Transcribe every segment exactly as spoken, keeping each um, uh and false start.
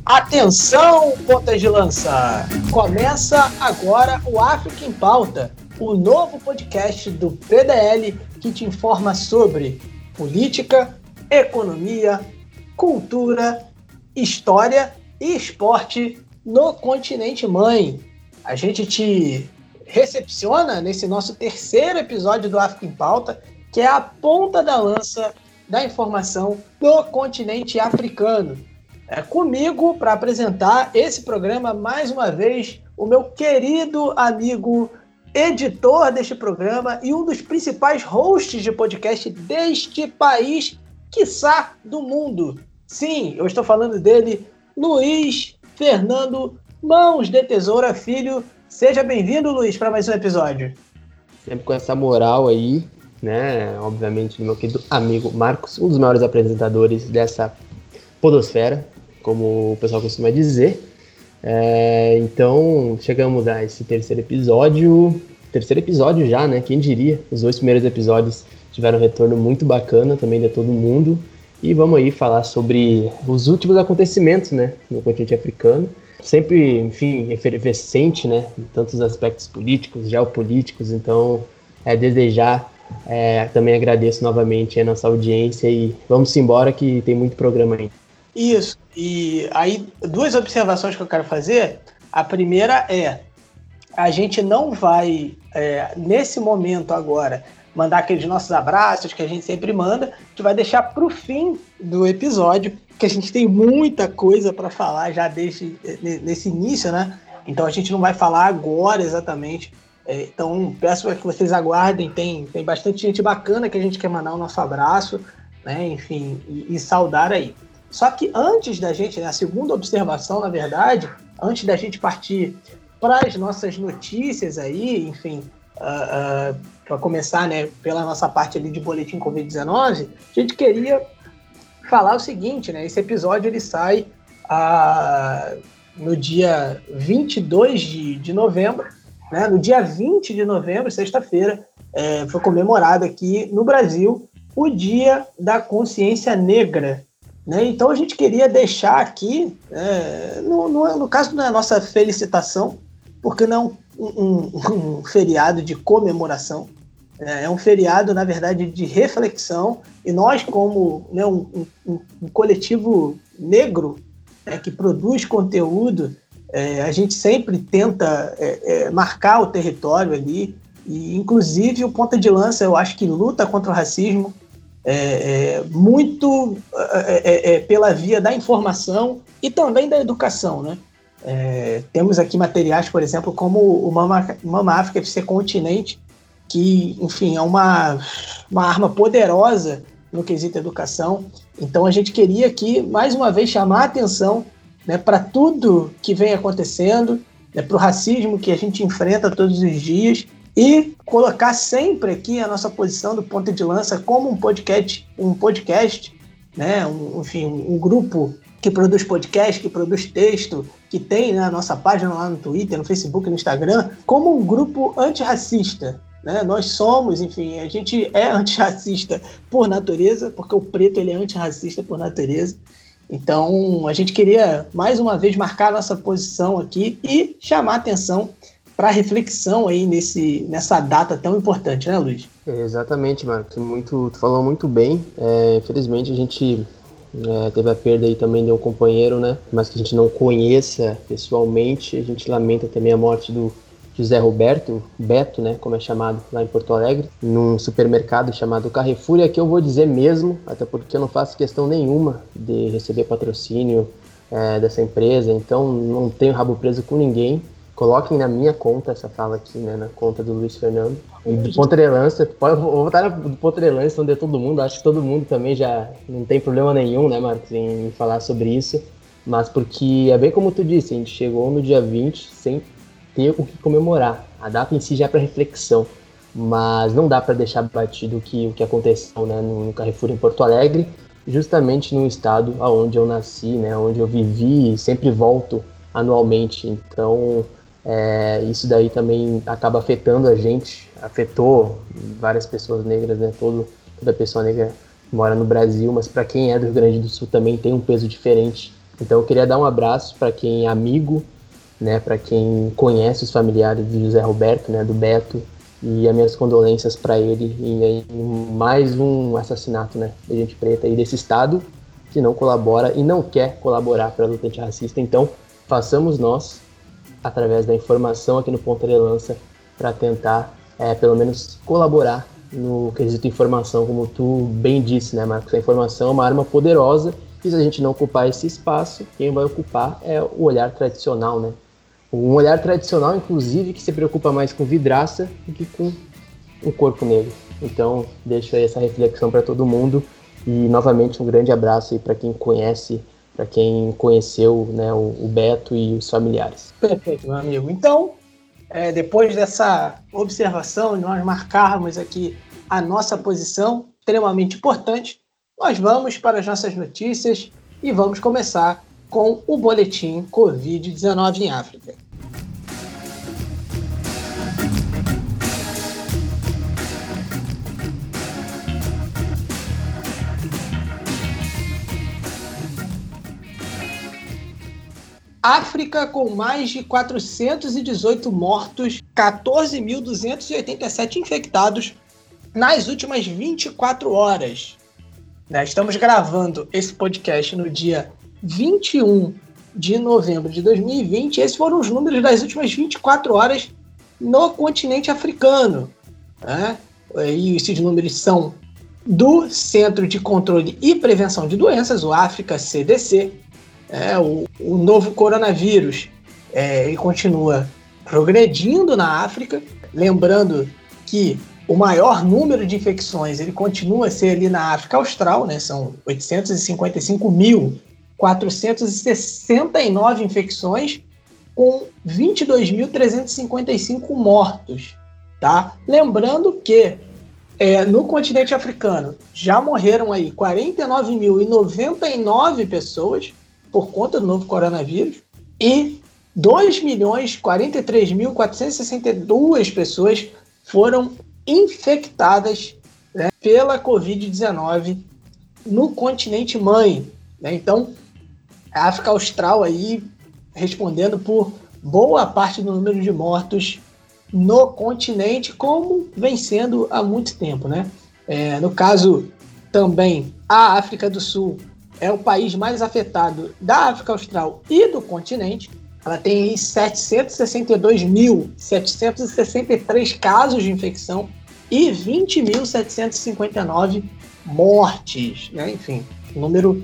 Atenção, pontas de lança! Começa agora o África em Pauta, o novo podcast do P D L que te informa sobre política, economia, cultura, história e esporte no continente mãe. A gente te recepciona nesse nosso terceiro episódio do África em Pauta, que é a ponta da lança da informação do continente africano. É comigo para apresentar esse programa mais uma vez o meu querido amigo editor deste programa e um dos principais hosts de podcast deste país, quiçá do mundo. Sim, eu estou falando dele, Luiz Fernando Mãos de Tesoura Filho. Seja bem-vindo, Luiz, para mais um episódio. Sempre com essa moral aí, né? Obviamente, do meu querido amigo Marcos, um dos maiores apresentadores dessa podosfera, como o pessoal costuma dizer. É, então, chegamos a esse terceiro episódio. Terceiro episódio já, né? Quem diria? Os dois primeiros episódios tiveram um retorno muito bacana também de todo mundo. E vamos aí falar sobre os últimos acontecimentos, né? No continente africano. Sempre, enfim, efervescente, né? Em tantos aspectos políticos, geopolíticos. Então, é, desde já, é, também agradeço novamente a nossa audiência e vamos embora que tem muito programa ainda. Isso, e aí duas observações que eu quero fazer. A primeira é, a gente não vai, é, nesse momento agora, mandar aqueles nossos abraços que a gente sempre manda, a gente vai deixar para o fim do episódio, que a gente tem muita coisa para falar já desde nesse início, né? Então a gente não vai falar agora exatamente, é, então peço que vocês aguardem, tem, tem bastante gente bacana que a gente quer mandar o nosso abraço, né? Enfim, e, e saudar aí. Só que antes da gente, né, a segunda observação, na verdade, antes da gente partir para as nossas notícias aí, enfim, uh, uh, para começar, né, pela nossa parte ali de boletim covid dezenove, a gente queria falar o seguinte, né, esse episódio ele sai uh, no dia vinte e dois de novembro, né, no dia vinte de novembro, sexta-feira, é, foi comemorado aqui no Brasil o Dia da Consciência Negra. Né? Então a gente queria deixar aqui, é, no, no, no caso da nossa felicitação, porque não é um, um, um feriado de comemoração, é, é um feriado, na verdade, de reflexão, e nós, como, né, um, um, um coletivo negro, né, que produz conteúdo, é, a gente sempre tenta é, é, marcar o território ali, e inclusive o Ponta de Lança, eu acho que luta contra o racismo, É, é, muito é, é, pela via da informação e também da educação, né? É, temos aqui materiais, por exemplo, como o Mama, Mama África F C Continente, que, enfim, é uma, uma arma poderosa no quesito educação. Então a gente queria aqui, mais uma vez, chamar a atenção, né, para tudo que vem acontecendo, né, para o racismo que a gente enfrenta todos os dias, e colocar sempre aqui a nossa posição do Ponta de Lança como um podcast, um podcast, né? um, enfim, um grupo que produz podcast, que produz texto, que tem, né, a nossa página lá no Twitter, no Facebook, no Instagram, como um grupo antirracista. Né? Nós somos, enfim, a gente é antirracista por natureza, porque o preto ele é antirracista por natureza. Então, a gente queria, mais uma vez, marcar a nossa posição aqui e chamar a atenção para reflexão aí nesse, nessa data tão importante, né, Luiz? É, exatamente, Marcos. Muito, tu falou muito bem. É, infelizmente, a gente é, teve a perda aí também de um companheiro, né? Mas que a gente não conheça pessoalmente. A gente lamenta também a morte do José Roberto, Beto, né? Como é chamado lá em Porto Alegre, num supermercado chamado Carrefour. E aqui eu vou dizer mesmo, até porque eu não faço questão nenhuma de receber patrocínio é, dessa empresa. Então, não tenho rabo preso com ninguém. Coloquem na minha conta essa fala aqui, né, na conta do Luiz Fernando. E do Ponta de Lança, pode, vou botar do Ponta de Lança, onde é todo mundo, acho que todo mundo também já não tem problema nenhum, né, Marcos, em falar sobre isso. Mas porque é bem como tu disse, a gente chegou no dia vinte sem ter o que comemorar. A data em si já é para reflexão, mas não dá para deixar batido que, o que aconteceu, né, no Carrefour em Porto Alegre, justamente no estado onde eu nasci, né, onde eu vivi e sempre volto anualmente. Então, É, isso daí também acaba afetando a gente, afetou várias pessoas negras, né? Todo, toda pessoa negra mora no Brasil, mas para quem é do Rio Grande do Sul também tem um peso diferente Então eu queria dar um abraço para quem é amigo, né, para quem conhece os familiares de José Roberto, né, do Beto, e as minhas condolências para ele em, em mais um assassinato, né, de gente preta aí desse estado que não colabora e não quer colaborar para a luta antirracista. Então façamos nós, através da informação aqui no Ponta de Lança, para tentar, é, pelo menos, colaborar no quesito informação, como tu bem disse, né, Marcos? A informação é uma arma poderosa e se a gente não ocupar esse espaço, quem vai ocupar é o olhar tradicional, né? Um olhar tradicional, inclusive, que se preocupa mais com vidraça do que com o corpo negro. Então, deixo aí essa reflexão para todo mundo e, novamente, um grande abraço aí para quem conhece, para quem conheceu, né, o, o Beto e os familiares. Perfeito, meu amigo. Então, é, depois dessa observação, nós marcarmos aqui a nossa posição, extremamente importante, nós vamos para as nossas notícias e vamos começar com o boletim covid dezenove em África. África com mais de quatrocentos e dezoito mortos, quatorze mil duzentos e oitenta e sete infectados nas últimas vinte e quatro horas. Estamos gravando esse podcast no dia vinte e um de novembro de dois mil e vinte. Esses foram os números das últimas vinte e quatro horas no continente africano. Né? E esses números são do Centro de Controle e Prevenção de Doenças, o África C D C. É, o, o novo coronavírus é, ele continua progredindo na África. Lembrando que o maior número de infecções ele continua a ser ali na África Austral, né? São oitocentos e cinquenta e cinco mil quatrocentos e sessenta e nove infecções, com vinte e dois mil trezentos e cinquenta e cinco mortos. Tá? Lembrando que é, no continente africano já morreram aí quarenta e nove mil e noventa e nove pessoas por conta do novo coronavírus e dois milhões quarenta e três mil quatrocentos e sessenta e duas pessoas foram infectadas, né, pela covid dezenove no continente mãe. Né? Então, a África Austral aí respondendo por boa parte do número de mortos no continente, como vem sendo há muito tempo. Né? É, no caso, também, a África do Sul é o país mais afetado da África Austral e do continente. Ela tem setecentos e sessenta e dois mil setecentos e sessenta e três casos de infecção e vinte mil setecentos e cinquenta e nove mortes. Né? Enfim, um número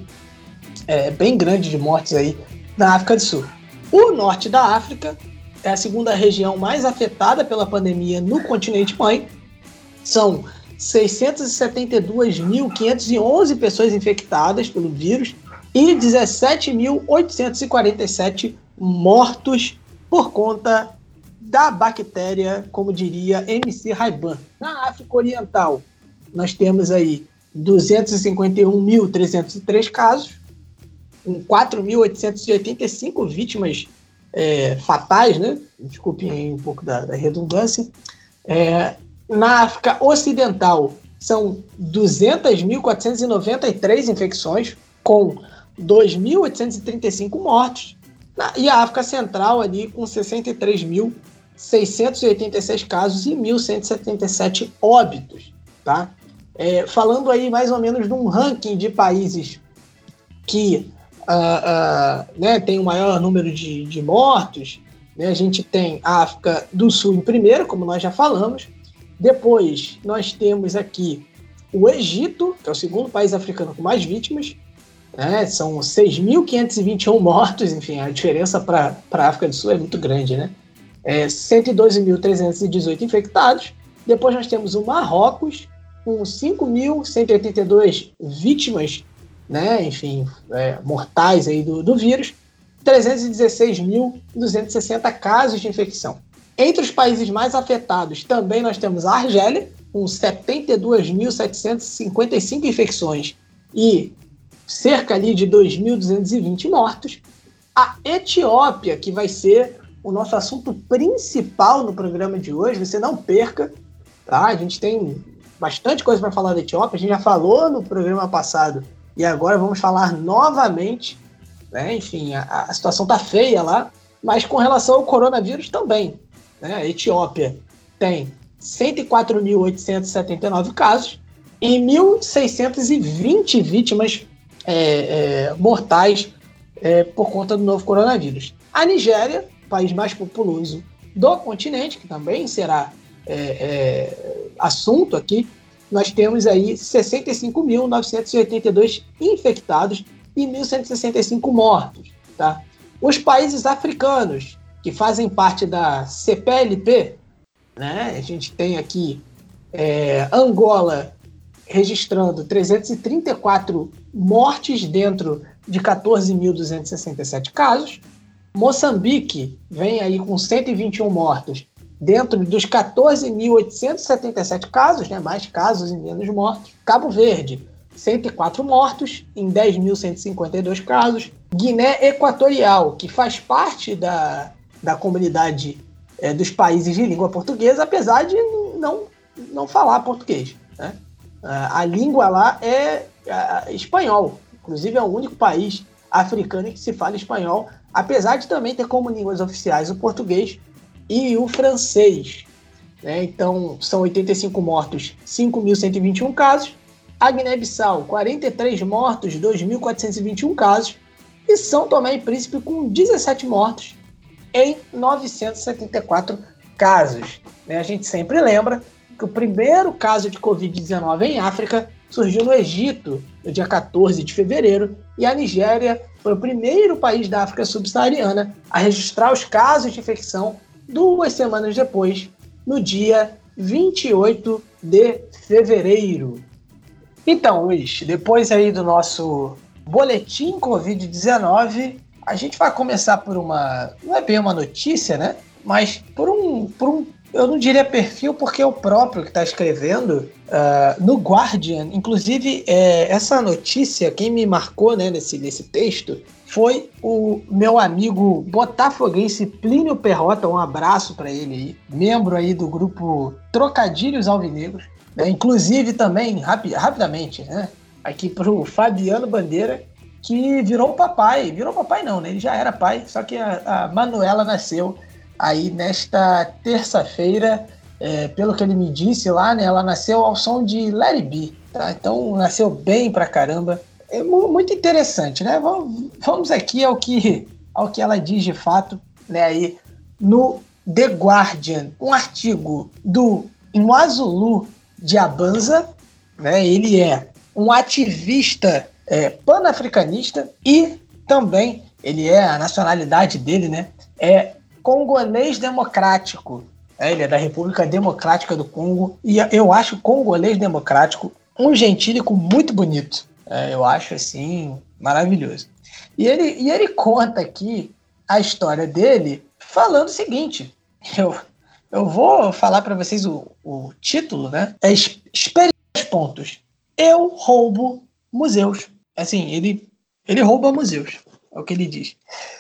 é, bem grande de mortes aí na África do Sul. O norte da África é a segunda região mais afetada pela pandemia no continente mãe. São seiscentos e setenta e dois mil quinhentas e onze pessoas infectadas pelo vírus e dezessete mil oitocentos e quarenta e sete mortos por conta da bactéria, como diria M C Raiban. Na África Oriental, nós temos aí duzentos e cinquenta e um mil trezentos e três casos, com quatro mil oitocentos e oitenta e cinco vítimas é, fatais, né? Desculpem aí um pouco da, da redundância. É, na África Ocidental, são duzentos mil quatrocentos e noventa e três infecções, com dois mil oitocentos e trinta e cinco mortos. Na, e a África Central, ali, com sessenta e três mil seiscentos e oitenta e seis casos e mil cento e setenta e sete óbitos. Tá? É, falando aí mais ou menos de um ranking de países que uh, uh, né, tem o maior número de, de mortos, né, a gente tem a África do Sul em primeiro, como nós já falamos. Depois, nós temos aqui o Egito, que é o segundo país africano com mais vítimas, né? São seis mil quinhentos e vinte e um mortos, enfim, a diferença para a África do Sul é muito grande, né? É, cento e doze mil trezentos e dezoito infectados. Depois nós temos o Marrocos, com cinco mil cento e oitenta e duas vítimas, né? Enfim, é, mortais aí do, do vírus, trezentos e dezesseis mil duzentos e sessenta casos de infecção. Entre os países mais afetados, também nós temos a Argélia, com setenta e dois mil setecentos e cinquenta e cinco infecções e cerca ali de dois mil duzentos e vinte mortos. A Etiópia, que vai ser o nosso assunto principal no programa de hoje, você não perca, tá? A gente tem bastante coisa para falar da Etiópia, a gente já falou no programa passado e agora vamos falar novamente. né? Enfim, a, a situação está feia lá, mas com relação ao coronavírus também, né? A Etiópia tem cento e quatro mil oitocentos e setenta e nove casos e mil seiscentos e vinte vítimas é, é, mortais é, por conta do novo coronavírus. A Nigéria, país mais populoso do continente, que também será é, é, assunto aqui, nós temos aí sessenta e cinco mil novecentos e oitenta e dois infectados e mil cento e sessenta e cinco mortos. Tá? Os países africanos, que fazem parte da C P L P, né? A gente tem aqui é, Angola registrando trezentos e trinta e quatro mortes dentro de quatorze mil duzentos e sessenta e sete casos. Moçambique vem aí com cento e vinte e um mortos dentro dos quatorze mil oitocentos e setenta e sete casos, né? Mais casos e menos mortos. Cabo Verde, cento e quatro mortos em dez mil cento e cinquenta e dois casos. Guiné Equatorial, que faz parte da, da comunidade é, dos países de língua portuguesa, apesar de não, não falar português, né? A língua lá é espanhol. Inclusive é o único país africano que se fala espanhol, apesar de também ter como línguas oficiais o português e o francês, né? Então são oitenta e cinco mortos, cinco mil cento e vinte e um casos. A Guiné-Bissau, quarenta e três mortos, dois mil quatrocentos e vinte e um casos. E São Tomé e Príncipe com dezessete mortos em novecentos e setenta e quatro casos. Né? A gente sempre lembra que o primeiro caso de covid dezenove em África surgiu no Egito, no dia quatorze de fevereiro, e a Nigéria foi o primeiro país da África subsaariana a registrar os casos de infecção duas semanas depois, no dia vinte e oito de fevereiro. Então, Luiz, depois aí do nosso boletim covid dezenove, a gente vai começar por uma, não é bem uma notícia, né? Mas por um, por um eu não diria perfil, porque é o próprio que está escrevendo uh, no Guardian. Inclusive, é, essa notícia, quem me marcou, né, nesse, nesse texto, foi o meu amigo botafoguense Plínio Perrota. Um abraço para ele aí, membro aí do grupo Trocadilhos Alvinegros. Né? Inclusive também, rapi- rapidamente, né, aqui para o Fabiano Bandeira, que virou papai. Virou papai não, né? Ele já era pai, só que a, a Manuela nasceu aí nesta terça-feira, é, pelo que ele me disse lá, né, ela nasceu ao som de Let It Be, tá? Então nasceu bem pra caramba. É muito interessante, né? Vamos, vamos aqui ao que, ao que ela diz de fato, né, aí no The Guardian, um artigo do Nwazulu Diabanza, né? Ele é um ativista é, panafricanista e também ele é, a nacionalidade dele, né, é congolês democrático. É, ele é da República Democrática do Congo e eu acho congolês democrático um gentílico muito bonito. É, eu acho, assim, maravilhoso. E ele, e ele conta aqui a história dele falando o seguinte, eu, eu vou falar para vocês o, o título, né? É Experiência pontos. Eu roubo museus. Assim, ele, ele rouba museus, é o que ele diz.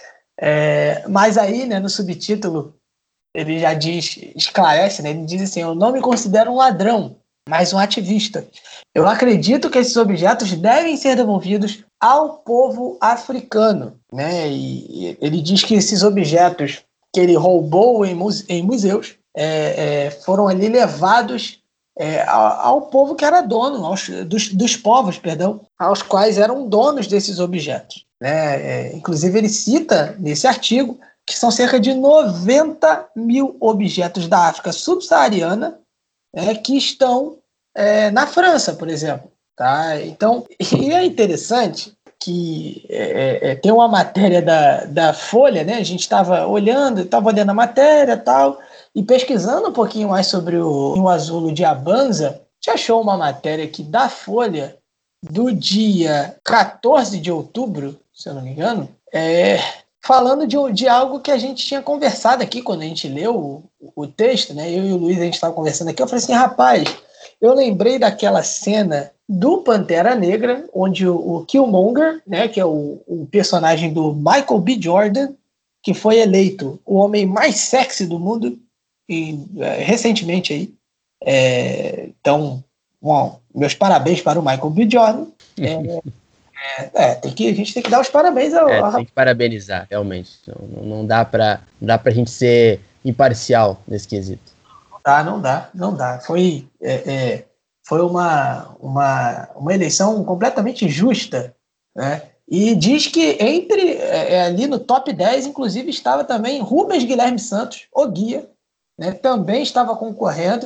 É, mas aí, né, no subtítulo, ele já diz, esclarece, né, ele diz assim, eu não me considero um ladrão, mas um ativista. Eu acredito que esses objetos devem ser devolvidos ao povo africano. Né, e ele diz que esses objetos que ele roubou em, muse- em museus é, é, foram ali levados é, ao, ao povo que era dono, aos, dos, dos povos, perdão, aos quais eram donos desses objetos. Né? É, inclusive ele cita nesse artigo que são cerca de noventa mil objetos da África subsaariana é, que estão é, na França, por exemplo. Tá? Então, e é interessante que é, é, tem uma matéria da, da Folha, né? A gente estava olhando, estava olhando a matéria e tal, e pesquisando um pouquinho mais sobre o Nwazulu Diabanza, a gente achou uma matéria aqui da Folha do dia quatorze de outubro, se eu não me engano, é, falando de, de algo que a gente tinha conversado aqui quando a gente leu o, o texto, né? Eu e o Luiz, a gente estava conversando aqui, eu falei assim, rapaz, eu lembrei daquela cena do Pantera Negra, onde o, o Killmonger, né, que é o, o personagem do Michael B. Jordan, que foi eleito o homem mais sexy do mundo e, é, recentemente aí. É, então, bom, meus parabéns para o Michael B. Jordan. É, É, tem que, a gente tem que dar os parabéns ao... É, tem que parabenizar, realmente. Não, não dá pra, não dá pra gente ser imparcial nesse quesito. Não dá, não dá, não dá. Foi, é, é, foi uma, uma, uma eleição completamente justa, né? E diz que entre é, ali no top dez, inclusive, estava também Rubens Guilherme Santos, o guia, né? Também estava concorrendo,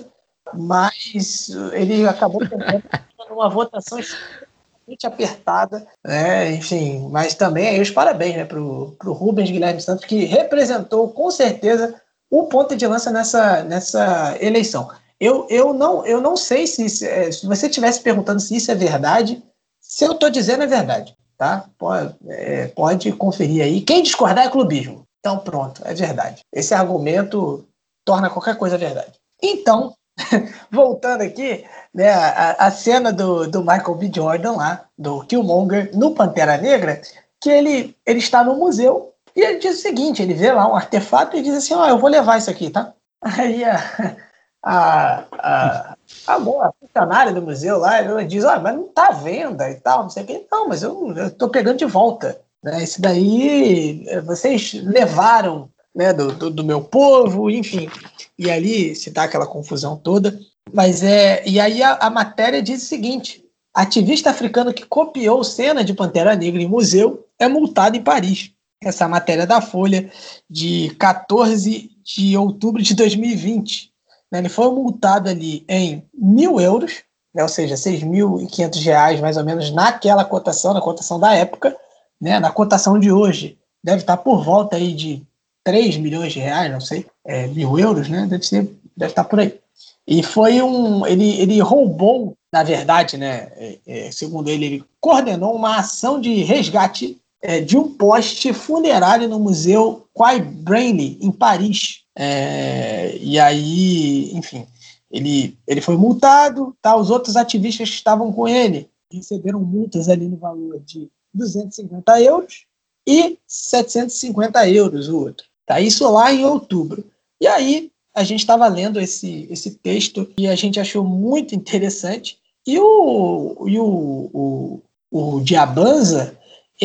mas ele acabou perdendo numa votação extremamente apertada, né? Enfim, mas também aí os parabéns, né, para o Rubens Guilherme Santos, que representou com certeza o ponto de lança nessa, nessa eleição. Eu, eu, não, eu não sei se, se você estivesse perguntando se isso é verdade, se eu estou dizendo é verdade. Tá? Pode, é, pode conferir aí. Quem discordar é clubismo. Então, pronto, é verdade. Esse argumento torna qualquer coisa verdade. Então, voltando aqui, né, a, a cena do, do Michael B. Jordan lá, do Killmonger, no Pantera Negra, que ele, ele está no museu e ele diz o seguinte, ele vê lá um artefato e diz assim, ó, oh, eu vou levar isso aqui, tá? Aí a... a, a A boa, a funcionária do museu lá, ela diz, ah, mas não tá à venda e tal, não sei o que. Não, mas eu, eu tô pegando de volta. Né? Isso daí vocês levaram, né, do, do, do meu povo, enfim. E ali se dá aquela confusão toda. Mas é. E aí a, a matéria diz o seguinte: ativista africano que copiou cena de Pantera Negra em museu é multado em Paris. Essa matéria da Folha de quatorze de outubro de dois mil e vinte. Ele foi multado ali em mil euros, né, ou seja, seis mil e quinhentos reais, mais ou menos, naquela cotação, na cotação da época. Né, na cotação de hoje, deve estar por volta aí de três milhões de reais, não sei, é, mil euros, né, deve, ser, deve estar por aí. E foi um... Ele, ele roubou, na verdade, né, é, é, segundo ele, ele coordenou uma ação de resgate é, de um poste funerário no Museu Quai Branly, em Paris. É, e aí, enfim, ele, ele foi multado, tá? Os outros ativistas que estavam com ele receberam multas ali no valor de duzentos e cinquenta euros e setecentos e cinquenta euros o outro. Tá? Isso lá em outubro. E aí a gente estava lendo esse, esse texto e a gente achou muito interessante. E o, e o, o, o Diabanza,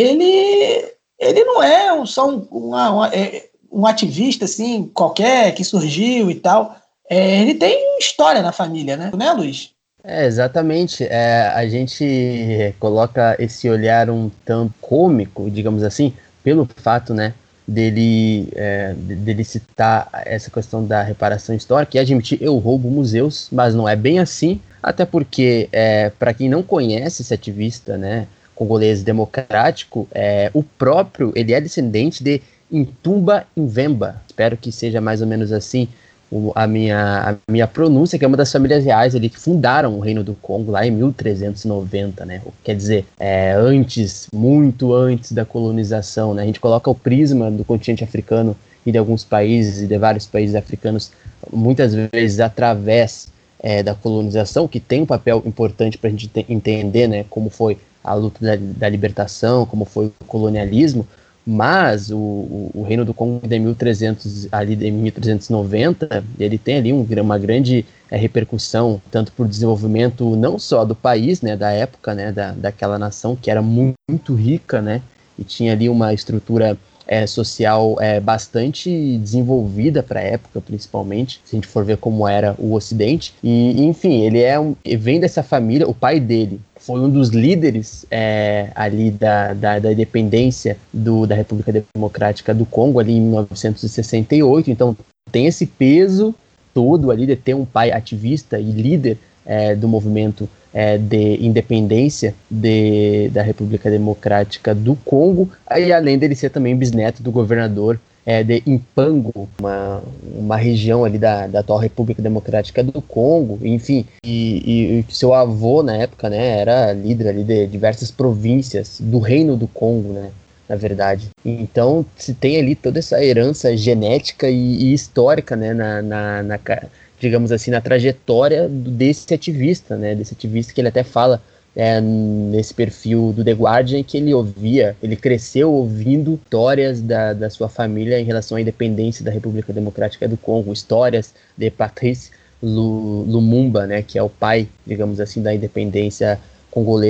ele, ele não é um, só um, uma, uma, é, um ativista assim, qualquer que surgiu e tal. É, ele tem história na família, né, né Luiz? É, exatamente. É, a gente coloca esse olhar um tanto cômico, digamos assim, pelo fato, né, dele, é, dele citar essa questão da reparação histórica e admitir, eu roubo museus, mas não é bem assim, até porque, é, para quem não conhece esse ativista, né, congolês democrático, é, o próprio, ele é descendente de Ntumba Mvemba, espero que seja mais ou menos assim o, a, minha, a minha pronúncia, que é uma das famílias reais ali que fundaram o Reino do Congo lá em mil trezentos e noventa, né? Quer dizer, é, antes, muito antes da colonização, né? A gente coloca o prisma do continente africano e de alguns países e de vários países africanos, muitas vezes através é, da colonização, que tem um papel importante para a gente te- entender, né, como foi a luta da, da libertação, como foi o colonialismo. Mas o, o, o Reino do Congo de mil e trezentos, ali de mil trezentos e noventa, ele tem ali um, uma grande é, repercussão, tanto por desenvolvimento não só do país, né, da época, né, da, daquela nação que era muito, muito rica, né, e tinha ali uma estrutura é, social é, bastante desenvolvida para a época, principalmente, se a gente for ver como era o Ocidente. E, enfim, ele é um, ele vem dessa família, o pai dele foi um dos líderes é, ali da, da, da independência do, da República Democrática do Congo, ali em mil novecentos e sessenta e oito, então tem esse peso todo ali de ter um pai ativista e líder é, do movimento é, de independência de, da República Democrática do Congo, e além dele ser também bisneto do governador É, de Impango, uma, uma região ali da, da atual República Democrática do Congo, enfim, e, e seu avô na época, né, era líder ali de diversas províncias do Reino do Congo, né, na verdade. Então se tem ali toda essa herança genética e, e histórica, né, na, na, na, digamos assim, na trajetória desse ativista, né, desse ativista que ele até fala É, nesse perfil do The Guardian, que ele ouvia, ele cresceu ouvindo histórias da, da sua família em relação à independência da República Democrática do Congo, histórias de Patrice Lumumba, né, que é o pai, digamos assim, da independência congolês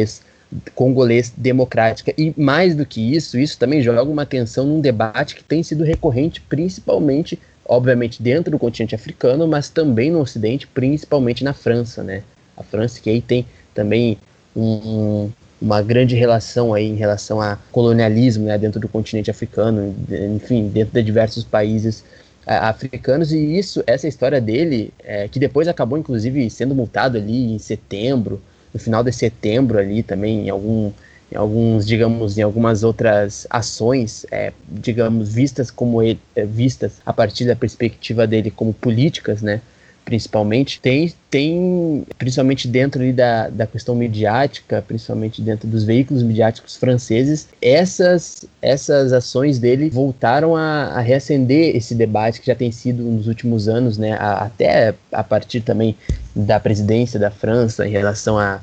congolês democrática. E mais do que isso, isso também joga uma atenção num debate que tem sido recorrente, principalmente, obviamente, dentro do continente africano, mas também no Ocidente, principalmente na França, né? A França, que aí tem também um, uma grande relação aí em relação a colonialismo, né, dentro do continente africano, enfim, dentro de diversos países africanos. E isso, essa história dele, é, que depois acabou inclusive sendo multado ali em setembro, no final de setembro ali também, em, algum, em alguns, digamos, em algumas outras ações, é, digamos, vistas como ele, é, vistas a partir da perspectiva dele como políticas, né, principalmente, tem, tem principalmente dentro ali da, da questão midiática, principalmente dentro dos veículos midiáticos franceses, essas, essas ações dele voltaram a, a reacender esse debate que já tem sido nos últimos anos, né, a, até a partir também da presidência da França em relação a,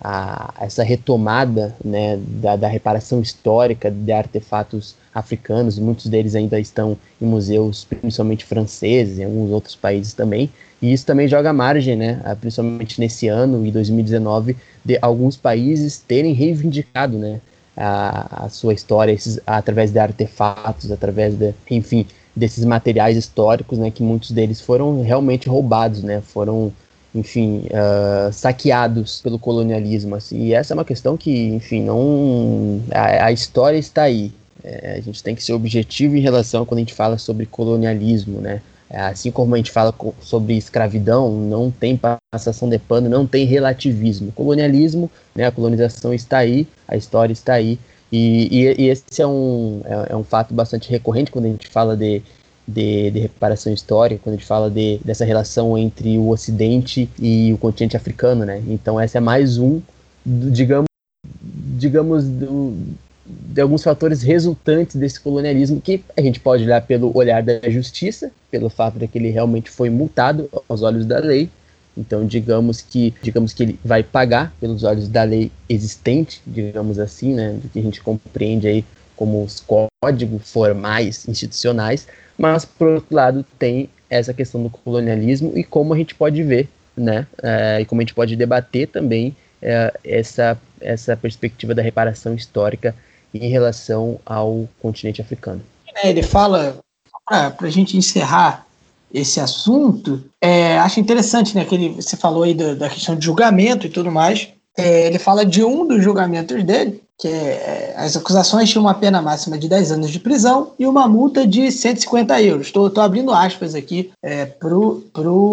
a essa retomada, né, da, da reparação histórica de artefatos africanos. Muitos deles ainda estão em museus, principalmente franceses, em alguns outros países também. E isso também joga margem, né, principalmente nesse ano, em dois mil e dezenove, de alguns países terem reivindicado, né, a, a sua história esses, através de artefatos, através de, enfim, desses materiais históricos, né, que muitos deles foram realmente roubados, né, foram, enfim, uh, saqueados pelo colonialismo, assim. E essa é uma questão que, enfim, não, a, a história está aí. É, a gente tem que ser objetivo em relação a quando a gente fala sobre colonialismo, né? Assim como a gente fala sobre escravidão, não tem passação de pano, não tem relativismo. Colonialismo, né, a colonização está aí, a história está aí, e, e, e esse é um, é, é um fato bastante recorrente quando a gente fala de, de, de reparação histórica, quando a gente fala de, dessa relação entre o Ocidente e o continente africano, né? Então esse é mais um, digamos, digamos do, de alguns fatores resultantes desse colonialismo, que a gente pode olhar pelo olhar da justiça, pelo fato de que ele realmente foi multado aos olhos da lei. Então, digamos que, digamos que ele vai pagar pelos olhos da lei existente, digamos assim, né, do que a gente compreende aí como os códigos formais, institucionais, mas, por outro lado, tem essa questão do colonialismo e como a gente pode ver, né, é, e como a gente pode debater também é, essa, essa perspectiva da reparação histórica em relação ao continente africano. É, ele fala, para a gente encerrar esse assunto, é, acho interessante, né, que ele, você falou aí da, da questão de julgamento e tudo mais, é, ele fala de um dos julgamentos dele, que é, as acusações tinham uma pena máxima de dez anos de prisão e uma multa de cento e cinquenta euros. Estou abrindo aspas aqui é, pro,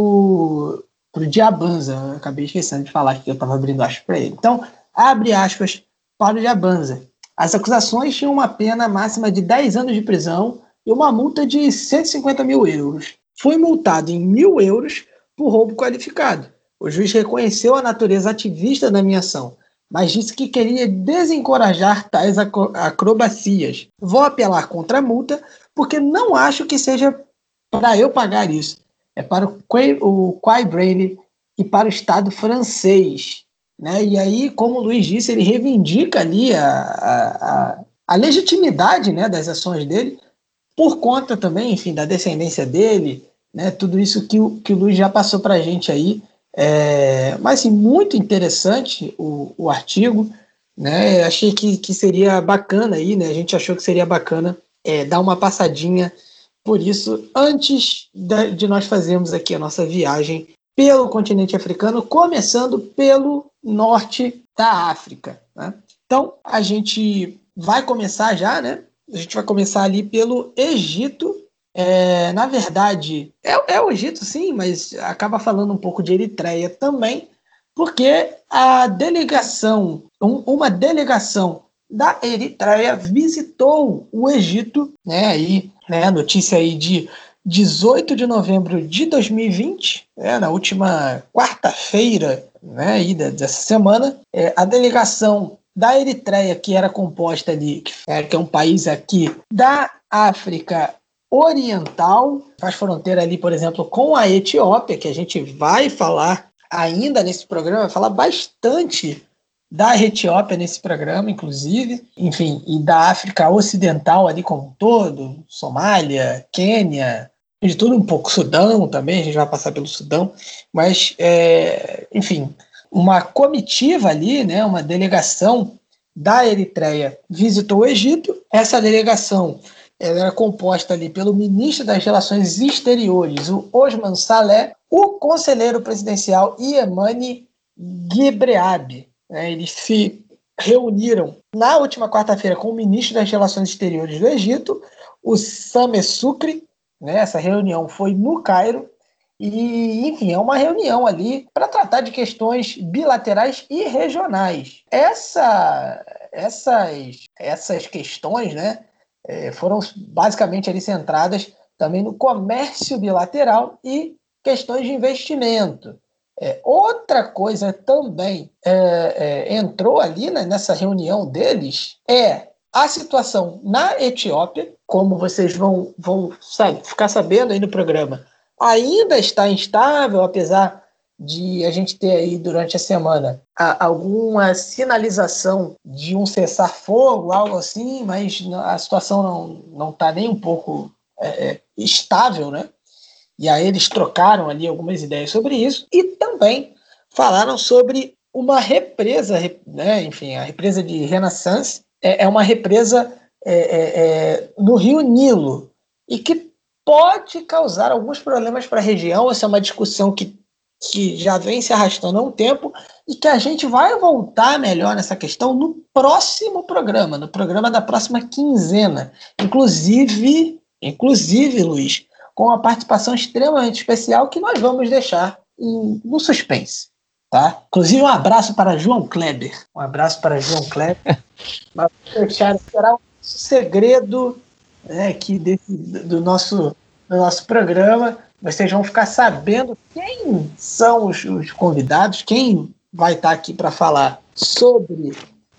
pro, pro Diabanza, eu acabei esquecendo de falar que eu estava abrindo aspas para ele. Então, abre aspas para o Diabanza. As acusações tinham uma pena máxima de dez anos de prisão e uma multa de cento e cinquenta mil euros. Fui multado em mil euros por roubo qualificado. O juiz reconheceu a natureza ativista da minha ação, mas disse que queria desencorajar tais acrobacias. Vou apelar contra a multa porque não acho que seja para eu pagar isso. É para o Quai Braille e para o Estado francês. Né? E aí, como o Luiz disse, ele reivindica ali a, a, a legitimidade, né, das ações dele, por conta também, enfim, da descendência dele, né, tudo isso que o, que o Luiz já passou para a gente aí. É, mas, assim, muito interessante o, o artigo, né? Achei que, que seria bacana aí, né? A gente achou que seria bacana é, dar uma passadinha por isso antes de, de nós fazermos aqui a nossa viagem pelo continente africano, começando pelo norte da África. Né? Então, a gente vai começar já, né? A gente vai começar ali pelo Egito. É, na verdade, é, é o Egito, sim, mas acaba falando um pouco de Eritreia também, porque a delegação, um, uma delegação da Eritreia visitou o Egito, né? Aí, né, notícia aí de dezoito de novembro de dois mil e vinte, é, na última quarta-feira, né, aí dessa semana, é, a delegação da Eritreia, que era composta ali, que é, que é um país aqui da África Oriental, faz fronteira ali, por exemplo, com a Etiópia, que a gente vai falar ainda nesse programa, vai falar bastante da Etiópia nesse programa, inclusive, enfim, e da África Ocidental ali como um todo, Somália, Quênia, de tudo um pouco, Sudão também, a gente vai passar pelo Sudão, mas, é, enfim, uma comitiva ali, né, uma delegação da Eritreia visitou o Egito. Essa delegação ela era composta ali pelo ministro das Relações Exteriores, o Osman Saleh, o conselheiro presidencial Iemane Ghebreab. Né, eles se reuniram na última quarta-feira com o ministro das Relações Exteriores do Egito, o Sameh Shoukry. Né, essa reunião foi no Cairo. E, enfim, é uma reunião ali para tratar de questões bilaterais e regionais. Essa, essas, essas questões, né, foram basicamente ali centradas também no comércio bilateral e questões de investimento. É, outra coisa também é, é, entrou ali, né, nessa reunião deles é a situação na Etiópia, como vocês vão, vão sabe, ficar sabendo aí no programa. Ainda está instável, apesar de a gente ter aí durante a semana a, alguma sinalização de um cessar-fogo, algo assim, mas a situação não não está nem um pouco é, estável, né? E aí eles trocaram ali algumas ideias sobre isso e também falaram sobre uma represa, né? Enfim, a represa de Renaissance é, é uma represa é, é, é, no Rio Nilo e que pode causar alguns problemas para a região. Essa é uma discussão que, que já vem se arrastando há um tempo e que a gente vai voltar melhor nessa questão no próximo programa, no programa da próxima quinzena. Inclusive, inclusive, Luiz, com uma participação extremamente especial que nós vamos deixar em, no suspense. Tá? Inclusive, um abraço para João Kleber. Um abraço para João Kleber. Mas deixar, será um segredo, né, aqui desse, do, nosso, do nosso programa. Vocês vão ficar sabendo quem são os, os convidados, quem vai estar aqui para falar sobre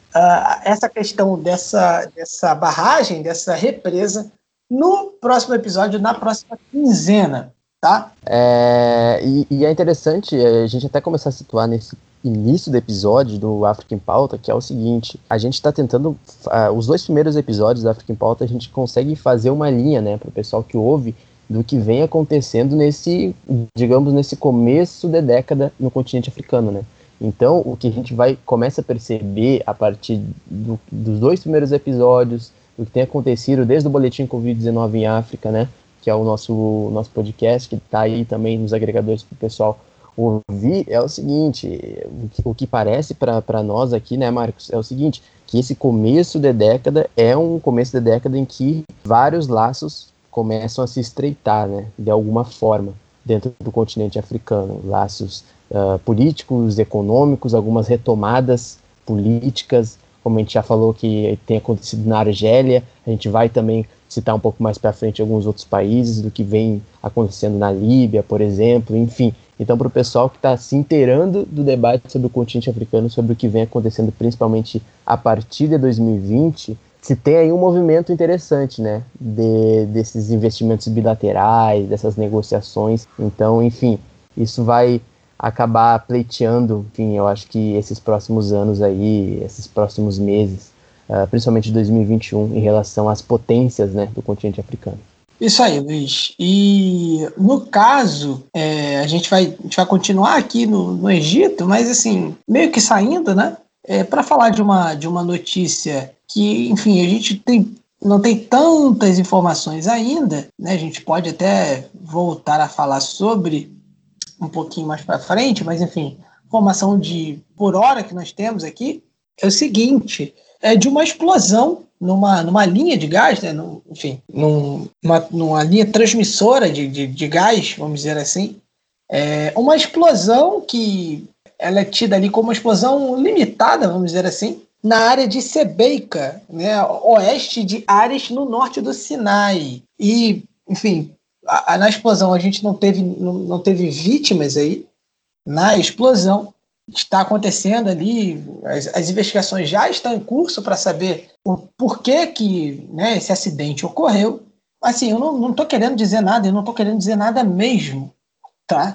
uh, essa questão dessa, dessa barragem, dessa represa, no próximo episódio, na próxima quinzena. Tá? É, e, e é interessante a gente até começar a situar nesse início do episódio do África em Pauta, que é o seguinte: a gente está tentando, uh, os dois primeiros episódios do África em Pauta, a gente consegue fazer uma linha, né, para o pessoal que ouve, do que vem acontecendo nesse, digamos, nesse começo da década no continente africano, né? Então, o que a gente vai começa a perceber a partir do, dos dois primeiros episódios, do que tem acontecido desde o boletim covid dezenove em África, né, que é o nosso, nosso podcast, que está aí também nos agregadores para o pessoal ouvir, é o seguinte: o que, o que parece para nós aqui, né, Marcos, é o seguinte, que esse começo de década é um começo de década em que vários laços começam a se estreitar, né, de alguma forma, dentro do continente africano. Laços uh, políticos, econômicos, algumas retomadas políticas, como a gente já falou que tem acontecido na Argélia. A gente vai também citar um pouco mais para frente alguns outros países, do que vem acontecendo na Líbia, por exemplo, enfim. Então, para o pessoal que está se inteirando do debate sobre o continente africano, sobre o que vem acontecendo principalmente a partir de dois mil e vinte, se tem aí um movimento interessante, né, de, desses investimentos bilaterais, dessas negociações. Então, enfim, isso vai acabar pleiteando, enfim, eu acho que esses próximos anos aí, esses próximos meses, Uh, principalmente de dois mil e vinte e um, em relação às potências, né, do continente africano. Isso aí, Luiz. E no caso, é, a, gente vai, a gente vai continuar aqui no, no Egito, mas assim, meio que saindo, né, é, para falar de uma, de uma notícia que, enfim, a gente tem, não tem tantas informações ainda, né, a gente pode até voltar a falar sobre um pouquinho mais para frente, mas enfim, informação de por hora que nós temos aqui é o seguinte: é de uma explosão numa, numa linha de gás, né, no, enfim, num, numa, numa linha transmissora de, de, de gás, vamos dizer assim. É uma explosão que ela é tida ali como uma explosão limitada, vamos dizer assim, na área de Sebeica, né, oeste de Ares, no norte do Sinai. E, enfim, a, a, na explosão a gente não teve, não, não teve vítimas aí na explosão. Está acontecendo ali, as, as investigações já estão em curso para saber o porquê que, né, esse acidente ocorreu. Assim, eu não estou querendo dizer nada, eu não estou querendo dizer nada mesmo, tá?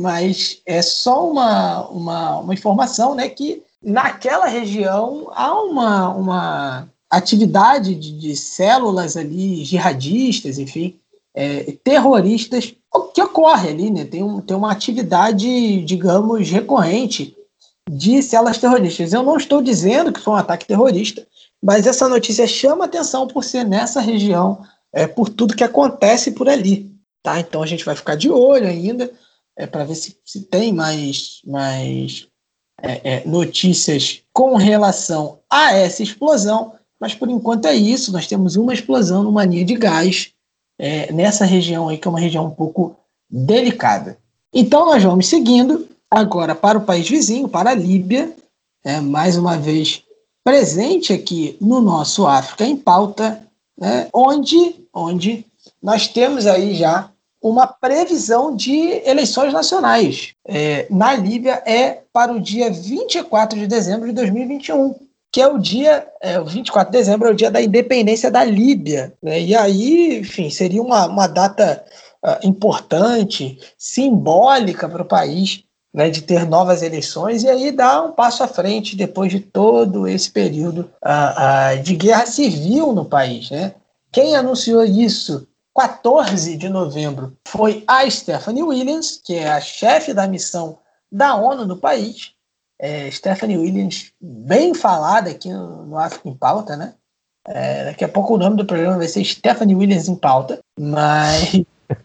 Mas é só uma, uma, uma informação, né, que naquela região há uma, uma atividade de, de células ali, jihadistas, enfim, é, terroristas, que ocorre ali, né? Tem, um, tem uma atividade, digamos, recorrente. de células terroristas. Eu não estou dizendo que foi um ataque terrorista, mas essa notícia chama atenção por ser nessa região, é, por tudo que acontece por ali. Tá? Então a gente vai ficar de olho ainda, é, para ver se, se tem mais, mais é, é, notícias com relação a essa explosão, mas por enquanto é isso. Nós temos uma explosão numa linha de gás é, nessa região aí, que é uma região um pouco delicada. Então nós vamos seguindo agora para o país vizinho, para a Líbia, é, mais uma vez presente aqui no nosso África em Pauta, né, onde, onde nós temos aí já uma previsão de eleições nacionais. É, na Líbia é para o dia vinte e quatro de dezembro de dois mil e vinte e um, que é o dia, é, o vinte e quatro de dezembro é o dia da independência da Líbia, né? E aí, enfim, seria uma, uma data uh, importante, simbólica para o país, né, de ter novas eleições, e aí dá um passo à frente depois de todo esse período uh, uh, de guerra civil no país, né? Quem anunciou isso quatorze de novembro foi a Stephanie Williams, que é a chefe da missão da ONU no país. É, Stephanie Williams, bem falada aqui no, no África em Pauta, né? É, daqui a pouco o nome do programa vai ser Stephanie Williams em Pauta, mas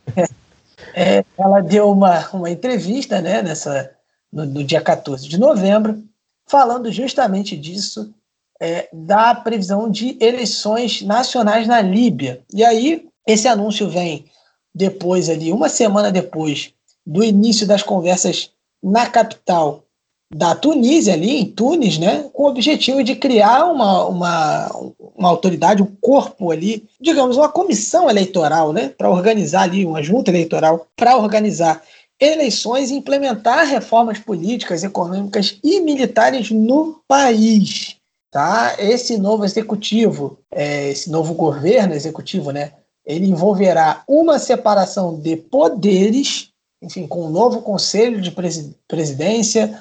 é, ela deu uma, uma entrevista, né, nessa, no, no dia quatorze de novembro, falando justamente disso, é, da previsão de eleições nacionais na Líbia. E aí, esse anúncio vem depois, ali, uma semana depois do início das conversas na capital da Tunísia, ali em Tunis, né, com o objetivo de criar uma, uma, uma autoridade, um corpo ali, digamos, uma comissão eleitoral, né, para organizar ali, uma junta eleitoral, para organizar eleições e implementar reformas políticas, econômicas e militares no país. Tá? Esse novo executivo, é, esse novo governo executivo, né, ele envolverá uma separação de poderes, enfim, com um novo conselho de presidência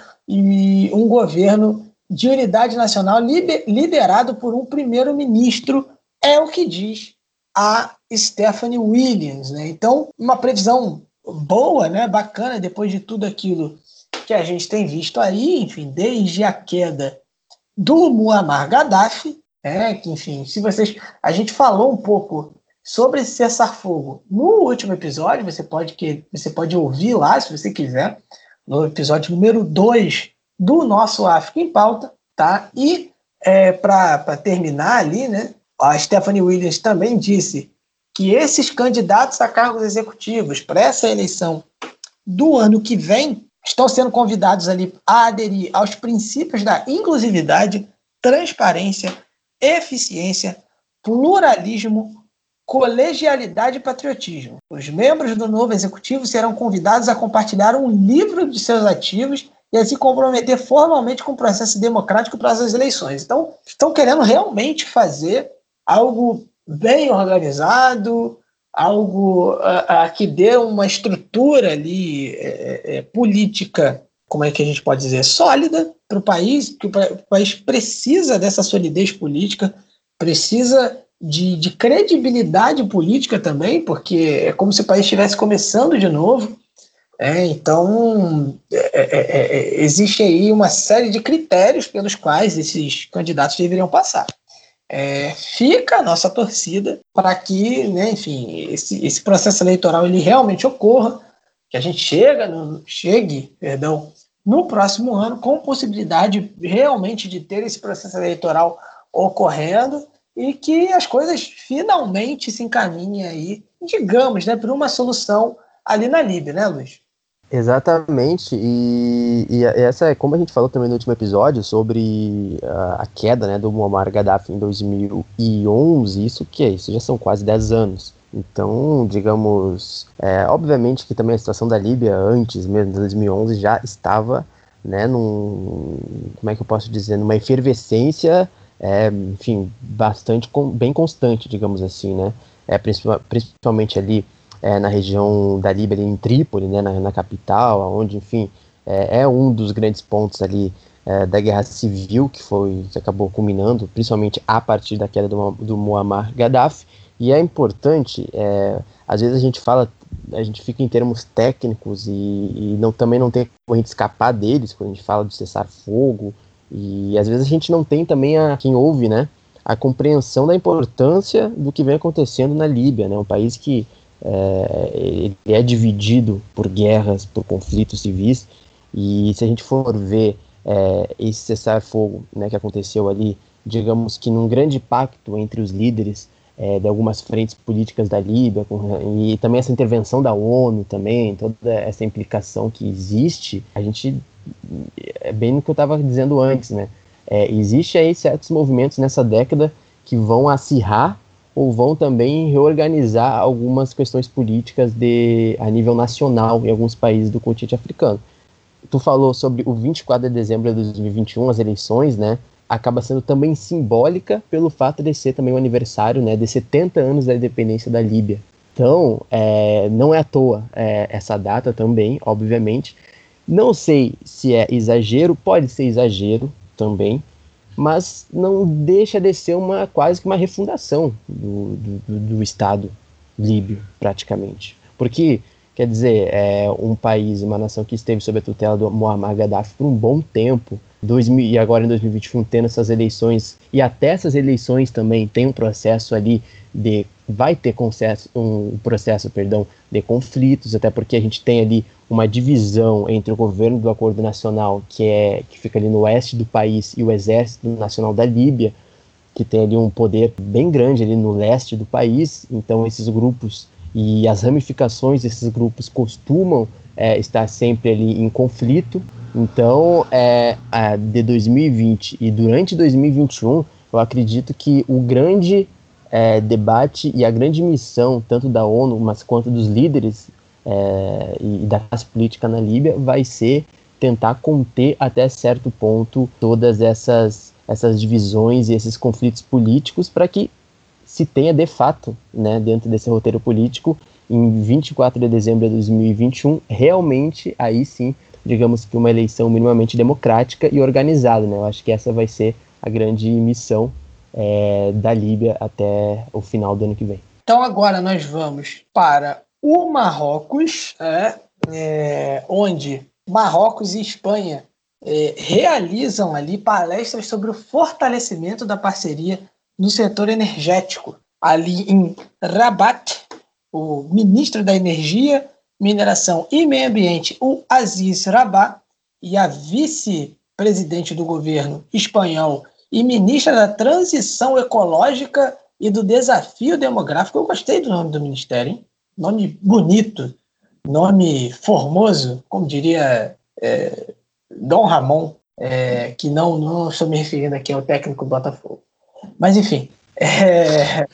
e um governo de unidade nacional liderado por um primeiro-ministro, é o que diz a Stephanie Williams, né? Então, uma previsão boa, né, bacana, depois de tudo aquilo que a gente tem visto aí, enfim, desde a queda do Muammar Gaddafi, né, que, enfim, se vocês... A gente falou um pouco sobre esse cessar-fogo no último episódio, você pode, que, você pode ouvir lá, se você quiser, no episódio número dois do nosso África em Pauta, tá? E é, para terminar ali, né, a Stephanie Williams também disse que esses candidatos a cargos executivos para essa eleição do ano que vem estão sendo convidados ali a aderir aos princípios da inclusividade, transparência, eficiência, pluralismo, colegialidade e patriotismo. Os membros do novo executivo serão convidados a compartilhar um livro de seus ativos e a se comprometer formalmente com o processo democrático para as eleições. Então, estão querendo realmente fazer algo bem organizado, algo a, a, que dê uma estrutura ali é, é, política, como é que a gente pode dizer, sólida para o país, que o, o país precisa dessa solidez política, precisa de, de credibilidade política também, porque é como se o país estivesse começando de novo. É, então, é, é, é, existe aí uma série de critérios pelos quais esses candidatos deveriam passar. É, fica a nossa torcida para que, né, enfim, esse, esse processo eleitoral ele realmente ocorra, que a gente chega no, chegue perdão, no próximo ano com possibilidade realmente de ter esse processo eleitoral ocorrendo e que as coisas finalmente se encaminhem aí, digamos, né, para uma solução ali na Líbia, né, Luiz? Exatamente, e, e essa é como a gente falou também no último episódio sobre a, a queda, né, do Muammar Gaddafi em dois mil e onze, isso que é, isso já são quase dez anos. Então, digamos, é, obviamente que também a situação da Líbia antes mesmo de dois mil e onze já estava, né, num, como é que eu posso dizer, numa efervescência, é, enfim, bastante, bem constante, digamos assim, né, é, principalmente ali É, na região da Líbia, ali em Trípoli, né, na, na capital, onde, enfim, é, é um dos grandes pontos ali é, da guerra civil que foi, que acabou culminando, principalmente a partir da queda do, do Muammar Gaddafi. E é importante, é, às vezes a gente fala a gente fica em termos técnicos e, e não, também não tem como a gente escapar deles quando a gente fala de cessar-fogo, e às vezes a gente não tem também, a quem ouve, né, a compreensão da importância do que vem acontecendo na Líbia, né, um país que é, ele é dividido por guerras, por conflitos civis, e se a gente for ver é, esse cessar-fogo, né, que aconteceu ali, digamos que num grande pacto entre os líderes é, de algumas frentes políticas da Líbia, com, e também essa intervenção da ONU também, toda essa implicação que existe, a gente, é bem no que eu estava dizendo antes, né, é, existe aí certos movimentos nessa década que vão acirrar ou vão também reorganizar algumas questões políticas de, a nível nacional em alguns países do continente africano. Tu falou sobre o vinte e quatro de dezembro de dois mil e vinte e um, as eleições, né, acaba sendo também simbólica pelo fato de ser também o aniversário, né, de setenta anos da independência da Líbia. Então, é, não é à toa é, essa data também, obviamente. Não sei se é exagero, pode ser exagero também, mas não deixa de ser uma, quase que uma refundação do, do, do Estado líbio, praticamente. Porque, quer dizer, é um país, uma nação que esteve sob a tutela do Muammar Gaddafi por um bom tempo, dois mil, e agora em dois mil e vinte e um tendo essas eleições, e até essas eleições também tem um processo ali de, vai ter concesso, um processo, perdão, de conflitos, até porque a gente tem ali uma divisão entre o governo do Acordo Nacional, que, é, que fica ali no oeste do país, e o Exército Nacional da Líbia, que tem ali um poder bem grande ali no leste do país. Então esses grupos e as ramificações desses grupos costumam é, estar sempre ali em conflito. Então, é, de dois mil e vinte e durante dois mil e vinte e um, eu acredito que o grande é, debate e a grande missão, tanto da ONU, mas quanto dos líderes é, e da classe política na Líbia, vai ser tentar conter até certo ponto todas essas, essas divisões e esses conflitos políticos, para que se tenha de fato, né, dentro desse roteiro político, em vinte e quatro de dezembro de dois mil e vinte e um, realmente, aí sim, digamos que uma eleição minimamente democrática e organizada, né? Eu acho que essa vai ser a grande missão é, da Líbia até o final do ano que vem. Então agora nós vamos para o Marrocos, é, é, onde Marrocos e Espanha é, realizam ali palestras sobre o fortalecimento da parceria no setor energético. Ali em Rabat, o ministro da Energia, Mineração e Meio Ambiente, o Aziz Rabat, e a vice-presidente do governo espanhol e ministra da Transição Ecológica e do Desafio Demográfico. Eu gostei do nome do ministério, hein? Nome bonito, nome formoso, como diria é, Dom Ramon, é, que não, não estou me referindo aqui ao técnico do Botafogo. Mas, enfim. É...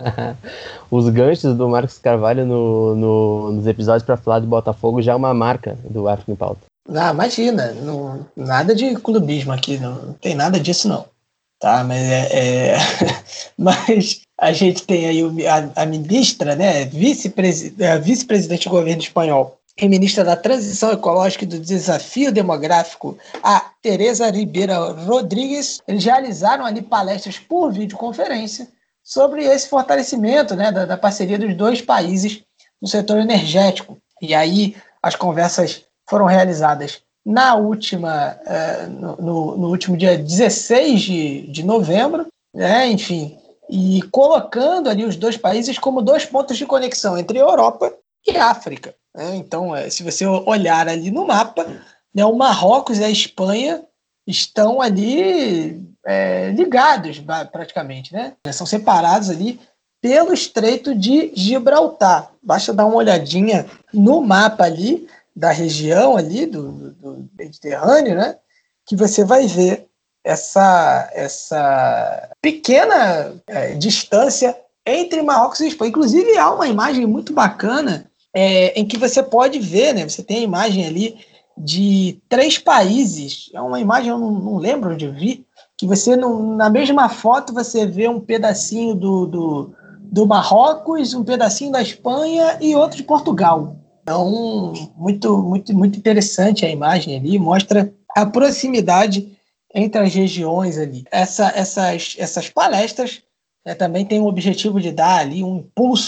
Os ganchos do Marcos Carvalho no, no, nos episódios para falar do Botafogo já é uma marca do África em Pauta. Ah, imagina, não, nada de clubismo aqui, não, não tem nada disso não. Tá, mas, é, é... mas a gente tem aí a, a ministra, né, vice-presidente, a vice-presidente do governo espanhol e ministra da Transição Ecológica e do Desafio Demográfico, a Teresa Ribeira Rodrigues. Eles realizaram ali palestras por videoconferência sobre esse fortalecimento, né, da, da parceria dos dois países no setor energético. E aí as conversas foram realizadas na última, uh, no, no, no último dia dezesseis de, de novembro, né, enfim, e colocando ali os dois países como dois pontos de conexão entre Europa e África. Né? Então, se você olhar ali no mapa, né, o Marrocos e a Espanha estão ali é, ligados praticamente, né? São separados ali pelo Estreito de Gibraltar. Basta dar uma olhadinha no mapa ali da região ali do, do, do Mediterrâneo, né? Que você vai ver essa, essa pequena é, distância entre Marrocos e Espanha. Inclusive, há uma imagem muito bacana é, em que você pode ver, né? Você tem a imagem ali de três países. É uma imagem, eu não, não lembro onde eu vi, que você, não, na mesma foto, você vê um pedacinho do, do, do Marrocos, um pedacinho da Espanha e outro de Portugal. Então, muito, muito, muito interessante a imagem ali, mostra a proximidade entre as regiões ali. Essa, essas, essas palestras né, também têm o objetivo de dar ali um impulso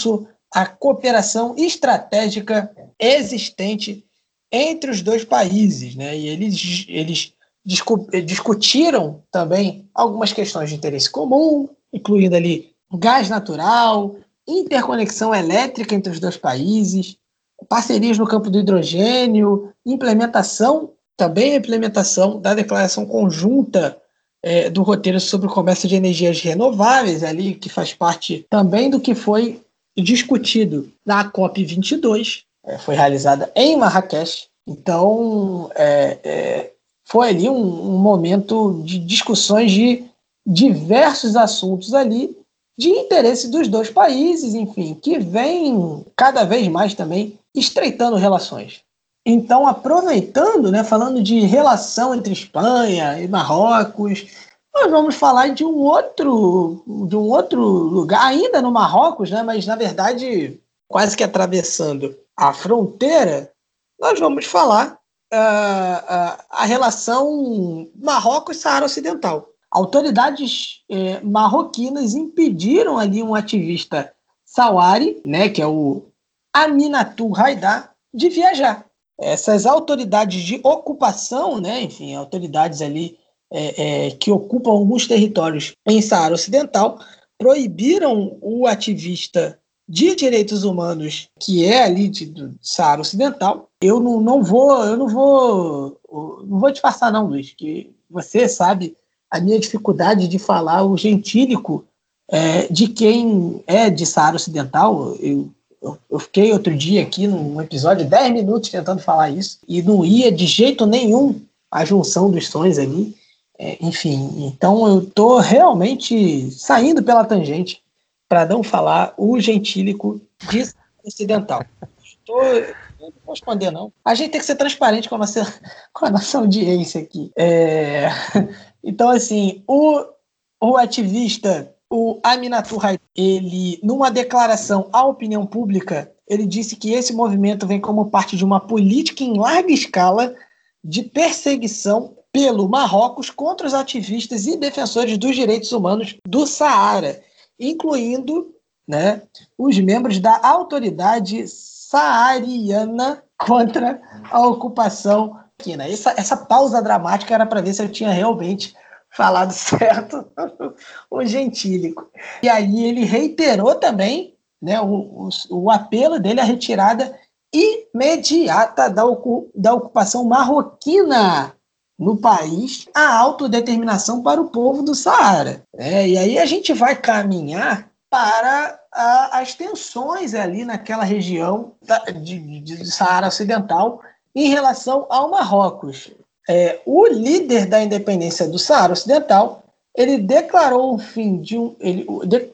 a cooperação estratégica existente entre os dois países, né? E eles, eles discu- discutiram também algumas questões de interesse comum, incluindo ali gás natural, interconexão elétrica entre os dois países, parcerias no campo do hidrogênio, implementação, também a implementação da declaração conjunta é, do roteiro sobre o comércio de energias renováveis, ali, que faz parte também do que foi discutido na COP vinte e dois, é, foi realizada em Marrakech. Então, é, é, foi ali um, um momento de discussões de diversos assuntos ali, de interesse dos dois países, enfim, que vem cada vez mais também estreitando relações. Então, aproveitando, né, falando de relação entre Espanha e Marrocos, nós vamos falar de um outro, de um outro lugar, ainda no Marrocos, né, mas, na verdade, quase que atravessando a fronteira, nós vamos falar uh, uh, a relação Marrocos-Saara Ocidental. Autoridades eh, marroquinas impediram ali um ativista sauari, né, que é o Aminatou Haidar, de viajar. Essas autoridades de ocupação, né, enfim, autoridades ali é, é, que ocupam alguns territórios em Saara Ocidental, proibiram o ativista de direitos humanos que é ali de, de Saara Ocidental. Eu não, não vou, eu não vou, não vou disfarçar não, Luiz, que você sabe a minha dificuldade de falar o gentílico é, de quem é de Saara Ocidental. Eu, eu, eu fiquei outro dia aqui num episódio, dez minutos tentando falar isso, e não ia de jeito nenhum a junção dos sons ali. É, enfim, então eu estou realmente saindo pela tangente para não falar o gentílico de Saara Ocidental. Tô, não vou esconder, não. A gente tem que ser transparente com a nossa, com a nossa audiência aqui. É... Então, assim, o, o ativista, o Aminatou Haidar, ele, numa declaração à opinião pública, ele disse que esse movimento vem como parte de uma política em larga escala de perseguição pelo Marrocos contra os ativistas e defensores dos direitos humanos do Saara, incluindo, né, os membros da autoridade saariana contra a ocupação. Essa, essa pausa dramática era para ver se eu tinha realmente falado certo o gentílico. E aí ele reiterou também, né, o, o, o apelo dele à retirada imediata da, ocu, da ocupação marroquina no país, a autodeterminação para o povo do Saara. É, e aí a gente vai caminhar para a, as tensões ali naquela região da, de, de, de Saara Ocidental em relação ao Marrocos. É, o líder da independência do Saara Ocidental, ele declarou o fim de um... Ele, de,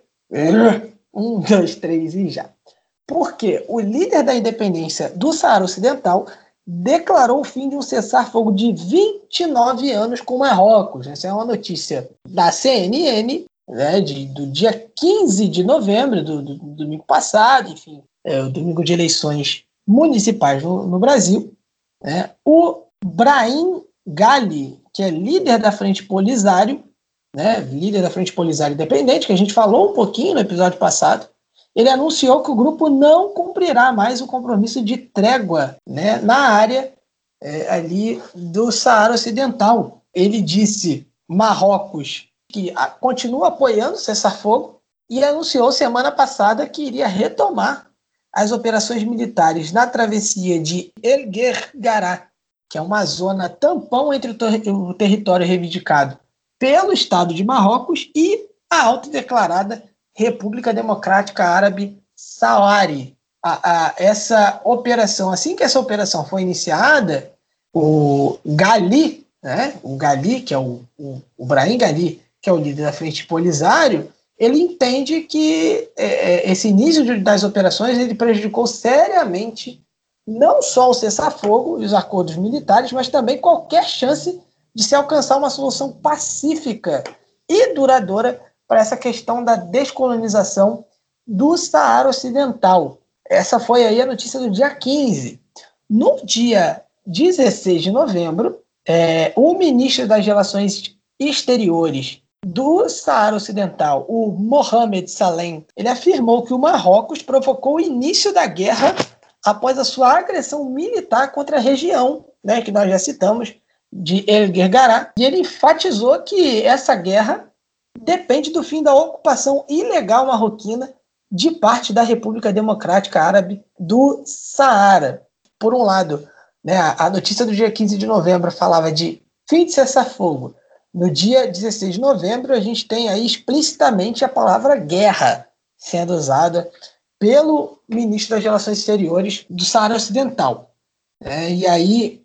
um, dois, três e já. Porque o líder da independência do Saara Ocidental declarou o fim de um cessar-fogo de vinte e nove anos com Marrocos. Essa é uma notícia da C N N, né, de, do dia quinze de novembro, do, do, do domingo passado, enfim, é o domingo de eleições municipais no, no Brasil. Né? O Brahim Ghali, que é líder da Frente Polisário, né, líder da Frente Polisário Independente, que a gente falou um pouquinho no episódio passado, ele anunciou que o grupo não cumprirá mais o compromisso de trégua, né, na área é, ali do Saara Ocidental. Ele disse, Marrocos, que a, continua apoiando o cessar-fogo e anunciou semana passada que iria retomar as operações militares na travessia de El Guergará, que é uma zona tampão entre o, ter- o território reivindicado pelo Estado de Marrocos e a autodeclarada República Democrática Árabe Saari. A, a, essa operação, assim que essa operação foi iniciada, o Ghali, né, o Ghali, que é o, o, o Brahim Ghali, que é o líder da Frente Polisário, ele entende que é, esse início de, das operações ele prejudicou seriamente não só o cessar-fogo e os acordos militares, mas também qualquer chance de se alcançar uma solução pacífica e duradoura para essa questão da descolonização do Saara Ocidental. Essa foi aí a notícia do dia quinze. No dia dezesseis de novembro, é, o ministro das Relações Exteriores do Saara Ocidental, o Mohamed Salem, ele afirmou que o Marrocos provocou o início da guerra após a sua agressão militar contra a região, né, que nós já citamos, de El Guergará, e ele enfatizou que essa guerra depende do fim da ocupação ilegal marroquina de parte da República Democrática Árabe do Saara. Por um lado, né, a notícia do dia quinze de novembro falava de fim de cessar-fogo. No dia dezesseis de novembro, a gente tem aí explicitamente a palavra guerra sendo usada pelo ministro das Relações Exteriores do Saara Ocidental. É, e aí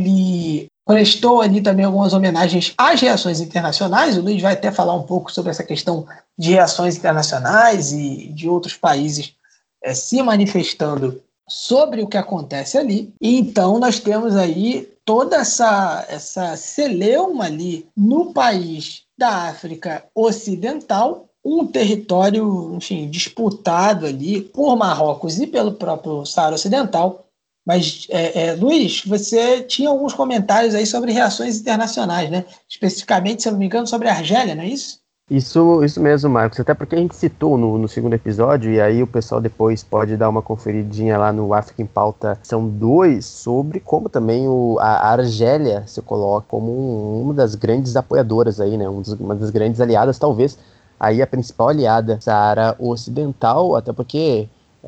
ele prestou ali também algumas homenagens às reações internacionais. O Luiz vai até falar um pouco sobre essa questão de reações internacionais e de outros países é, se manifestando sobre o que acontece ali. E então nós temos aí toda essa, essa celeuma ali no país da África Ocidental, um território, enfim, disputado ali por Marrocos e pelo próprio Saara Ocidental. Mas, é, é, Luiz, você tinha alguns comentários aí sobre reações internacionais, né? Especificamente, se eu não me engano, sobre a Argélia, não é isso? Isso, isso mesmo, Marcos. Até porque a gente citou no, no segundo episódio, e aí o pessoal depois pode dar uma conferidinha lá no África em Pauta. São dois sobre como também o, a Argélia se coloca como um, uma das grandes apoiadoras aí, né? Um dos, uma das grandes aliadas, talvez aí a principal aliada, Saara Ocidental, até porque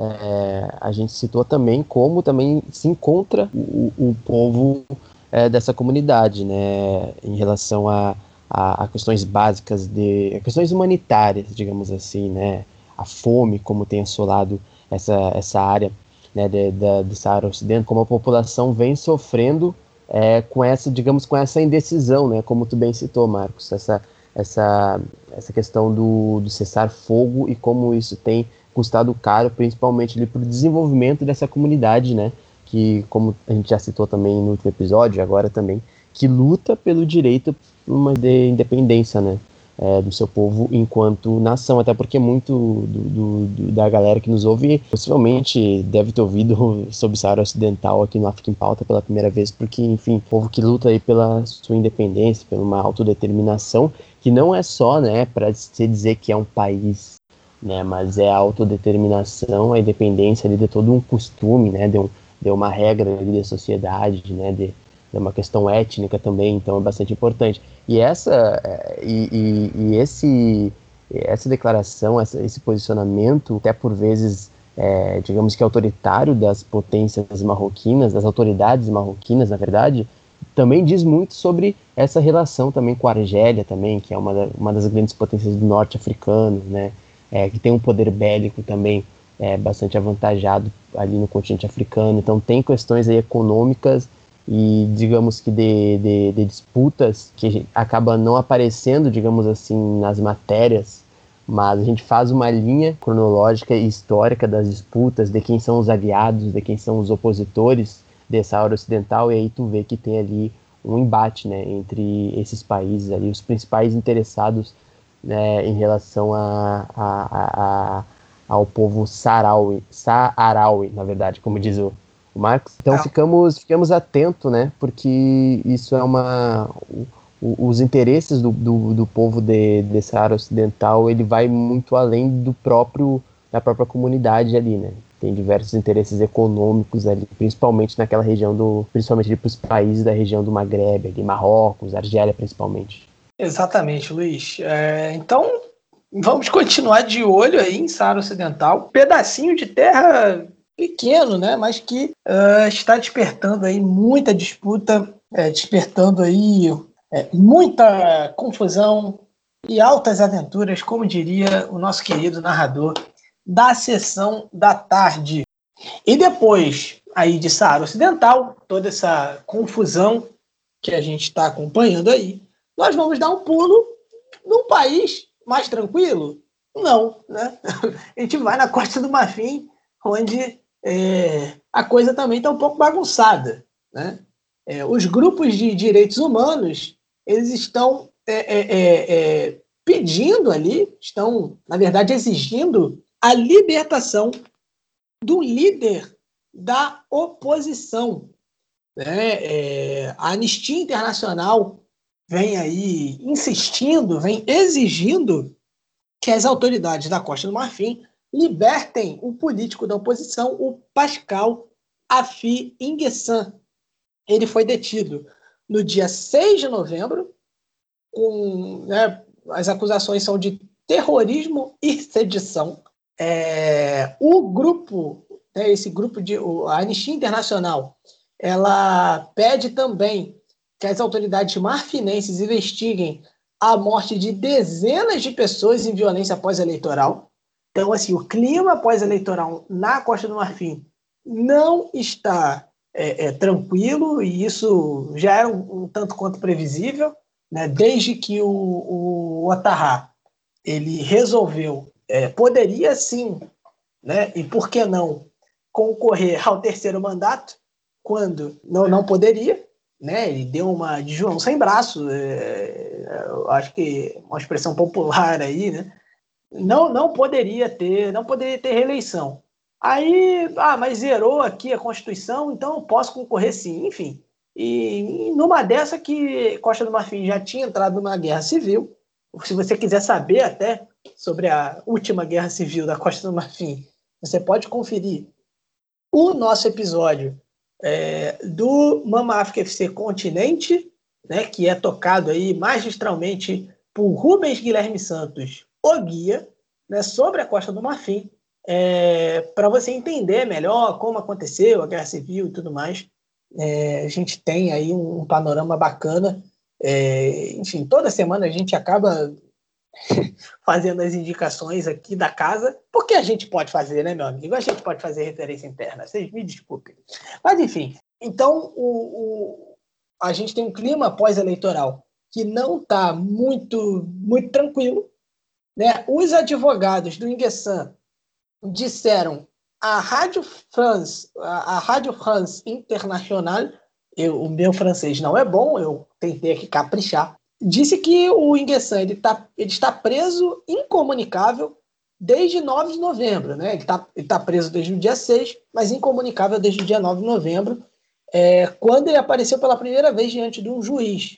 é, a gente citou também como também se encontra o, o povo é, dessa comunidade, né? Em relação a A, a questões básicas, de a questões humanitárias, digamos assim, né? A fome, como tem assolado essa, essa área, né, de, de, do Saara Ocidente, como a população vem sofrendo é, com essa, digamos, com essa indecisão, né? Como tu bem citou, Marcos, essa, essa, essa questão do, do cessar-fogo e como isso tem custado caro, principalmente para o desenvolvimento dessa comunidade, né? Que, como a gente já citou também no último episódio, agora também, que luta pelo direito uma de independência, né, é, do seu povo enquanto nação, até porque muito do, do, do, da galera que nos ouve possivelmente deve ter ouvido sobre o Saara Ocidental aqui no África em Pauta pela primeira vez, porque, enfim, povo que luta aí pela sua independência, pela uma autodeterminação, que não é só, né, para se dizer que é um país, né, mas é a autodeterminação, a independência ali de todo um costume, né, de, um, de uma regra ali da sociedade, né, de é uma questão étnica também, então é bastante importante. E essa, e, e, e esse, essa declaração, essa, esse posicionamento, até por vezes, é, digamos que autoritário das potências marroquinas, das autoridades marroquinas, na verdade, também diz muito sobre essa relação também com a Argélia, também, que é uma, da, uma das grandes potências do norte africano, né, é, que tem um poder bélico também é, bastante avantajado ali no continente africano. Então tem questões aí econômicas e, digamos que, de, de, de disputas que acabam não aparecendo, digamos assim, nas matérias, mas a gente faz uma linha cronológica e histórica das disputas, de quem são os aliados, de quem são os opositores dessa área ocidental, e aí tu vê que tem ali um embate, né, entre esses países ali, os principais interessados, né, em relação a, a, a, a, ao povo saharaui, saharaui, na verdade, como diz o o Marcos. Então ficamos, ficamos atentos, né? Porque isso é uma... O, o, os interesses do, do, do povo de, de Saara Ocidental, ele vai muito além do próprio, da própria comunidade ali, né? Tem diversos interesses econômicos ali, principalmente naquela região do... Principalmente para os países da região do Magrebe, ali, Marrocos, Argélia principalmente. Exatamente, Luiz. É, então, vamos continuar de olho aí em Saara Ocidental. Pedacinho de terra pequeno, né, mas que uh, está despertando aí muita disputa, é, despertando aí é, muita confusão e altas aventuras, como diria o nosso querido narrador da sessão da tarde. E depois aí de Saara Ocidental, toda essa confusão que a gente está acompanhando aí, nós vamos dar um pulo num país mais tranquilo? Não, né? A gente vai na Costa do Marfim, onde É, a coisa também está um pouco bagunçada, né? É, os grupos de direitos humanos, eles estão é, é, é, pedindo ali, estão, na verdade, exigindo a libertação do líder da oposição, né? É, a Anistia Internacional vem aí insistindo, vem exigindo que as autoridades da Costa do Marfim libertem o político da oposição, o Pascal Affi N'Guessan. Ele foi detido no dia seis de novembro, com, né, as acusações são de terrorismo e sedição. É, o grupo, né, esse grupo de a Anistia Internacional, ela pede também que as autoridades marfinenses investiguem a morte de dezenas de pessoas em violência pós-eleitoral. Então, assim, o clima pós-eleitoral na Costa do Marfim não está é, é, tranquilo, e isso já era um, um tanto quanto previsível, né? Desde que o, o Ouattara ele resolveu, é, poderia sim, né, e por que não, concorrer ao terceiro mandato, quando não, não poderia, né, ele deu uma de João sem braço, é, acho que uma expressão popular aí, né, não, não poderia ter, não poderia ter reeleição. Aí, ah, mas zerou aqui a Constituição, então eu posso concorrer sim, enfim. E, e numa dessa que Costa do Marfim já tinha entrado numa guerra civil, se você quiser saber até sobre a última guerra civil da Costa do Marfim, você pode conferir o nosso episódio é, do Mama África F C Continente, né, que é tocado aí magistralmente por Rubens Guilherme Santos, o guia, né, sobre a Costa do Marfim, é, para você entender melhor como aconteceu a guerra civil e tudo mais. É, a gente tem aí um, um panorama bacana. É, enfim, toda semana a gente acaba fazendo as indicações aqui da casa, porque a gente pode fazer, né, meu amigo? A gente pode fazer referência interna, vocês me desculpem. Mas, enfim, então o, o, a gente tem um clima pós-eleitoral que não está muito, muito tranquilo, né? Os advogados do N'Guessan disseram à Rádio France, a, a Rádio France International, eu, o meu francês não é bom, eu tentei aqui caprichar, disse que o N'Guessan ele tá, ele está preso incomunicável desde nove de novembro. Né? Ele está ele tá preso desde o dia seis, mas incomunicável desde o dia nove de novembro, é, quando ele apareceu pela primeira vez diante de um juiz.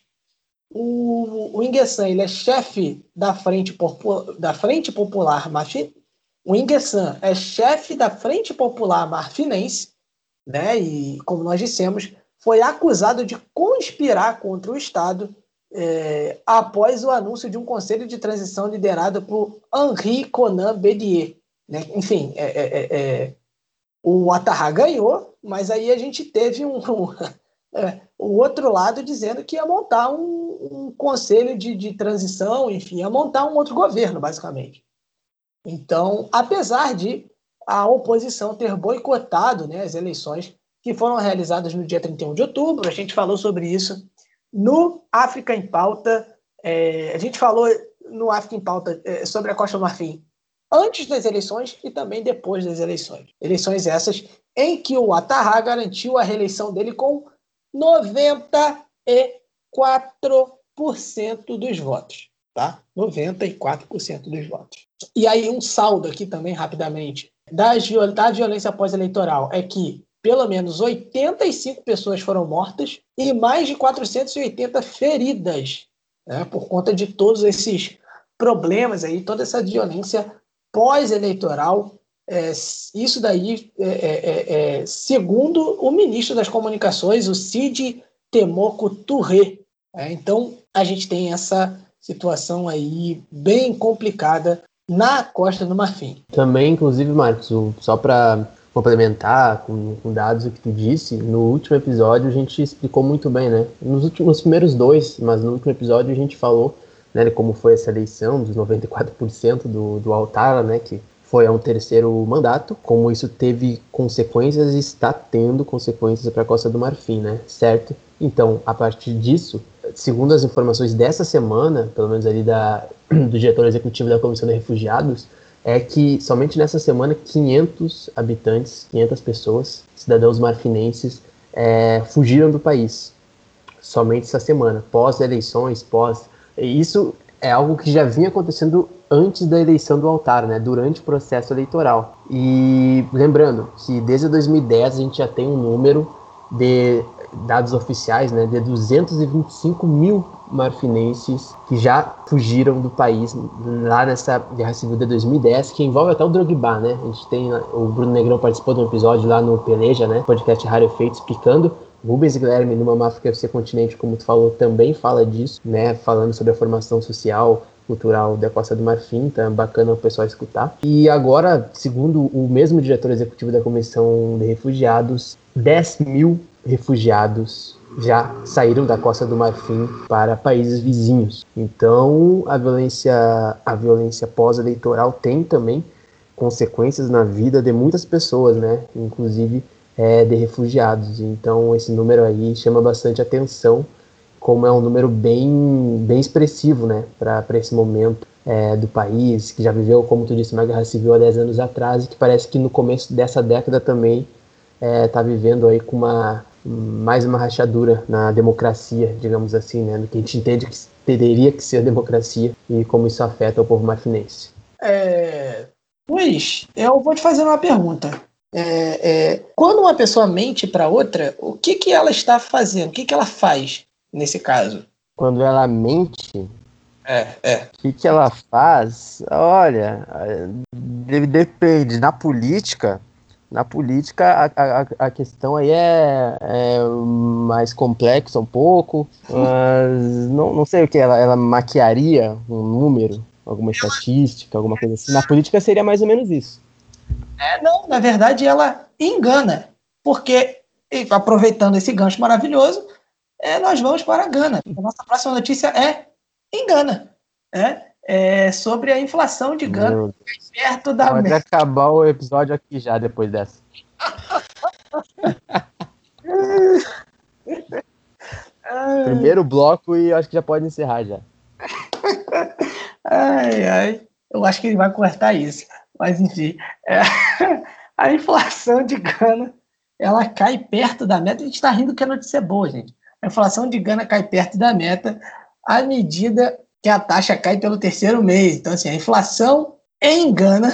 O, o N'Guessan ele é chefe da Frente, Popu, da Frente Popular Marfinense. O N'Guessan é chefe da Frente Popular Marfinense, né? E, como nós dissemos, foi acusado de conspirar contra o Estado É, após o anúncio de um conselho de transição liderado por Henri Conan Bédier. Né? Enfim, é, é, é, o Ouattara ganhou, mas aí a gente teve um, um, é, o outro lado dizendo que ia montar um, um conselho de, de transição, enfim, ia montar um outro governo, basicamente. Então, apesar de a oposição ter boicotado, né, as eleições que foram realizadas no dia trinta e um de outubro, a gente falou sobre isso no África em Pauta. É, a gente falou no África em Pauta é, sobre a Costa do Marfim antes das eleições e também depois das eleições. Eleições essas em que o Ouattara garantiu a reeleição dele com noventa e quatro por cento dos votos. Tá? noventa e quatro por cento dos votos. E aí um saldo aqui também, rapidamente, das, da violência pós-eleitoral é que pelo menos oitenta e cinco pessoas foram mortas e mais de quatrocentas e oitenta feridas, né, por conta de todos esses problemas, aí, toda essa violência pós-eleitoral. É, isso daí, é, é, é, segundo o ministro das Comunicações, o Cid Temoko Touré. É, então, a gente tem essa situação aí bem complicada na Costa do Marfim. Também, inclusive, Marcos, só para complementar com, com dados o que tu disse, no último episódio a gente explicou muito bem, né? Nos últimos nos primeiros dois, mas no último episódio a gente falou, né, como foi essa eleição dos noventa e quatro por cento do, do Ouattara, né, que foi a um terceiro mandato, como isso teve consequências e está tendo consequências para a Costa do Marfim, né? Certo? Então, a partir disso, segundo as informações dessa semana, pelo menos ali da, do diretor executivo da Comissão de Refugiados, é que somente nessa semana quinhentos habitantes, quinhentas pessoas, cidadãos marfinenses, é, fugiram do país. Somente essa semana, pós-eleições, pós... Isso é algo que já vinha acontecendo antes da eleição do Ouattara, né, durante o processo eleitoral. E lembrando que desde dois mil e dez a gente já tem um número de dados oficiais, né, de duzentos e vinte e cinco mil marfinenses que já fugiram do país lá nessa Guerra Civil de dois mil e dez, que envolve até o Drogba, né? A gente tem, o Bruno Negrão participou de um episódio lá no Peleja, né, podcast Raro Efeito, explicando. Rubens e Guilherme, numa Máfrica F C Continente, como tu falou, também fala disso, né, falando sobre a formação social, cultural da Costa do Marfim, tá bacana o pessoal escutar. E agora, segundo o mesmo diretor executivo da Comissão de Refugiados, dez mil refugiados já saíram da Costa do Marfim para países vizinhos. Então, a violência, a violência pós-eleitoral tem também consequências na vida de muitas pessoas, né, inclusive é, de refugiados. Então, esse número aí chama bastante atenção, como é um número bem, bem expressivo, né, para esse momento é, do país, que já viveu, como tu disse, uma guerra civil há dez anos atrás, e que parece que no começo dessa década também está é, vivendo aí com uma, mais uma rachadura na democracia, digamos assim, né, no que a gente entende que teria que ser a democracia e como isso afeta o povo marfinense. É, Luiz, eu vou te fazer uma pergunta. É, é, quando uma pessoa mente para outra, o que, que ela está fazendo? O que, que ela faz nesse caso? Quando ela mente, é, é. o que, que ela faz? Olha, depende. Na política, na política a, a, a questão aí é, é mais complexa um pouco, mas não, não sei o que, ela, ela maquiaria um número, alguma estatística, alguma coisa assim. Na política seria mais ou menos isso. É, não, na verdade ela engana, porque, aproveitando esse gancho maravilhoso, é, nós vamos para a Gana. A nossa próxima notícia é em Gana, é, é sobre a inflação de Gana, perto da Pode meta. Acabar o episódio aqui já, depois dessa. Primeiro bloco e acho que já pode encerrar já. Ai, ai, eu acho que ele vai cortar isso. Mas, enfim, é, a inflação de Gana, ela cai perto da meta. A gente está rindo que a notícia é boa, gente. A inflação de Gana cai perto da meta à medida que a taxa cai pelo terceiro mês. Então, assim, a inflação em Gana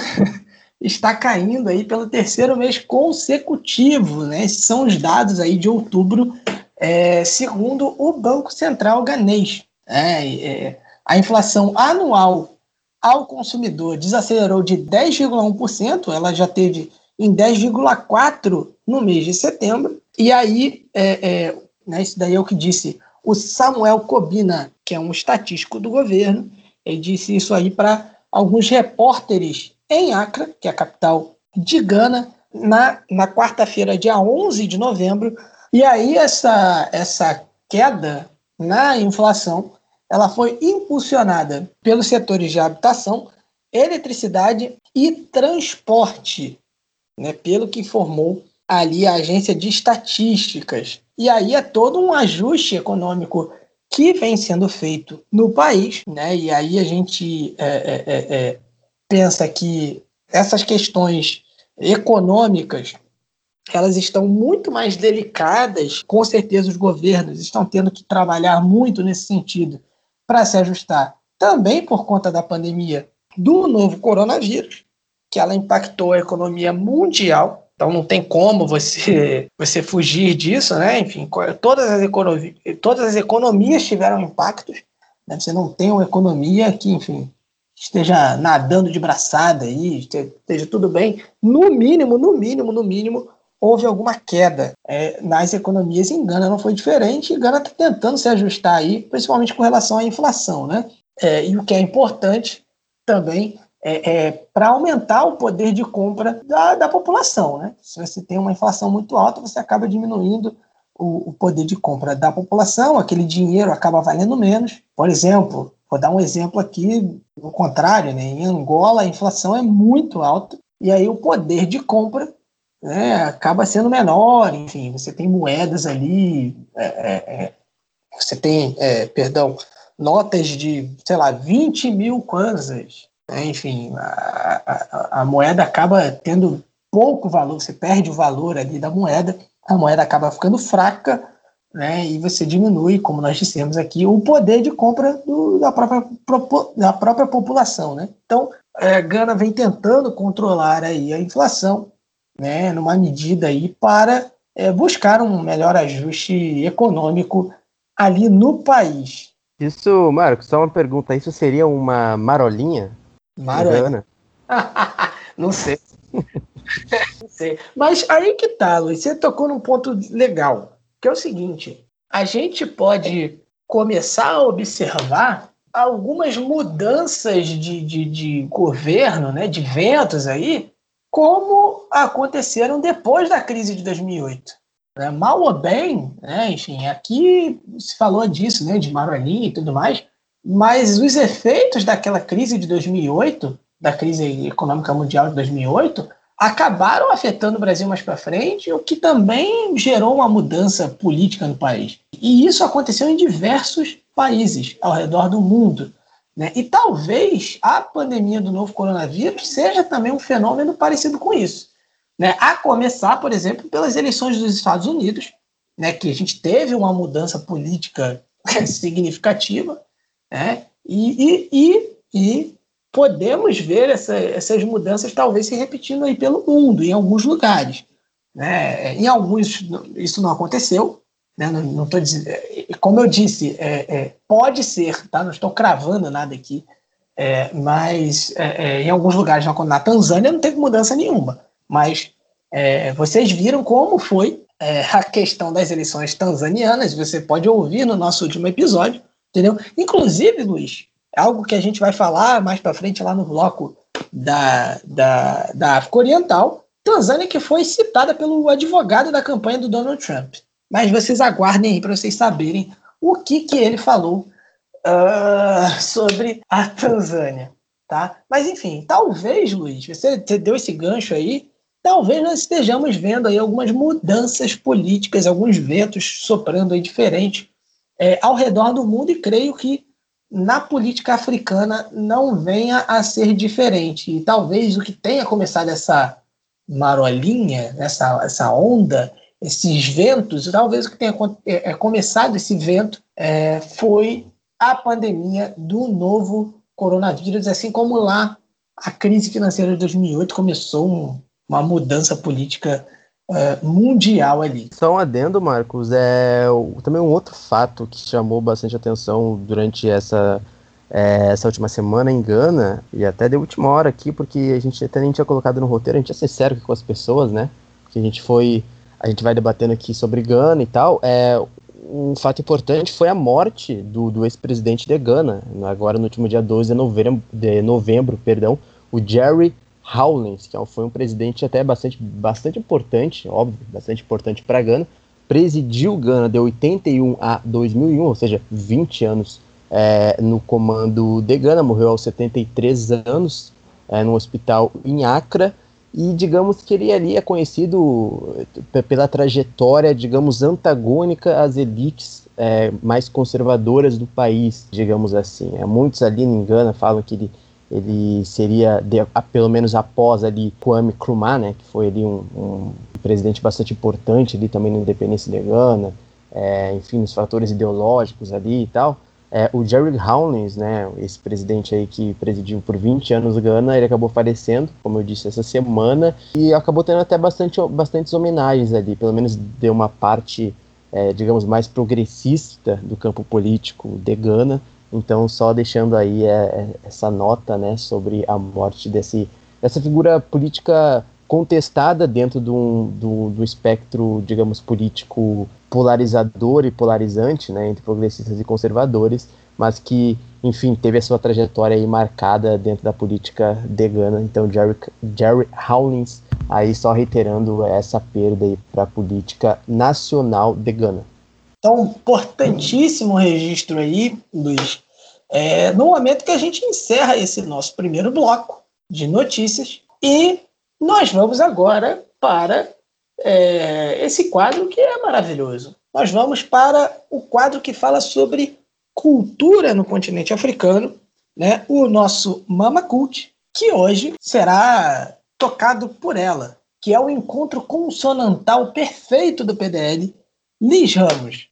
está caindo aí pelo terceiro mês consecutivo, né? Esses são os dados aí de outubro, é, segundo o Banco Central ganês. É, é, a inflação anual ao consumidor desacelerou de dez vírgula um por cento, ela já teve em dez vírgula quatro por cento no mês de setembro, e aí, é, é, né, isso daí é o que disse o Samuel Cobina, que é um estatístico do governo, ele disse isso aí para alguns repórteres em Accra, que é a capital de Gana, na, na quarta-feira, dia onze de novembro, e aí essa, essa queda na inflação ela foi impulsionada pelos setores de habitação, eletricidade e transporte, né, pelo que informou ali a agência de estatísticas. E aí é todo um ajuste econômico que vem sendo feito no país, né? E aí a gente é, é, é, pensa que essas questões econômicas elas estão muito mais delicadas, com certeza os governos estão tendo que trabalhar muito nesse sentido para se ajustar, também por conta da pandemia do novo coronavírus, que ela impactou a economia mundial, então não tem como você, você fugir disso, né? Enfim, todas as, economi- todas as economias tiveram impactos, né? Você não tem uma economia que, enfim, esteja nadando de braçada aí, esteja tudo bem, no mínimo, no mínimo, no mínimo, houve alguma queda é, nas economias. Em Gana não foi diferente, e Gana está tentando se ajustar aí, principalmente com relação à inflação, né? É, e o que é importante também é, é para aumentar o poder de compra da, da população, né? Se você tem uma inflação muito alta, você acaba diminuindo o, o poder de compra da população, aquele dinheiro acaba valendo menos. Por exemplo, vou dar um exemplo aqui, o contrário, né? Em Angola a inflação é muito alta, e aí o poder de compra, né, acaba sendo menor. Enfim, você tem moedas ali, é, é, você tem, é, perdão, notas de, sei lá, vinte mil kwanzas, né? Enfim, a, a, a moeda acaba tendo pouco valor, você perde o valor ali da moeda, a moeda acaba ficando fraca, né, e você diminui, como nós dissemos aqui, o poder de compra do, da, própria, da própria população, né? Então, é, Gana vem tentando controlar aí a inflação, né, numa medida aí para é, buscar um melhor ajuste econômico ali no país. Isso, Marcos, só uma pergunta. Isso seria uma marolinha? Marolinha? Não sei. Não sei. Mas aí que tá, Luiz, você tocou num ponto legal, que é o seguinte, a gente pode começar a observar algumas mudanças de, de, de governo, né, de ventos aí, como aconteceram depois da crise de dois mil e oito. Né? Mal ou bem, né, enfim, aqui se falou disso, né, de marolinha e tudo mais, mas os efeitos daquela crise de dois mil e oito, da crise econômica mundial de dois mil e oito, acabaram afetando o Brasil mais para frente, o que também gerou uma mudança política no país. E isso aconteceu em diversos países ao redor do mundo. Né? E talvez a pandemia do novo coronavírus seja também um fenômeno parecido com isso. Né? A começar, por exemplo, pelas eleições dos Estados Unidos, né? Que a gente teve uma mudança política significativa, né? e, e, e, e podemos ver essa, essas mudanças talvez se repetindo aí pelo mundo, em alguns lugares. Né? Em alguns isso não aconteceu, né? não, não tô dizendo, como eu disse, é, é, pode ser, tá? Não estou cravando nada aqui, é, mas é, é, em alguns lugares, na Tanzânia não teve mudança nenhuma, mas é, vocês viram como foi é, a questão das eleições tanzanianas, você pode ouvir no nosso último episódio, entendeu? Inclusive, Luiz, algo que a gente vai falar mais para frente lá no bloco da, da, da África Oriental, Tanzânia que foi citada pelo advogado da campanha do Donald Trump. Mas vocês aguardem aí para vocês saberem o que, que ele falou uh, sobre a Tanzânia. Tá? Mas enfim, talvez, Luiz, você, você deu esse gancho aí, talvez nós estejamos vendo aí algumas mudanças políticas, alguns ventos soprando aí diferentes é, ao redor do mundo, e creio que na política africana não venha a ser diferente. E talvez o que tenha começado essa marolinha, essa, essa onda, esses ventos, talvez o que tenha é, é, começado esse vento é, foi a pandemia do novo coronavírus, assim como lá a crise financeira de dois mil e oito começou um, uma mudança política uh, mundial ali. Só um adendo, Marcos, é também um outro fato que chamou bastante atenção durante essa, é, essa última semana em Gana, e até de última hora aqui, porque a gente até nem tinha colocado no roteiro, a gente é sincero com as pessoas, né, porque a gente foi, a gente vai debatendo aqui sobre Gana e tal, é, um fato importante foi a morte do, do ex-presidente de Gana, agora no último dia doze de novembro, de novembro perdão, o Jerry Rawlings, que foi um presidente até bastante, bastante importante, óbvio, bastante importante para Gana, presidiu Gana de oitenta e um a dois mil e um, ou seja, vinte anos é, no comando de Gana, morreu aos setenta e três anos é, no hospital em Accra, e digamos que ele ali é conhecido pela trajetória, digamos, antagônica às elites é, mais conservadoras do país, digamos assim. É, muitos ali em Gana falam que ele, ele seria, de, a, pelo menos após ali Kwame Nkrumah, né, que foi ali um, um presidente bastante importante ali também na independência de Gana, é, enfim, nos fatores ideológicos ali e tal. É, o Jerry Rawlings, né, esse presidente aí que presidiu por vinte anos Gana, ele acabou falecendo, como eu disse, essa semana, e acabou tendo até bastante, bastantes homenagens ali, pelo menos deu uma parte, é, digamos, mais progressista do campo político de Gana. Então, só deixando aí é, essa nota, né, sobre a morte desse, dessa figura política contestada dentro do, do, do espectro, digamos, político polarizador e polarizante, né, entre progressistas e conservadores, mas que, enfim, teve a sua trajetória aí marcada dentro da política de Gana. Então, Jerry, Jerry Rawlings, aí só reiterando essa perda aí para a política nacional de Gana. Então, importantíssimo registro aí, Luiz, é, no momento que a gente encerra esse nosso primeiro bloco de notícias, e nós vamos agora para é, esse quadro que é maravilhoso. Nós vamos para o quadro que fala sobre cultura no continente africano, né? O nosso Mama Cult, que hoje será tocado por ela, que é o encontro consonantal perfeito do P D L, Liz Ramos.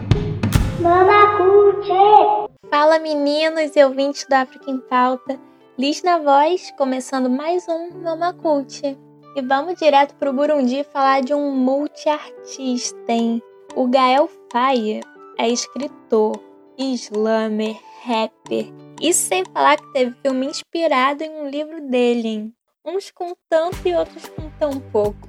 Mama Cult! Fala, meninos e ouvintes da África em Pauta. Liz na voz, começando mais um Mama Cult. E vamos direto pro Burundi falar de um multiartista, hein? O Gael Faye é escritor, slammer, rapper. Isso sem falar que teve filme inspirado em um livro dele, hein? Uns com tanto e outros com tão pouco.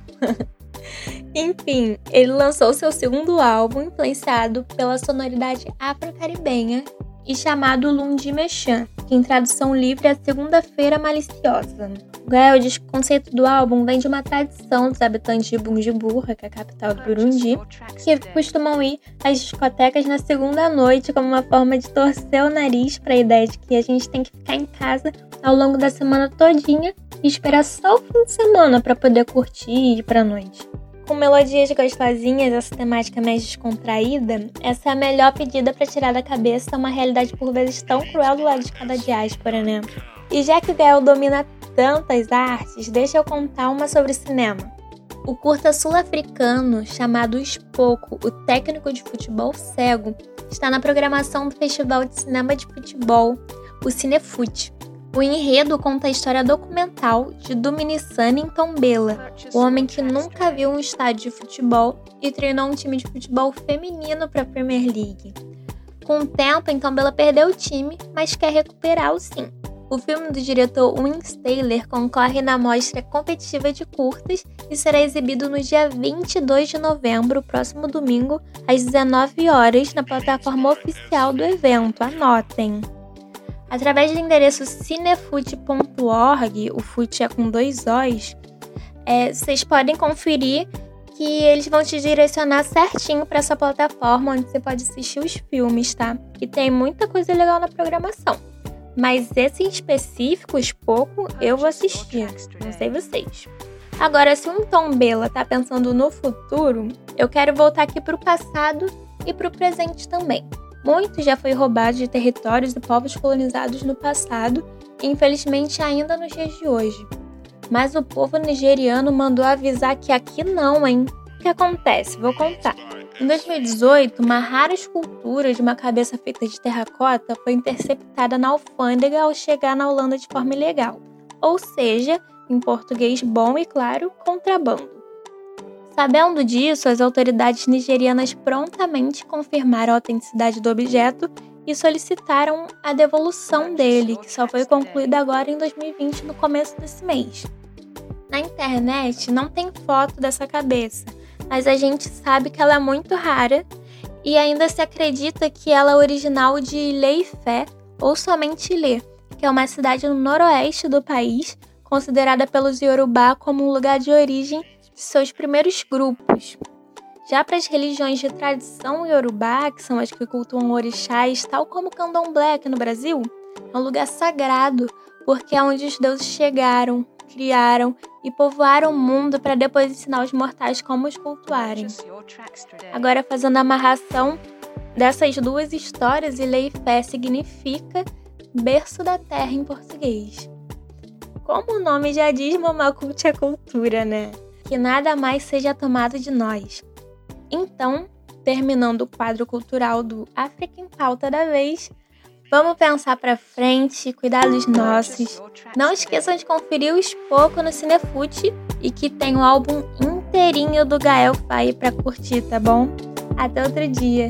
Enfim, ele lançou seu segundo álbum influenciado pela sonoridade afro-caribenha e chamado Lundi Mechan, que em tradução livre é Segunda-feira Maliciosa. O Gael diz que o conceito do álbum vem de uma tradição dos habitantes de Bujumbura, que é a capital do Burundi, que costumam ir às discotecas na segunda noite como uma forma de torcer o nariz para a ideia de que a gente tem que ficar em casa ao longo da semana todinha e esperar só o fim de semana para poder curtir e ir pra noite. Com melodias gostosinhas, essa temática mais descontraída, essa é a melhor pedida para tirar da cabeça uma realidade por vezes tão cruel do lado de cada diáspora, né? E já que o Gael domina tantas artes, deixa eu contar uma sobre cinema. O curta sul-africano chamado Spoco, o técnico de futebol cego, está na programação do Festival de Cinema de Futebol, o Cinefute. O enredo conta a história documental de Duminisane Ntombela, o homem que nunca viu um estádio de futebol e treinou um time de futebol feminino para a Premier League. Com o tempo, Ntombela perdeu o time, mas quer recuperá-lo sim. O filme do diretor Wins Taylor concorre na mostra competitiva de curtas e será exibido no dia vinte e dois de novembro, próximo domingo, às dezenove horas, na plataforma oficial do evento. Anotem! Através do endereço cinefute ponto org, o fute é com dois Os, é, vocês podem conferir que eles vão te direcionar certinho para essa plataforma onde você pode assistir os filmes, tá? E tem muita coisa legal na programação. Mas esse em específico, pouco, eu vou assistir, não sei vocês. Agora, se um Ntombela tá pensando no futuro, eu quero voltar aqui pro passado e pro presente também. Muito já foi roubado de territórios e povos colonizados no passado e infelizmente ainda nos dias de hoje. Mas o povo nigeriano mandou avisar que aqui não, hein? O que acontece? Vou contar. Em dois mil e dezoito, uma rara escultura de uma cabeça feita de terracota foi interceptada na alfândega ao chegar na Holanda de forma ilegal. Ou seja, em português bom e claro, contrabando. Sabendo disso, as autoridades nigerianas prontamente confirmaram a autenticidade do objeto e solicitaram a devolução dele, que só foi concluída agora em dois mil e vinte, no começo desse mês. Na internet não tem foto dessa cabeça, mas a gente sabe que ela é muito rara e ainda se acredita que ela é original de Ilé-Ifé ou somente Ilé, que é uma cidade no noroeste do país, considerada pelos Yorubá como um lugar de origem de seus primeiros grupos. Já para as religiões de tradição Yorubá, que são as que cultuam orixás, tal como o Candomblé aqui no Brasil, é um lugar sagrado, porque é onde os deuses chegaram, criaram e povoaram o mundo para depois ensinar os mortais como os cultuarem. Agora, fazendo a amarração dessas duas histórias, Ilé-Ifé significa berço da terra em português. Como o nome já diz, Mama Cult é cultura, né? Que nada mais seja tomado de nós. Então, terminando o quadro cultural do África em Pauta da vez, vamos pensar pra frente, cuidar dos nossos. Não esqueçam de conferir o Spoco no Cinefute e que tem o álbum inteirinho do Gael Faye pra curtir, tá bom? Até outro dia.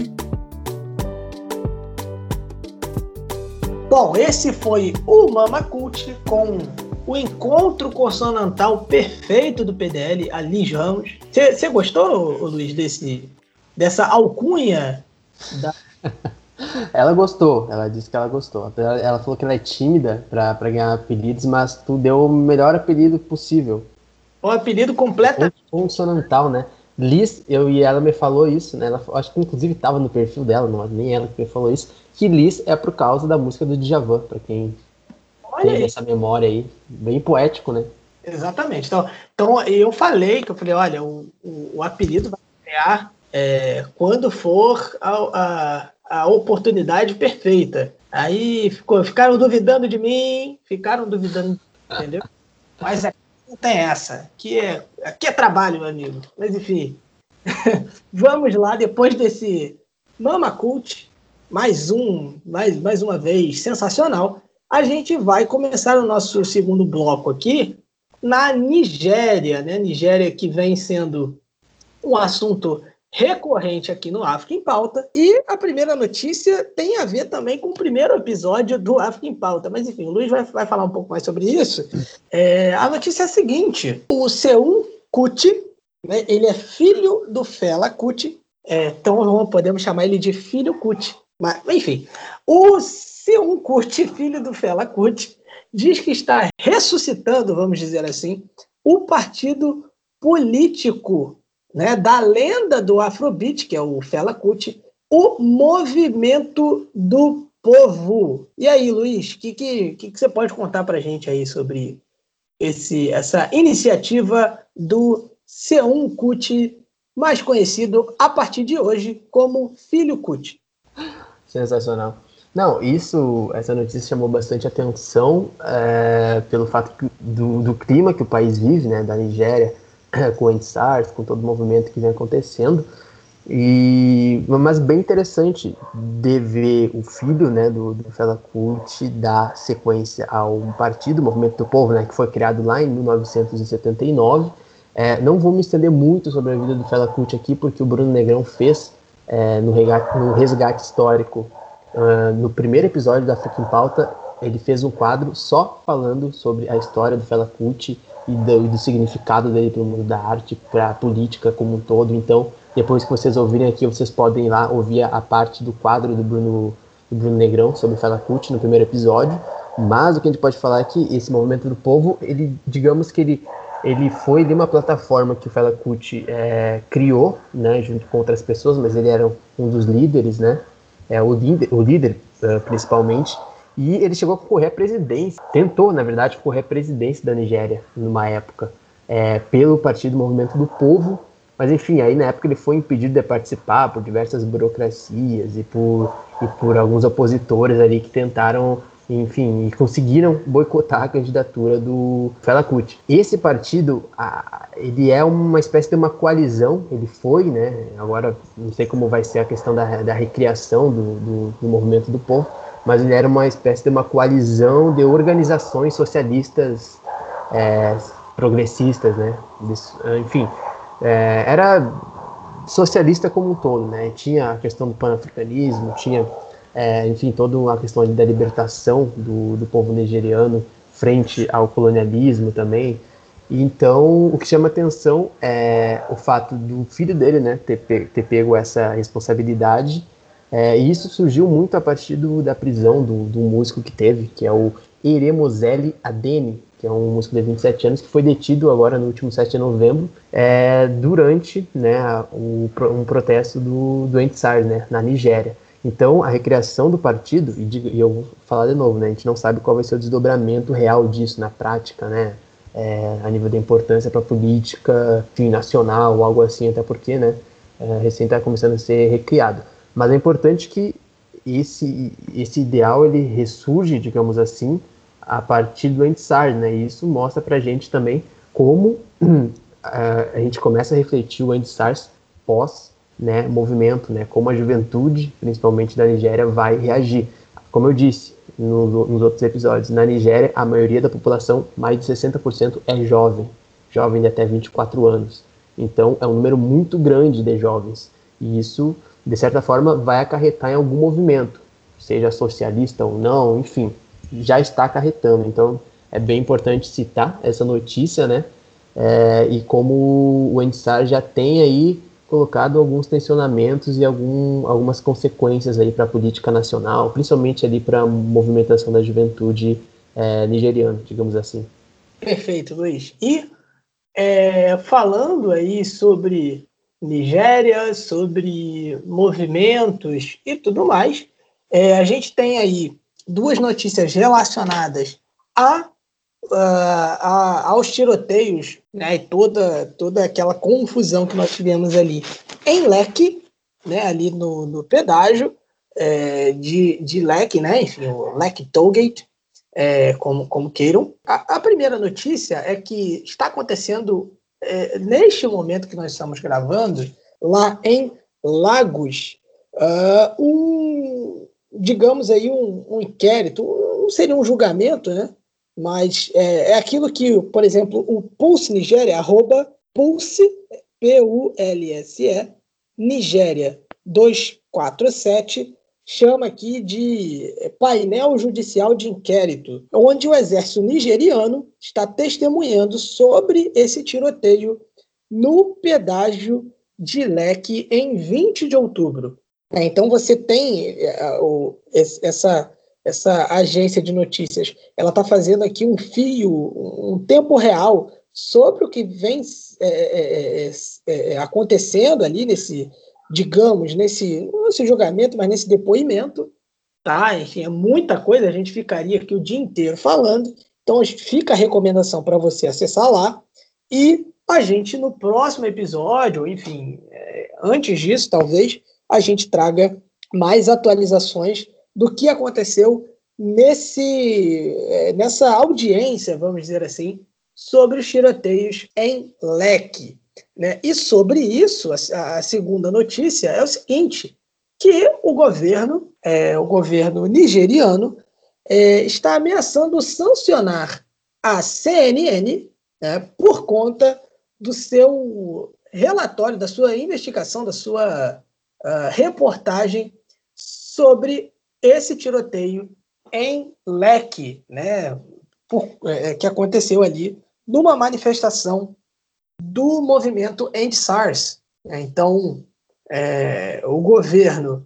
Bom, esse foi o Mama Cult com o encontro consonantal perfeito do P D L, a Liz Ramos. Você gostou, Luiz, desse, dessa alcunha? Da... Ela gostou, ela disse que ela gostou. Ela falou que ela é tímida para ganhar apelidos, mas tu deu o melhor apelido possível. O apelido completo. Consonantal, né? Liz, eu e ela me falou isso, né? Ela, acho que inclusive estava no perfil dela, não, nem ela que me falou isso, que Liz é por causa da música do Djavan, para quem Olha tem aí. Essa memória aí, bem poético, né? Exatamente. Então, então eu falei que eu falei, olha, o, o, o apelido vai criar é, quando for a, a, a oportunidade perfeita. Aí ficou, ficaram duvidando de mim, ficaram duvidando, entendeu? Mas aqui não tem essa. Aqui é, aqui é trabalho, meu amigo. Mas enfim, vamos lá, depois desse Mama Cult, mais um, mais, mais uma vez, sensacional. a gente vai começar o nosso segundo bloco aqui na Nigéria, né? Nigéria que vem sendo um assunto recorrente aqui no África em Pauta. E a primeira notícia tem a ver também com o primeiro episódio do África em Pauta. Mas, enfim, o Luiz vai, vai falar um pouco mais sobre isso. É, a notícia é a seguinte. O Seun Kuti, né, ele é filho do Fela Kuti. É, então podemos chamar ele de filho Kuti. Mas, enfim, o Seun Kuti, filho do Fela Kuti, diz que está ressuscitando, vamos dizer assim, o partido político, né, da lenda do Afrobeat, que é o Fela Kuti, o Movimento do Povo. E aí, Luiz, o que, que, que você pode contar para a gente aí sobre esse, essa iniciativa do Seun Kuti, mais conhecido a partir de hoje como Filho Kuti? Sensacional. Não, isso, essa notícia chamou bastante atenção é, pelo fato que, do, do clima que o país vive, né, da Nigéria, com o EndSARS, com todo o movimento que vem acontecendo, e, mas bem interessante de ver o filho, né, do, do Fela Kuti dar sequência ao partido, o Movimento do Povo, né, que foi criado lá em mil novecentos e setenta e nove. É, não vou me estender muito sobre a vida do Fela Kuti aqui, porque o Bruno Negrão fez é, no, resgate, no resgate histórico, uh, no primeiro episódio da África em Pauta, ele fez um quadro só falando sobre a história do Fela Kuti e do, do significado dele para o mundo da arte, para a política como um todo. Então, depois que vocês ouvirem aqui, vocês podem ir lá ouvir a parte do quadro do Bruno, do Bruno Negrão sobre o Fela Kuti no primeiro episódio. Mas o que a gente pode falar é que esse Movimento do Povo, ele, digamos que ele, ele foi ali uma plataforma que o Fela Kuti é, criou, né, junto com outras pessoas, mas ele era um dos líderes, né, é, o líder, o líder uh, principalmente. E ele chegou a concorrer à presidência, tentou, na verdade, concorrer à presidência da Nigéria, numa época, é, pelo Partido Movimento do Povo, mas enfim, aí na época ele foi impedido de participar por diversas burocracias e por, e por alguns opositores ali que tentaram, enfim, e conseguiram boicotar a candidatura do Fela Kuti. Esse partido, a, ele é uma espécie de uma coalizão, ele foi, né, agora não sei como vai ser a questão da, da recriação do, do, do Movimento do Povo, mas ele era uma espécie de uma coalizão de organizações socialistas é, progressistas, né? Enfim, é, era socialista como um todo, né? Tinha a questão do panafricanismo, tinha, é, enfim, toda a questão da libertação do, do povo nigeriano frente ao colonialismo também. Então, o que chama atenção é o fato do filho dele, né, ter, ter pego essa responsabilidade. É, e isso surgiu muito a partir do, da prisão do, do músico que teve, que é o Eremozeli Adeni, que é um músico de vinte e sete anos, que foi detido agora no último sete de novembro, é, durante, né, o, um protesto do, do EndSARS, né, na Nigéria. Então, a recriação do partido, e, digo, e eu vou falar de novo, né, a gente não sabe qual vai ser o desdobramento real disso na prática, né, é, a nível da importância para a política, enfim, nacional, ou algo assim, até porque, né, é, recém está começando a ser recriado. Mas é importante que esse, esse ideal ele ressurge, digamos assim, a partir do EndSARS, né? E isso mostra pra gente também como uh, a gente começa a refletir o EndSARS pós, né, movimento, né? Como a juventude, principalmente da Nigéria, vai reagir. Como eu disse no, nos outros episódios, na Nigéria a maioria da população, mais de sessenta por cento, é jovem, jovem de até vinte e quatro anos. Então é um número muito grande de jovens. E isso, de certa forma, vai acarretar em algum movimento, seja socialista ou não, enfim, já está acarretando. Então, é bem importante citar essa notícia, né? É, e como o EndSARS já tem aí colocado alguns tensionamentos e algum, algumas consequências aí para a política nacional, principalmente ali para a movimentação da juventude é, nigeriana, digamos assim. Perfeito, Luiz. E é, falando aí sobre Nigéria, sobre movimentos e tudo mais, é, a gente tem aí duas notícias relacionadas a, a, a, aos tiroteios, né, e toda, toda aquela confusão que nós tivemos ali em Lekki, né, ali no, no pedágio é, de, de Lekki, né, enfim, o Lekki Tollgate, é, como, como queiram. A, a primeira notícia é que está acontecendo É, neste momento que nós estamos gravando, lá em Lagos, uh, um, digamos aí, um, um inquérito, não seria um julgamento, né? Mas é, é aquilo que, por exemplo, o Pulse Nigéria, arroba Pulse, P U L S E, Nigéria duzentos e quarenta e sete, chama aqui de painel judicial de inquérito, onde o exército nigeriano está testemunhando sobre esse tiroteio no pedágio de Lekki em vinte de outubro. Então você tem uh, essa, essa agência de notícias, ela está fazendo aqui um fio, um tempo real sobre o que vem é, é, é, acontecendo ali nesse, digamos, nesse, nesse julgamento, mas nesse depoimento, tá? Enfim, é muita coisa, a gente ficaria aqui o dia inteiro falando, então fica a recomendação para você acessar lá, e a gente no próximo episódio, enfim, é, antes disso, talvez, a gente traga mais atualizações do que aconteceu nesse, nessa audiência, vamos dizer assim, sobre os tiroteios em Lekki, né? E sobre isso, a, a segunda notícia é o seguinte, que o governo, é, o governo nigeriano é, está ameaçando sancionar a C N N, né, por conta do seu relatório, da sua investigação, da sua Uh, reportagem sobre esse tiroteio em Lekki, né, por, é, que aconteceu ali numa manifestação do movimento End SARS. Então, é, o governo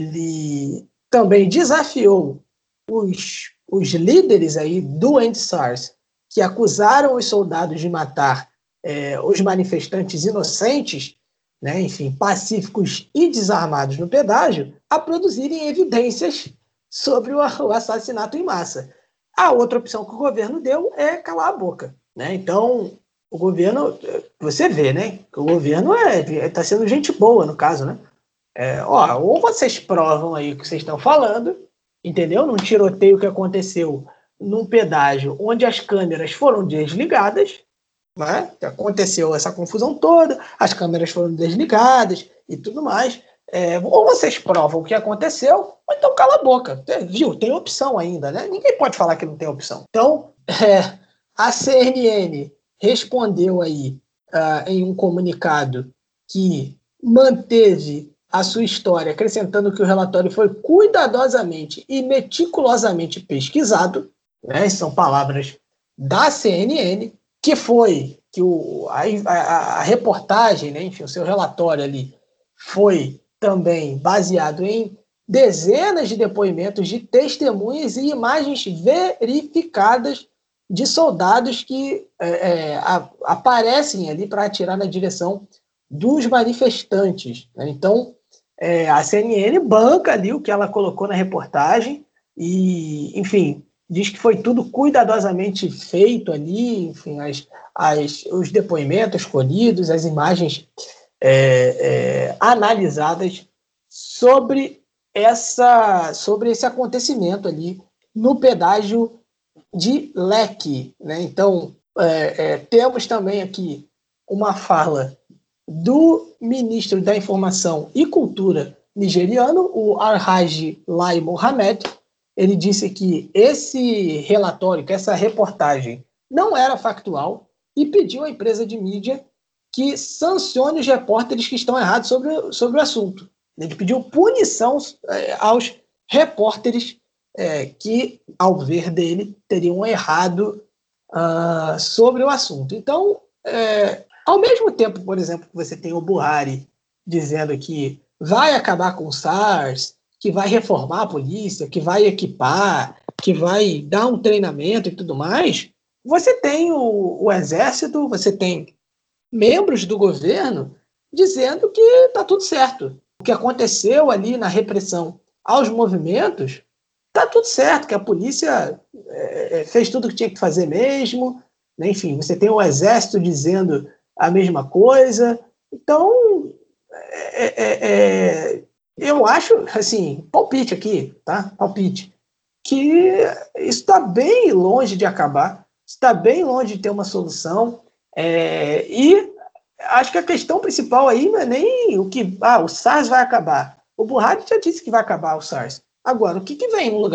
ele também desafiou os, os líderes aí do End SARS, que acusaram os soldados de matar é, os manifestantes inocentes, né, enfim, pacíficos e desarmados no pedágio, a produzirem evidências sobre o, o assassinato em massa. A outra opção que o governo deu é calar a boca, né? Então, o governo, você vê, né, que o governo está é, sendo gente boa, no caso, né? É, ó, ou vocês provam aí o que vocês estão falando, entendeu? Num tiroteio que aconteceu num pedágio onde as câmeras foram desligadas, né? Aconteceu essa confusão toda, as câmeras foram desligadas e tudo mais. É, ou vocês provam o que aconteceu, ou então cala a boca. É, viu? Tem opção ainda, né? Ninguém pode falar que não tem opção. Então, é, a C N N respondeu aí uh, em um comunicado que manteve a sua história, acrescentando que o relatório foi cuidadosamente e meticulosamente pesquisado, né? São palavras da C N N, que foi que o, a, a, a reportagem, né, enfim, o seu relatório ali foi também baseado em dezenas de depoimentos de testemunhas e imagens verificadas de soldados que é, é, a, aparecem ali para atirar na direção dos manifestantes, né? Então, é, a C N N banca ali o que ela colocou na reportagem e, enfim, diz que foi tudo cuidadosamente feito ali, enfim, as, as, os depoimentos colhidos, as imagens é, é, analisadas sobre, essa, sobre esse acontecimento ali no pedágio de Lekki, né? Então, é, é, temos também aqui uma fala do ministro da Informação e Cultura nigeriano, o Alhaji Lai Mohammed. Ele disse que esse relatório, que essa reportagem não era factual e pediu à empresa de mídia que sancione os repórteres que estão errados sobre, sobre o assunto. Ele pediu punição é, aos repórteres é, que, ao ver dele, teriam errado uh, sobre o assunto. Então, é, ao mesmo tempo, por exemplo, que você tem o Buhari dizendo que vai acabar com o SARS, que vai reformar a polícia, que vai equipar, que vai dar um treinamento e tudo mais, você tem o, o exército, você tem membros do governo dizendo que está tudo certo. O que aconteceu ali na repressão aos movimentos, está tudo certo, que a polícia é, fez tudo o que tinha que fazer mesmo, né? Enfim, você tem o exército dizendo a mesma coisa. Então, é, é, é, eu acho, assim, palpite aqui, tá? Palpite, que isso está bem longe de acabar, está bem longe de ter uma solução, é, e acho que a questão principal aí não é nem o que, ah, o SARS vai acabar. O Buhari já disse que vai acabar o SARS. Agora, o que, que vem no lugar?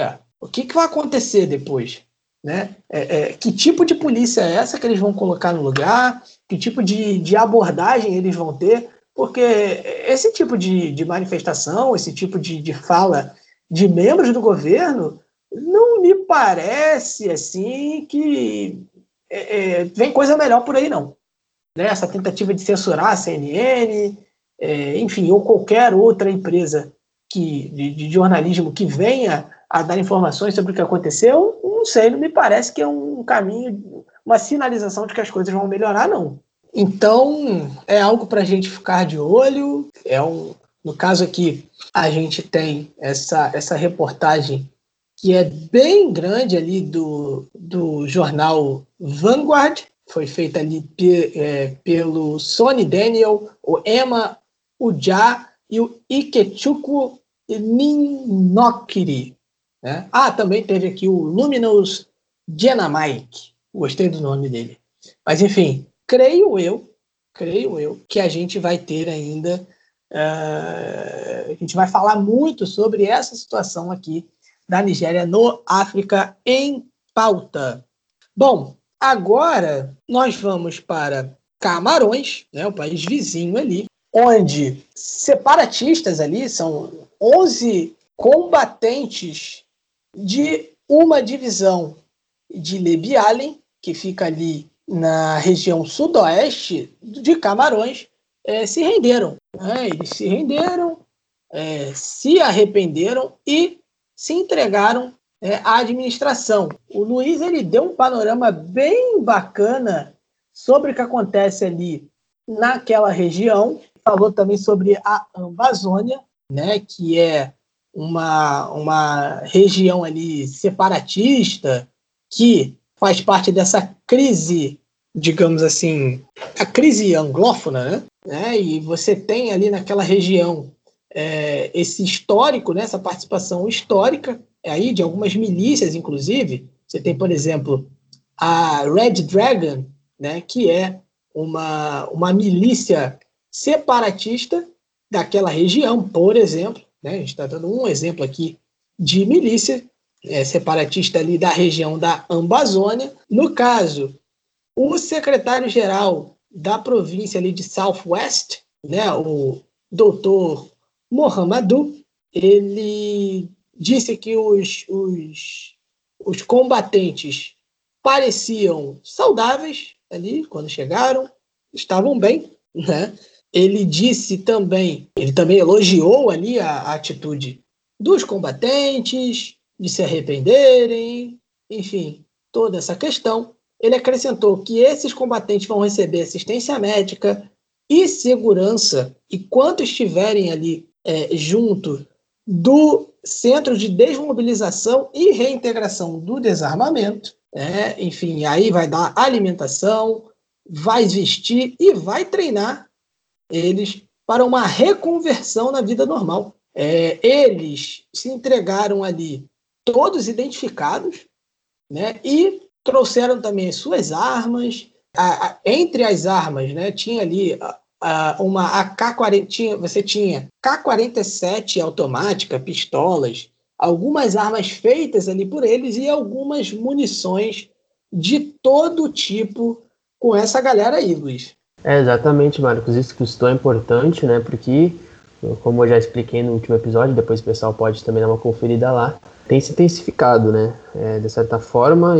O que, que vai acontecer depois? Né? É, é, que tipo de polícia é essa que eles vão colocar no lugar? Que tipo de, de abordagem eles vão ter? Porque esse tipo de, de manifestação, esse tipo de, de fala de membros do governo, não me parece assim que é, é, vem coisa melhor por aí, não. Né? Essa tentativa de censurar a C N N, é, enfim, ou qualquer outra empresa que, de, de jornalismo que venha a dar informações sobre o que aconteceu, não sei, não me parece que é um caminho, uma sinalização de que as coisas vão melhorar, não. Então, é algo para a gente ficar de olho. É um, no caso aqui, a gente tem essa, essa reportagem que é bem grande ali do, do jornal Vanguard, foi feita ali pe, é, pelo Sonny Daniel, o Emma Ujá e o Ikechukwu Ninokiri. Né? Ah, também teve aqui o Luminous Dynamite, gostei do nome dele. Mas, enfim, creio eu, creio eu, que a gente vai ter ainda, uh, a gente vai falar muito sobre essa situação aqui da Nigéria no África em Pauta. Bom, agora nós vamos para Camarões, né, o país vizinho ali, onde separatistas ali, são onze combatentes de uma divisão de Lebialen, que fica ali na região sudoeste de Camarões, é, se renderam. Né? Eles se renderam, é, se arrependeram e se entregaram é, à administração. O Luiz ele deu um panorama bem bacana sobre o que acontece ali naquela região. Falou também sobre a Amazônia, né, que é uma, uma região ali separatista que faz parte dessa crise, digamos assim, a crise anglófona, né? E você tem ali naquela região é, esse histórico, né, essa participação histórica aí de algumas milícias, inclusive. Você tem, por exemplo, a Red Dragon, né, que é uma, uma milícia separatista daquela região, por exemplo. Né? A gente está dando um exemplo aqui de milícia é, separatista ali da região da Amazônia. No caso, o secretário-geral da província ali de Southwest, né, o doutor Mohamedou, ele disse que os, os, os combatentes pareciam saudáveis ali quando chegaram, estavam bem, né? Ele disse também, ele também elogiou ali a, a atitude dos combatentes, de se arrependerem, enfim, toda essa questão. Ele acrescentou que esses combatentes vão receber assistência médica e segurança enquanto estiverem ali é, junto do Centro de Desmobilização e Reintegração do Desarmamento. Né? Enfim, aí vai dar alimentação, vai vestir e vai treinar eles para uma reconversão na vida normal. É, eles se entregaram ali todos identificados, né, e trouxeram também as suas armas. A, a, entre as armas, né, tinha ali a, a, uma A K quarenta, tinha, você tinha K quarenta e sete automática, pistolas, algumas armas feitas ali por eles e algumas munições de todo tipo com essa galera aí, Luiz. É, exatamente, Marcos. Isso que você citou é importante, né? Porque, como eu já expliquei no último episódio, depois o pessoal pode também dar uma conferida lá, tem se intensificado, né? É, de certa forma,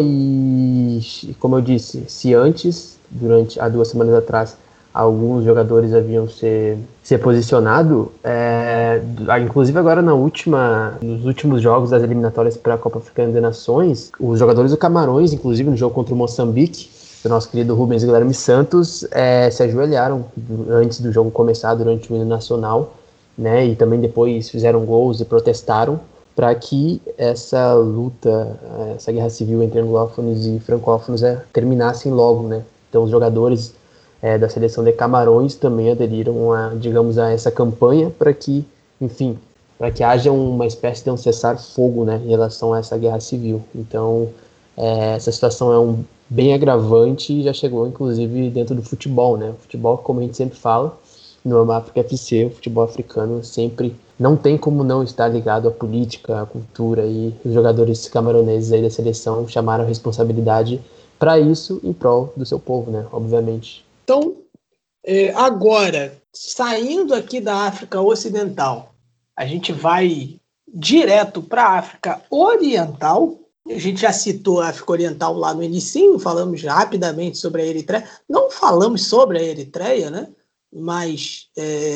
e como eu disse, se antes, durante há duas semanas atrás, alguns jogadores haviam se, se posicionado, é, inclusive agora na última, nos últimos jogos das eliminatórias para a Copa Africana de Nações, os jogadores do Camarões, inclusive no jogo contra o Moçambique, o nosso querido Rubens Guilherme Santos, é, se ajoelharam antes do jogo começar, durante o hino nacional, né, e também depois fizeram gols e protestaram para que essa luta, essa guerra civil entre anglófonos e francófonos é, terminassem logo, né. Então os jogadores é, da seleção de Camarões também aderiram a, digamos, a essa campanha para que, enfim, para que haja uma espécie de um cessar-fogo, né, em relação a essa guerra civil. Então é, essa situação é um bem agravante e já chegou, inclusive, dentro do futebol, né? O futebol, como a gente sempre fala, no África F C, o futebol africano sempre não tem como não estar ligado à política, à cultura, e os jogadores camaroneses aí da seleção chamaram a responsabilidade para isso em prol do seu povo, né? Obviamente. Então, é, agora, saindo aqui da África Ocidental, a gente vai direto para a África Oriental. A gente já citou a África Oriental lá no início, falamos rapidamente sobre a Eritreia. Não falamos sobre a Eritreia, né? Mas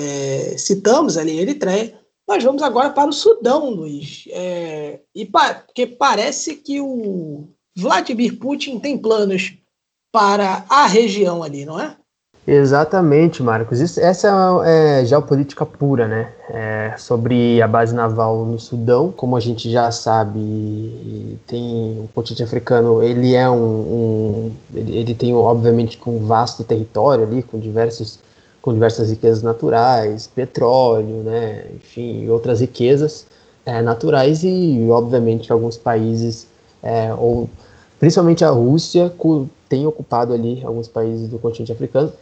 é, citamos ali a Eritreia. Nós vamos agora para o Sudão, Luiz. É, e pa- porque parece que o Vladimir Putin tem planos para a região ali, não é? Exatamente, Marcos. Isso, essa é geopolítica pura, né? É, sobre a base naval no Sudão, como a gente já sabe, tem o continente africano. Ele é um, um ele, ele tem obviamente um vasto território ali, com diversos, com diversas riquezas naturais, petróleo, né? Enfim, outras riquezas é, naturais e obviamente alguns países é, ou principalmente a Rússia tem ocupado ali alguns países do continente africano.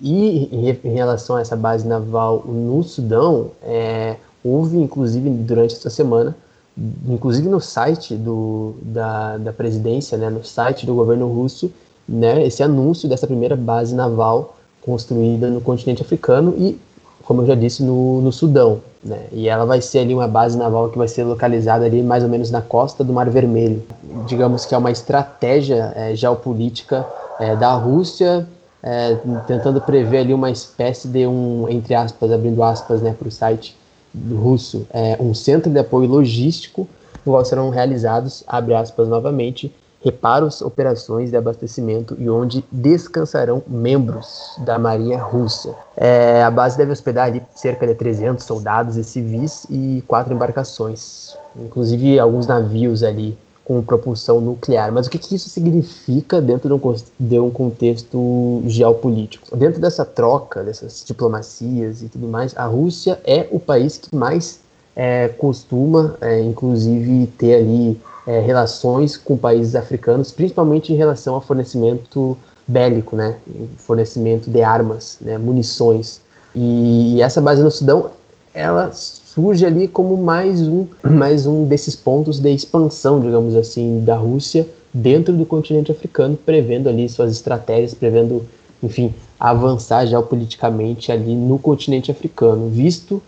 E em, em relação a essa base naval no Sudão, é, houve, inclusive, durante essa semana, inclusive no site do, da, da presidência, né, no site do governo russo, né, esse anúncio dessa primeira base naval construída no continente africano e, como eu já disse, no, no Sudão. Né, e ela vai ser ali uma base naval que vai ser localizada ali mais ou menos na costa do Mar Vermelho. Digamos que é uma estratégia é, geopolítica é, da Rússia, É, tentando prever ali uma espécie de um, entre aspas, abrindo aspas, né, para o site russo, é, um centro de apoio logístico, no qual serão realizados, abre aspas novamente, reparos, operações de abastecimento e onde descansarão membros da Marinha Russa. É, a base deve hospedar ali cerca de trezentos soldados e civis e quatro embarcações, inclusive alguns navios ali com propulsão nuclear. Mas o que, que isso significa dentro de um, de um contexto geopolítico? Dentro dessa troca, dessas diplomacias e tudo mais, a Rússia é o país que mais é, costuma, é, inclusive, ter ali é, relações com países africanos, principalmente em relação ao fornecimento bélico, né? Fornecimento de armas, né? Munições. E, e essa base no Sudão, ela surge ali como mais um, mais um desses pontos de expansão, digamos assim, da Rússia dentro do continente africano, prevendo ali suas estratégias, prevendo, enfim, avançar geopoliticamente ali no continente africano, visto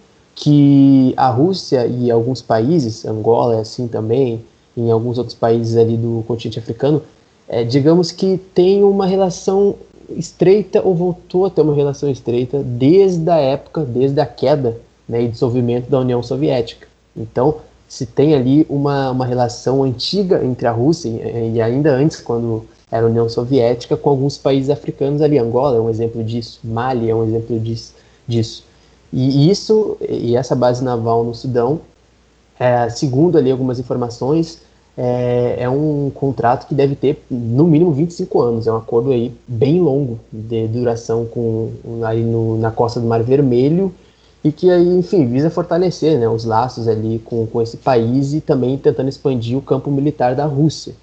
que a Rússia e alguns países, Angola é assim também, em alguns outros países ali do continente africano, é, digamos que tem uma relação estreita, ou voltou a ter uma relação estreita, desde a época, desde a queda, né, e dissolvimento da União Soviética. Então, se tem ali uma, uma relação antiga entre a Rússia, e, e ainda antes, quando era a União Soviética, com alguns países africanos ali. Angola é um exemplo disso, Mali é um exemplo disso. disso. E isso, e essa base naval no Sudão, é, segundo ali algumas informações, é, é um contrato que deve ter no mínimo vinte e cinco anos. É um acordo aí bem longo de duração com, aí no, na costa do Mar Vermelho, e que aí, enfim, visa fortalecer, né, os laços ali com, com esse país e também tentando expandir o campo militar da Rússia.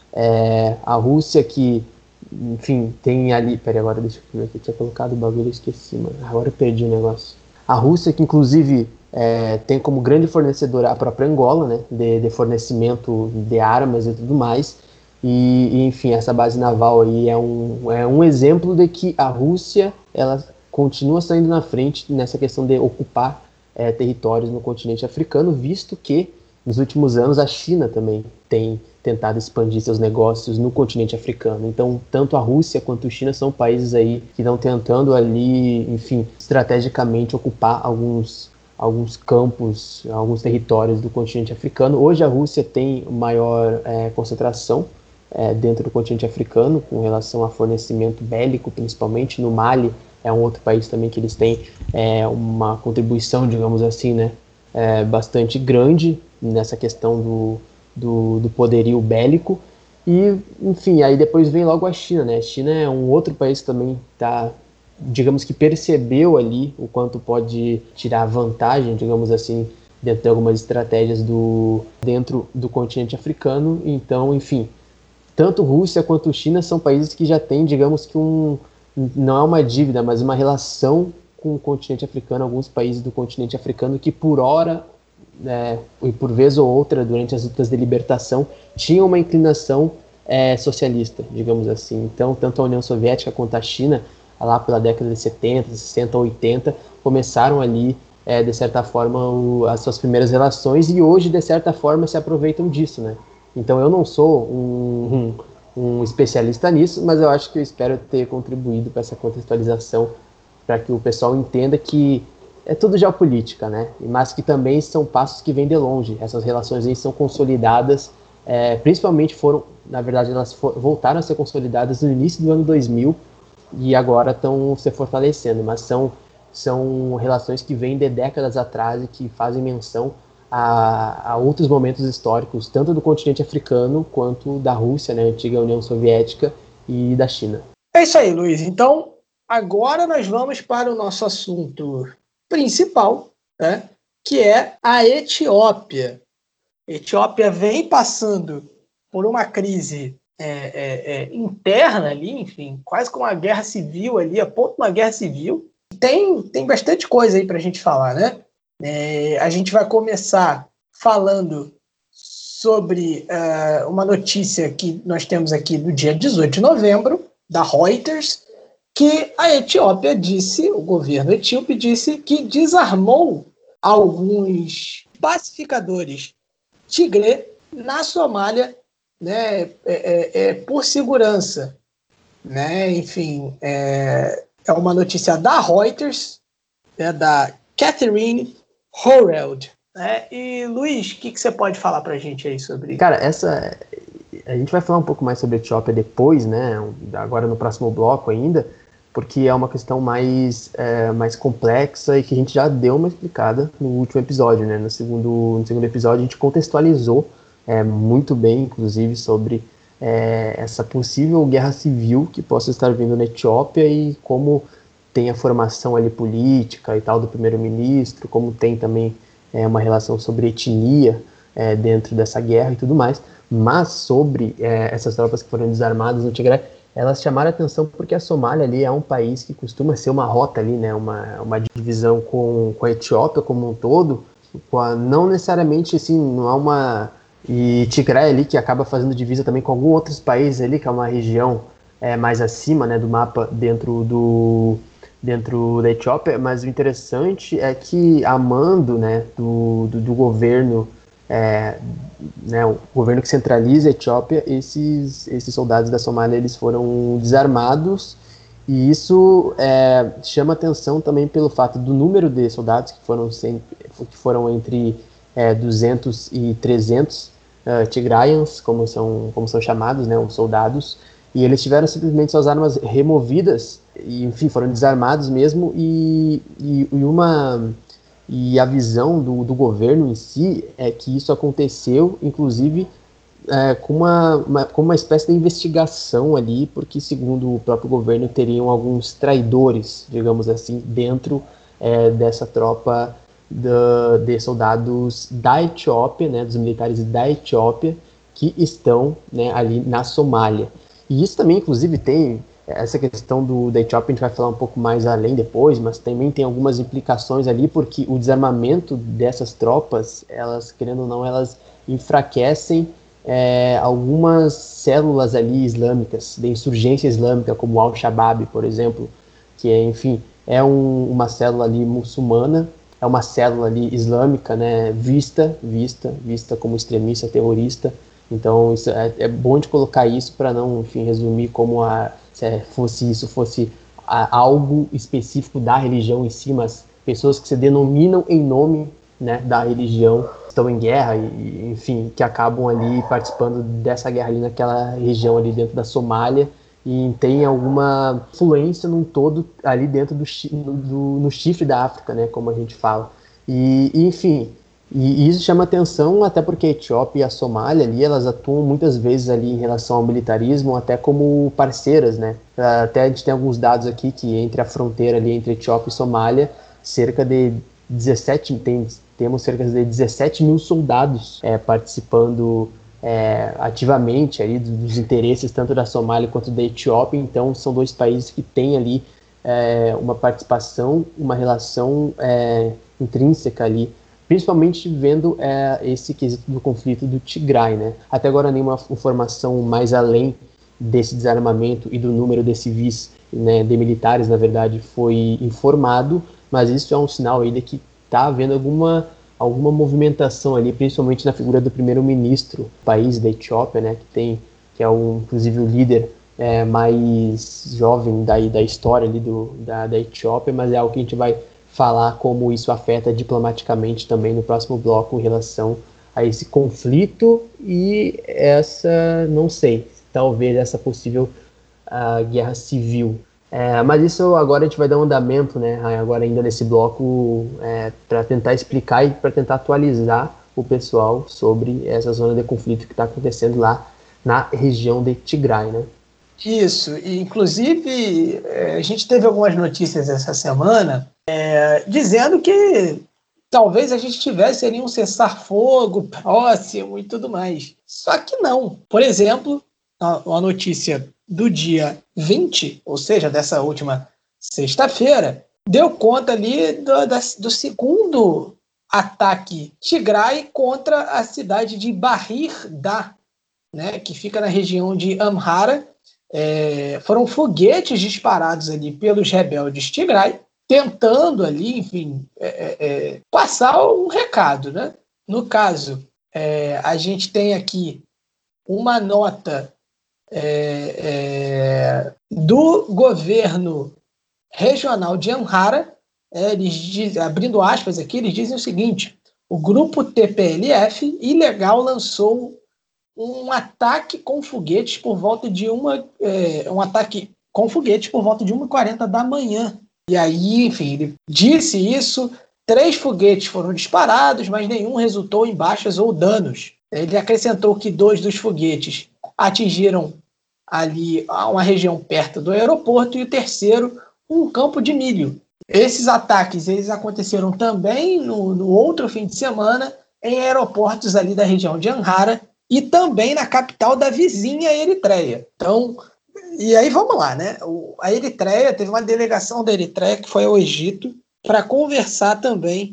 É, a Rússia que, enfim, tem ali... Peraí, agora deixa eu ver aqui, eu tinha colocado o bagulho e esqueci, mano. Agora eu perdi o negócio. A Rússia que, inclusive, é, tem como grande fornecedora a própria Angola, né, de, de fornecimento de armas e tudo mais. E, e, enfim, essa base naval aí é um, é um exemplo de que a Rússia, ela continua saindo na frente nessa questão de ocupar é, territórios no continente africano, visto que nos últimos anos a China também tem tentado expandir seus negócios no continente africano. Então, tanto a Rússia quanto a China são países aí que estão tentando ali, enfim, estrategicamente ocupar alguns, alguns campos, alguns territórios do continente africano. Hoje a Rússia tem maior é, concentração é, dentro do continente africano, com relação a fornecimento bélico, principalmente no Mali. É um outro país também que eles têm é, uma contribuição, digamos assim, né, é, bastante grande nessa questão do, do, do poderio bélico. E, enfim, aí depois vem logo a China, né? A China é um outro país que também está, digamos que percebeu ali o quanto pode tirar vantagem, digamos assim, dentro de algumas estratégias do, dentro do continente africano. Então, enfim, tanto Rússia quanto China são países que já têm, digamos que um... não é uma dívida, mas uma relação com o continente africano, alguns países do continente africano que por hora, é, e por vez ou outra, durante as lutas de libertação, tinham uma inclinação é, socialista, digamos assim. Então, tanto a União Soviética quanto a China, lá pela década de setenta, sessenta, oitenta, começaram ali, é, de certa forma, o, as suas primeiras relações e hoje, de certa forma, se aproveitam disso, né? Então, eu não sou um, um, um especialista nisso, mas eu acho que eu espero ter contribuído para essa contextualização, para que o pessoal entenda que é tudo geopolítica, né? Mas que também são passos que vêm de longe. Essas relações aí são consolidadas, é, principalmente foram, na verdade, elas for, voltaram a ser consolidadas no início do ano dois mil e agora estão se fortalecendo, mas são, são relações que vêm de décadas atrás e que fazem menção a, a outros momentos históricos, tanto do continente africano quanto da Rússia, né, a antiga União Soviética, e da China. É isso aí, Luiz. Então, agora nós vamos para o nosso assunto principal, né, que é a Etiópia. A Etiópia vem passando por uma crise é, é, é, interna ali, enfim, quase como uma guerra civil ali, a ponto de uma guerra civil. Tem, tem bastante coisa aí para a gente falar, né? É, a gente vai começar falando sobre uh, uma notícia que nós temos aqui do dia dezoito de novembro, da Reuters, que a Etiópia disse, o governo etíope disse que desarmou alguns pacificadores Tigre na Somália, né, é, é, é, por segurança. Né? Enfim, é, é uma notícia da Reuters, né, da Catherine Horeld. Né? E, Luiz, o que, que você pode falar para a gente aí sobre isso? Cara, essa... a gente vai falar um pouco mais sobre a Etiópia depois, né, agora no próximo bloco ainda, porque é uma questão mais, é, mais complexa e que a gente já deu uma explicada no último episódio, né? No segundo, no segundo episódio a gente contextualizou é, muito bem, inclusive, sobre é, essa possível guerra civil que possa estar vindo na Etiópia e como tem a formação ali política e tal do primeiro-ministro, como tem também é, uma relação sobre etnia é, dentro dessa guerra e tudo mais. Mas sobre é, essas tropas que foram desarmadas no Tigre, elas chamaram a atenção porque a Somália ali é um país que costuma ser uma rota ali, né, uma, uma divisão com, com a Etiópia como um todo, com a, não necessariamente assim, não há uma... E Tigray ali que acaba fazendo divisa também com alguns outros países ali, que é uma região é, mais acima, né, do mapa dentro, do, dentro da Etiópia, mas o interessante é que a mando, né, do, do, do governo É, né, o governo que centraliza a Etiópia, esses, esses soldados da Somália eles foram desarmados e isso é, chama atenção também pelo fato do número de soldados que foram, sempre, que foram entre é, duzentos e trezentos uh, Tigrayans, como são, como são chamados, né, os soldados, e eles tiveram simplesmente suas armas removidas, e, enfim, foram desarmados mesmo, e, e, e uma... E a visão do, do governo em si é que isso aconteceu, inclusive, é, com, uma, uma, com uma espécie de investigação ali, porque, segundo o próprio governo, teriam alguns traidores, digamos assim, dentro é, dessa tropa de, de soldados da Etiópia, né, dos militares da Etiópia, que estão, né, ali na Somália. E isso também, inclusive, tem... Essa questão do, da Etiópia a gente vai falar um pouco mais além depois, mas também tem algumas implicações ali, porque o desarmamento dessas tropas, elas, querendo ou não, elas enfraquecem é, algumas células ali islâmicas, de insurgência islâmica, como o Al-Shabaab, por exemplo, que é, enfim, é um, uma célula ali muçulmana, é uma célula ali islâmica, né, vista, vista, vista como extremista, terrorista. Então isso é, é bom de colocar isso para não, enfim, resumir como a se fosse isso, fosse a, algo específico da religião em si, mas pessoas que se denominam em nome, né, da religião, estão em guerra e, enfim, que acabam ali participando dessa guerra ali naquela região ali dentro da Somália e tem alguma influência num todo ali dentro do, do no chifre da África, né, como a gente fala. E, e enfim... E isso chama atenção até porque a Etiópia e a Somália ali, elas atuam muitas vezes ali em relação ao militarismo até como parceiras, né? Até a gente tem alguns dados aqui que entre a fronteira ali entre Etiópia e Somália, cerca de dezessete, tem, temos cerca de dezessete mil soldados é, participando é, ativamente ali dos interesses tanto da Somália quanto da Etiópia, então são dois países que têm ali é, uma participação, uma relação é, intrínseca ali, principalmente vendo é, esse quesito do conflito do Tigray, né? Até agora nenhuma informação mais além desse desarmamento e do número de civis, né, de militares, na verdade, foi informado, mas isso é um sinal aí de que está havendo alguma, alguma movimentação ali, principalmente na figura do primeiro-ministro do país, da Etiópia, né, que, tem, que é o, inclusive o líder é, mais jovem da, da história ali do, da, da Etiópia, mas é algo que a gente vai falar como isso afeta diplomaticamente também no próximo bloco em relação a esse conflito e essa, não sei, talvez essa possível uh, guerra civil. É, mas isso agora a gente vai dar um andamento, né, agora ainda nesse bloco, é, para tentar explicar e para tentar atualizar o pessoal sobre essa zona de conflito que está acontecendo lá na região de Tigray, né? Isso, e inclusive a gente teve algumas notícias essa semana é, dizendo que talvez a gente tivesse ali um cessar-fogo próximo e tudo mais. Só que não. Por exemplo, uma notícia do dia vinte, ou seja, dessa última sexta-feira, deu conta ali do, da, do segundo ataque Tigray contra a cidade de Bahir Dar, né, que fica na região de Amhara. É, foram foguetes disparados ali pelos rebeldes Tigray, tentando ali, enfim, é, é, passar um recado, né? No caso, é, a gente tem aqui uma nota é, é, do governo regional de Amhara, é, eles diz, abrindo aspas aqui, eles dizem o seguinte: o grupo T P L F ilegal lançou um ataque com foguetes por volta de uma é, um ataque com foguetes por volta de uma e quarenta da manhã. E aí, enfim, ele disse isso, três foguetes foram disparados, mas nenhum resultou em baixas ou danos. Ele acrescentou que dois dos foguetes atingiram ali uma região perto do aeroporto e o terceiro, um campo de milho. Esses ataques eles aconteceram também no, no outro fim de semana em aeroportos ali da região de Amhara, e também na capital da vizinha Eritreia. Então, e aí vamos lá, né? O, a Eritreia, teve uma delegação da Eritreia que foi ao Egito para conversar também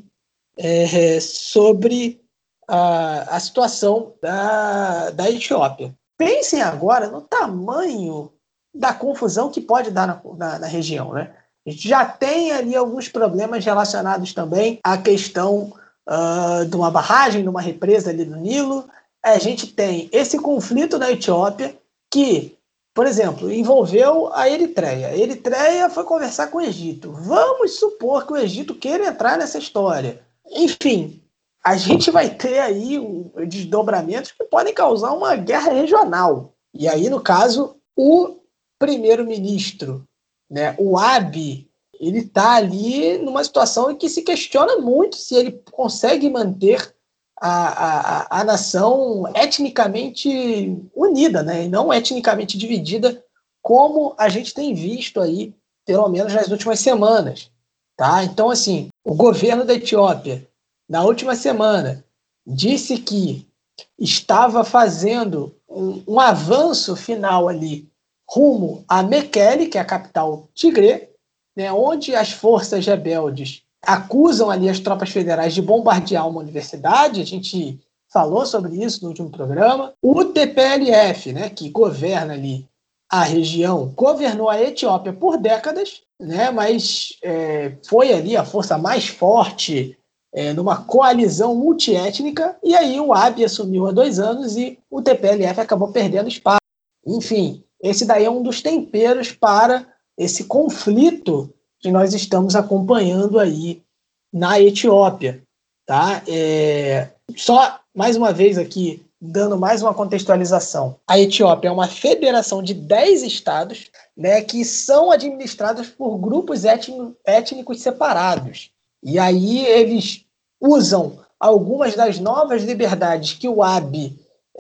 é, sobre a, a situação da, da Etiópia. Pensem agora no tamanho da confusão que pode dar na, na, na região, né? A gente já tem ali alguns problemas relacionados também à questão uh, de uma barragem, de uma represa ali do Nilo. A gente tem esse conflito na Etiópia que, por exemplo, envolveu a Eritreia. A Eritreia foi conversar com o Egito. Vamos supor que o Egito queira entrar nessa história. Enfim, a gente vai ter aí um, desdobramentos que podem causar uma guerra regional. E aí, no caso, o primeiro-ministro, né, o Abiy, ele está ali numa situação em que se questiona muito se ele consegue manter A, a, a nação etnicamente unida, né, e não etnicamente dividida, como a gente tem visto aí, pelo menos nas últimas semanas. Tá? Então, assim, o governo da Etiópia, na última semana, disse que estava fazendo um, um avanço final ali rumo a Mekele, que é a capital tigré, né, onde as forças rebeldes acusam ali as tropas federais de bombardear uma universidade. A gente falou sobre isso no último programa. O T P L F, né, que governa ali a região, governou a Etiópia por décadas, né, mas é, foi ali a força mais forte é, numa coalizão multiétnica, e aí o Abiy assumiu há dois anos e o T P L F acabou perdendo espaço. Enfim, esse daí é um dos temperos para esse conflito que nós estamos acompanhando aí na Etiópia. Tá? É, só, mais uma vez aqui, dando mais uma contextualização. A Etiópia é uma federação de dez estados, né, que são administrados por grupos étnico, étnicos separados. E aí eles usam algumas das novas liberdades que o Abiy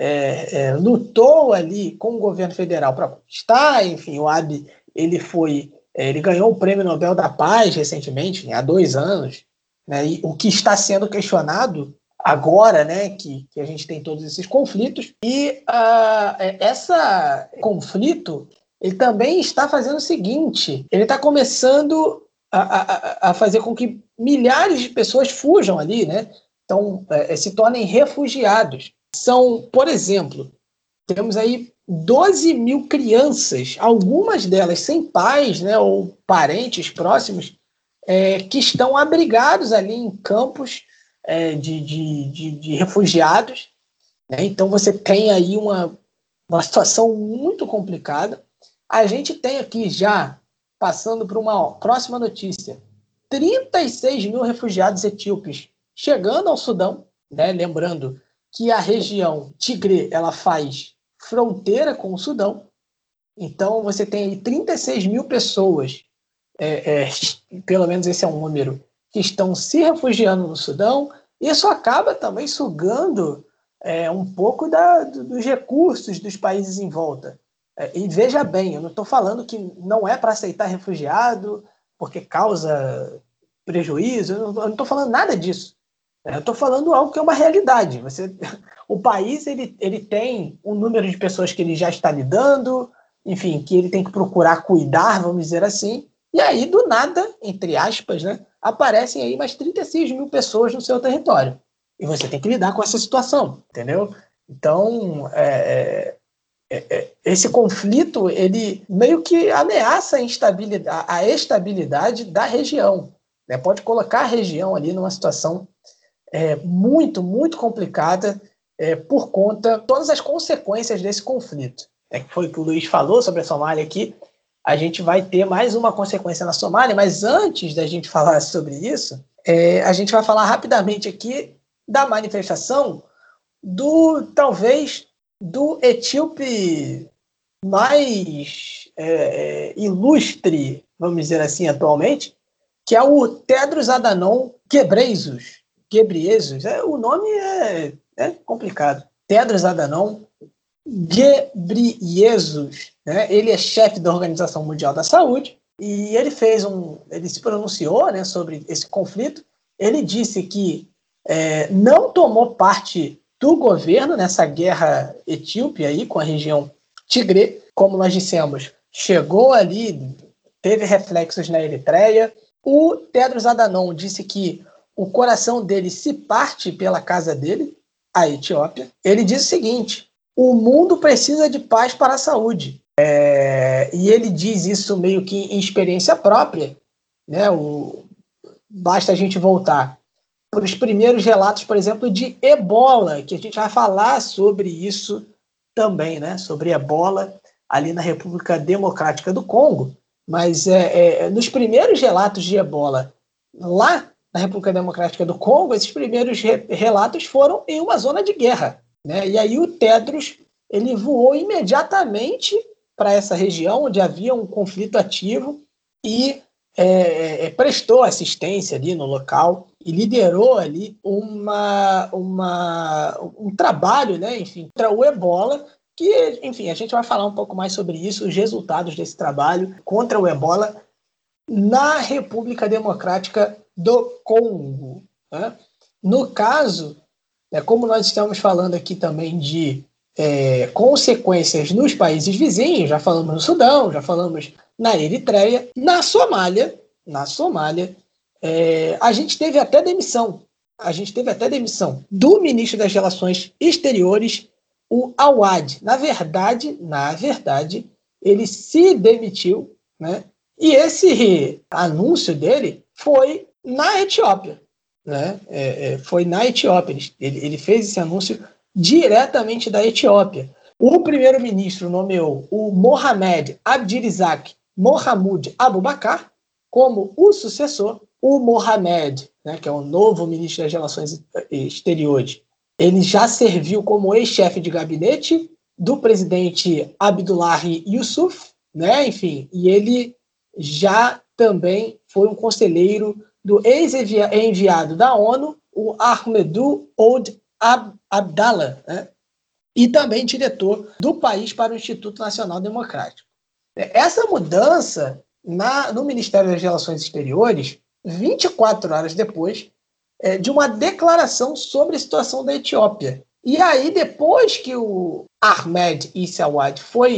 é, é, lutou ali com o governo federal para conquistar. Enfim, o Abiy ele foi... Ele ganhou o Prêmio Nobel da Paz recentemente, né, há dois anos, né, e o que está sendo questionado agora, né, que, que a gente tem todos esses conflitos. E uh, esse conflito ele também está fazendo o seguinte, ele está começando a, a, a fazer com que milhares de pessoas fujam ali, né? Então, é, se tornem refugiados. São, por exemplo, temos aí doze mil crianças, algumas delas sem pais, né, ou parentes próximos, é, que estão abrigados ali em campos é, de, de, de, de refugiados. Né? Então, você tem aí uma, uma situação muito complicada. A gente tem aqui já, passando para uma próxima notícia, trinta e seis mil refugiados etíopes chegando ao Sudão, né? Lembrando que a região Tigre ela faz fronteira com o Sudão, então você tem aí trinta e seis mil pessoas, é, é, pelo menos esse é um número, que estão se refugiando no Sudão. Isso acaba também sugando é, um pouco da, dos recursos dos países em volta. É, e veja bem, eu não estou falando que não é para aceitar refugiado porque causa prejuízo, eu não estou falando nada disso. Eu estou falando algo que é uma realidade. Você, o país ele, ele tem um número de pessoas que ele já está lidando, enfim, que ele tem que procurar cuidar, vamos dizer assim, e aí, do nada, entre aspas, né, aparecem aí mais trinta e seis mil pessoas no seu território. E você tem que lidar com essa situação, entendeu? Então, é, é, é, esse conflito, ele meio que ameaça a, instabilidade, a estabilidade da região. Né? Pode colocar a região ali numa situação É, muito, muito complicada é, por conta de todas as consequências desse conflito. É, que foi o que o Luiz falou sobre a Somália aqui. A gente vai ter mais uma consequência na Somália, mas antes da gente falar sobre isso, é, a gente vai falar rapidamente aqui da manifestação do, talvez, do etíope mais é, ilustre, vamos dizer assim, atualmente, que é o Tedros Adhanom Ghebreyesus. Ghebreyesus, é, o nome é, é complicado. Tedros Adhanom Ghebreyesus, né? Ele é chefe da Organização Mundial da Saúde e ele fez um, ele se pronunciou, né, sobre esse conflito. Ele disse que é, não tomou parte do governo nessa guerra etíope aí com a região Tigre, como nós dissemos, chegou ali, teve reflexos na Eritreia. O Tedros Adhanom disse que o coração dele se parte pela casa dele, a Etiópia. Ele diz o seguinte: o mundo precisa de paz para a saúde. É, e ele diz isso meio que em experiência própria. Né? O, basta a gente voltar para os primeiros relatos, por exemplo, de ebola, que a gente vai falar sobre isso também, né? Sobre ebola ali na República Democrática do Congo. Mas é, é, nos primeiros relatos de ebola lá na República Democrática do Congo, esses primeiros re- relatos foram em uma zona de guerra. Né? E aí o Tedros ele voou imediatamente para essa região onde havia um conflito ativo e é, é, prestou assistência ali no local e liderou ali uma, uma, um trabalho, né, enfim, contra o ebola, que, enfim, a gente vai falar um pouco mais sobre isso, os resultados desse trabalho contra o ebola na República Democrática do Congo. Né? No caso, né, como nós estamos falando aqui também de é, consequências nos países vizinhos, já falamos no Sudão, já falamos na Eritreia, na Somália, na Somália, é, a gente teve até demissão, a gente teve até demissão do ministro das Relações Exteriores, o Awad. Na verdade, na verdade, ele se demitiu, né? E esse anúncio dele foi na Etiópia. Né? É, é, foi na Etiópia. Ele, ele fez esse anúncio diretamente da Etiópia. O primeiro-ministro nomeou o Mohamed Abdirizak Mohamud Abubakar como o sucessor. O Mohamed, né, que é o novo ministro das Relações Exteriores, ele já serviu como ex-chefe de gabinete do presidente Abdullahi Yusuf, né, enfim, e ele já também foi um conselheiro do ex-enviado da ONU, o Ahmedou Ould Abdallah, né? E também diretor do país para o Instituto Nacional Democrático. Essa mudança na, no Ministério das Relações Exteriores, vinte e quatro horas depois é, de uma declaração sobre a situação da Etiópia. E aí, depois que o Ahmed Issa Awad foi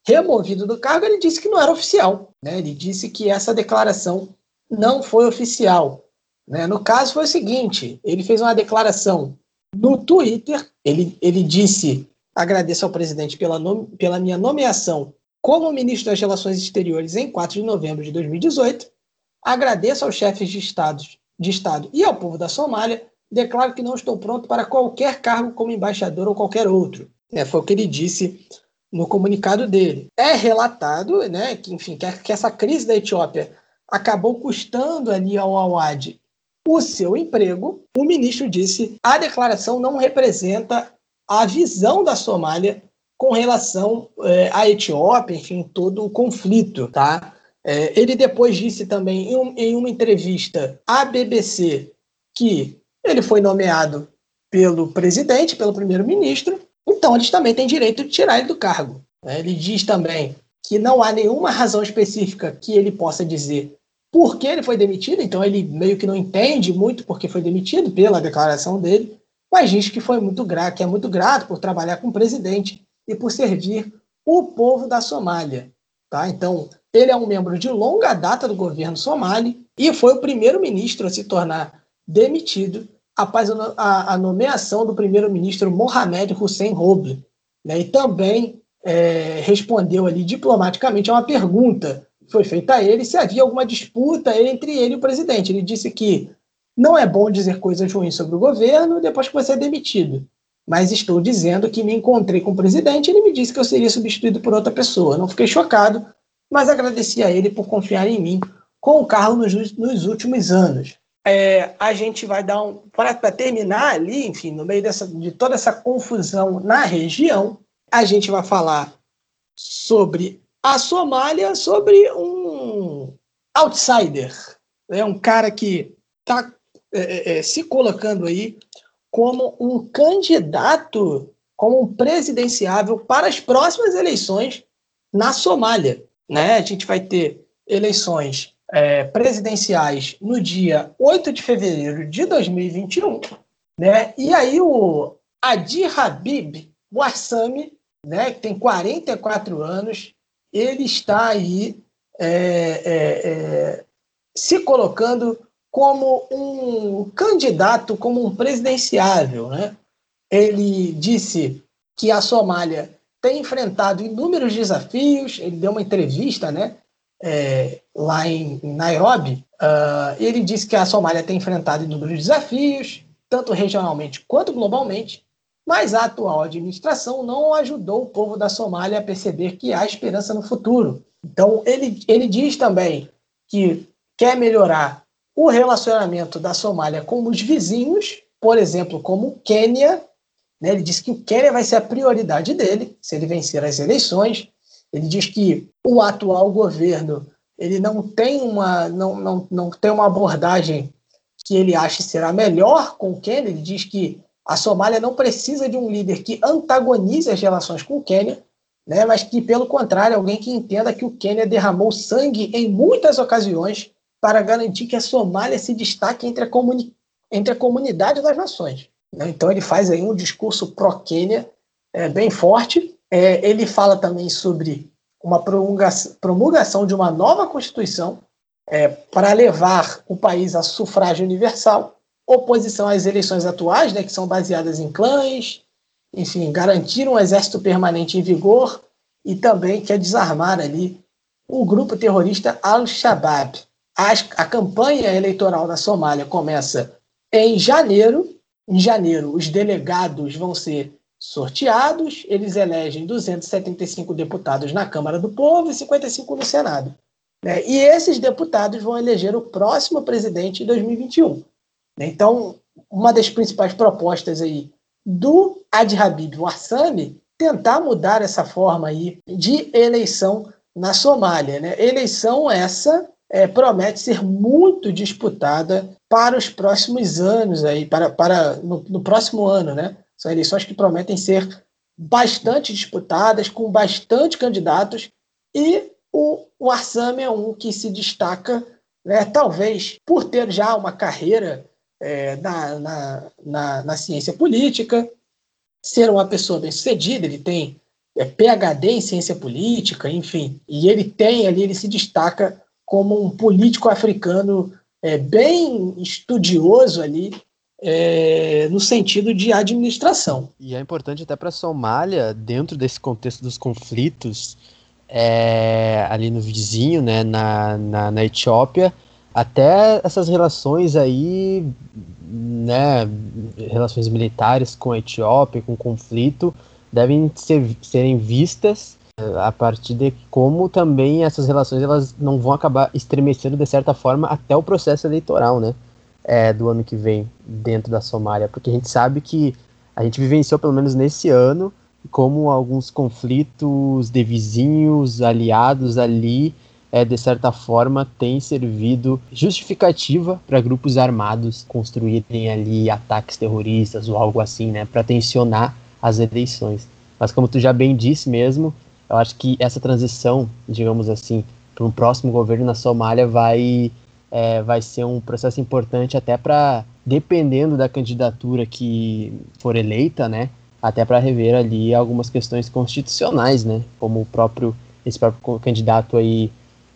removido do cargo, ele disse que não era oficial, né? Ele disse que essa declaração não foi oficial, né? No caso foi o seguinte, ele fez uma declaração no Twitter, ele, ele disse: agradeço ao presidente pela, nome, pela minha nomeação como ministro das Relações Exteriores em quatro de novembro de dois mil e dezoito, agradeço aos chefes de, estados, de Estado e ao povo da Somália, declaro que não estou pronto para qualquer cargo como embaixador ou qualquer outro. É, foi o que ele disse no comunicado dele. É relatado, né, que, enfim, que, que essa crise da Etiópia acabou custando ali ao Awad o seu emprego. O ministro disse: a declaração não representa a visão da Somália com relação é, à Etiópia, enfim, todo o conflito, tá? É, ele depois disse também em, um, em uma entrevista à B B C que ele foi nomeado pelo presidente, pelo primeiro-ministro, então eles também têm direito de tirar ele do cargo. Ele diz também que não há nenhuma razão específica que ele possa dizer por que ele foi demitido, então ele meio que não entende muito por que foi demitido pela declaração dele, mas diz que, foi muito grato, que é muito grato por trabalhar com o presidente e por servir o povo da Somália. Tá? Então, ele é um membro de longa data do governo somali e foi o primeiro-ministro a se tornar demitido após a, a nomeação do primeiro-ministro Mohamed Hussein Roble, né? E também é, respondeu ali diplomaticamente a uma pergunta que foi feita a ele se havia alguma disputa entre ele e o presidente. Ele disse que não é bom dizer coisas ruins sobre o governo depois que você é demitido, mas estou dizendo que me encontrei com o presidente e ele me disse que eu seria substituído por outra pessoa. Não fiquei chocado, mas agradeci a ele por confiar em mim com o cargo nos, nos últimos anos. É, a gente vai dar um... Para terminar ali, enfim, no meio dessa, de toda essa confusão na região, a gente vai falar sobre a Somália, sobre um outsider, né? Um cara que está é, é, se colocando aí como um candidato, como um presidenciável para as próximas eleições na Somália, né? A gente vai ter eleições É, presidenciais no dia oito de fevereiro de dois mil e vinte e um, né? E aí o Adi Habib Warsame, né, que tem quarenta e quatro anos, ele está aí é, é, é, se colocando como um candidato, como um presidenciável, né? Ele disse que a Somália tem enfrentado inúmeros desafios. Ele deu uma entrevista, né? É, lá em, em Nairobi, uh, ele disse que a Somália tem enfrentado inúmeros desafios, tanto regionalmente quanto globalmente, mas a atual administração não ajudou o povo da Somália a perceber que há esperança no futuro. Então, ele, ele diz também que quer melhorar o relacionamento da Somália com os vizinhos, por exemplo, como o Quênia, né? Ele disse que o Quênia vai ser a prioridade dele, se ele vencer as eleições. Ele diz que o atual governo ele não tem uma, não, não, não tem uma abordagem que ele acha será melhor com o Quênia. Ele diz que a Somália não precisa de um líder que antagonize as relações com o Quênia, né, mas que, pelo contrário, alguém que entenda que o Quênia derramou sangue em muitas ocasiões para garantir que a Somália se destaque entre a, comuni- entre a comunidade das nações. Né? Então ele faz aí um discurso pró-Quênia é, bem forte. É, ele fala também sobre uma promulgação, promulgação de uma nova Constituição é, para levar o país a sufrágio universal, oposição às eleições atuais, né, que são baseadas em clãs, enfim, garantir um exército permanente em vigor e também quer desarmar ali o grupo terrorista Al-Shabaab. A, a campanha eleitoral na Somália começa em janeiro. Em janeiro, os delegados vão ser sorteados, eles elegem duzentos e setenta e cinco deputados na Câmara do Povo e cinquenta e cinco no Senado. Né? E esses deputados vão eleger o próximo presidente em dois mil e vinte e um. Então, uma das principais propostas aí do Adi Habib Warsame tentar mudar essa forma aí de eleição na Somália. Né? Eleição essa é, promete ser muito disputada para os próximos anos, aí, para, para, no, no próximo ano, né? São eleições que prometem ser bastante disputadas, com bastante candidatos, e o Warsame é um que se destaca, né, talvez por ter já uma carreira é, na, na, na, na ciência política, ser uma pessoa bem-sucedida. Ele tem é P H D em ciência política, enfim, e ele tem ali, ele se destaca como um político africano é, bem estudioso ali, é, no sentido de administração. E é importante até para a Somália, dentro desse contexto dos conflitos, é, ali no vizinho, né, na, na, na Etiópia, até essas relações aí, né, relações militares com a Etiópia, com conflito, devem ser, serem vistas a partir de como também essas relações elas não vão acabar estremecendo de certa forma até o processo eleitoral, né, é, do ano que vem dentro da Somália, porque a gente sabe que a gente vivenciou pelo menos nesse ano como alguns conflitos de vizinhos, aliados ali, é, de certa forma têm servido justificativa para grupos armados construírem ali ataques terroristas ou algo assim, né, para tensionar as eleições. Mas como tu já bem disse mesmo, eu acho que essa transição, digamos assim, para um próximo governo na Somália vai, é, vai ser um processo importante até para, dependendo da candidatura que for eleita, né, até para rever ali algumas questões constitucionais, né, como o próprio, esse próprio candidato aí,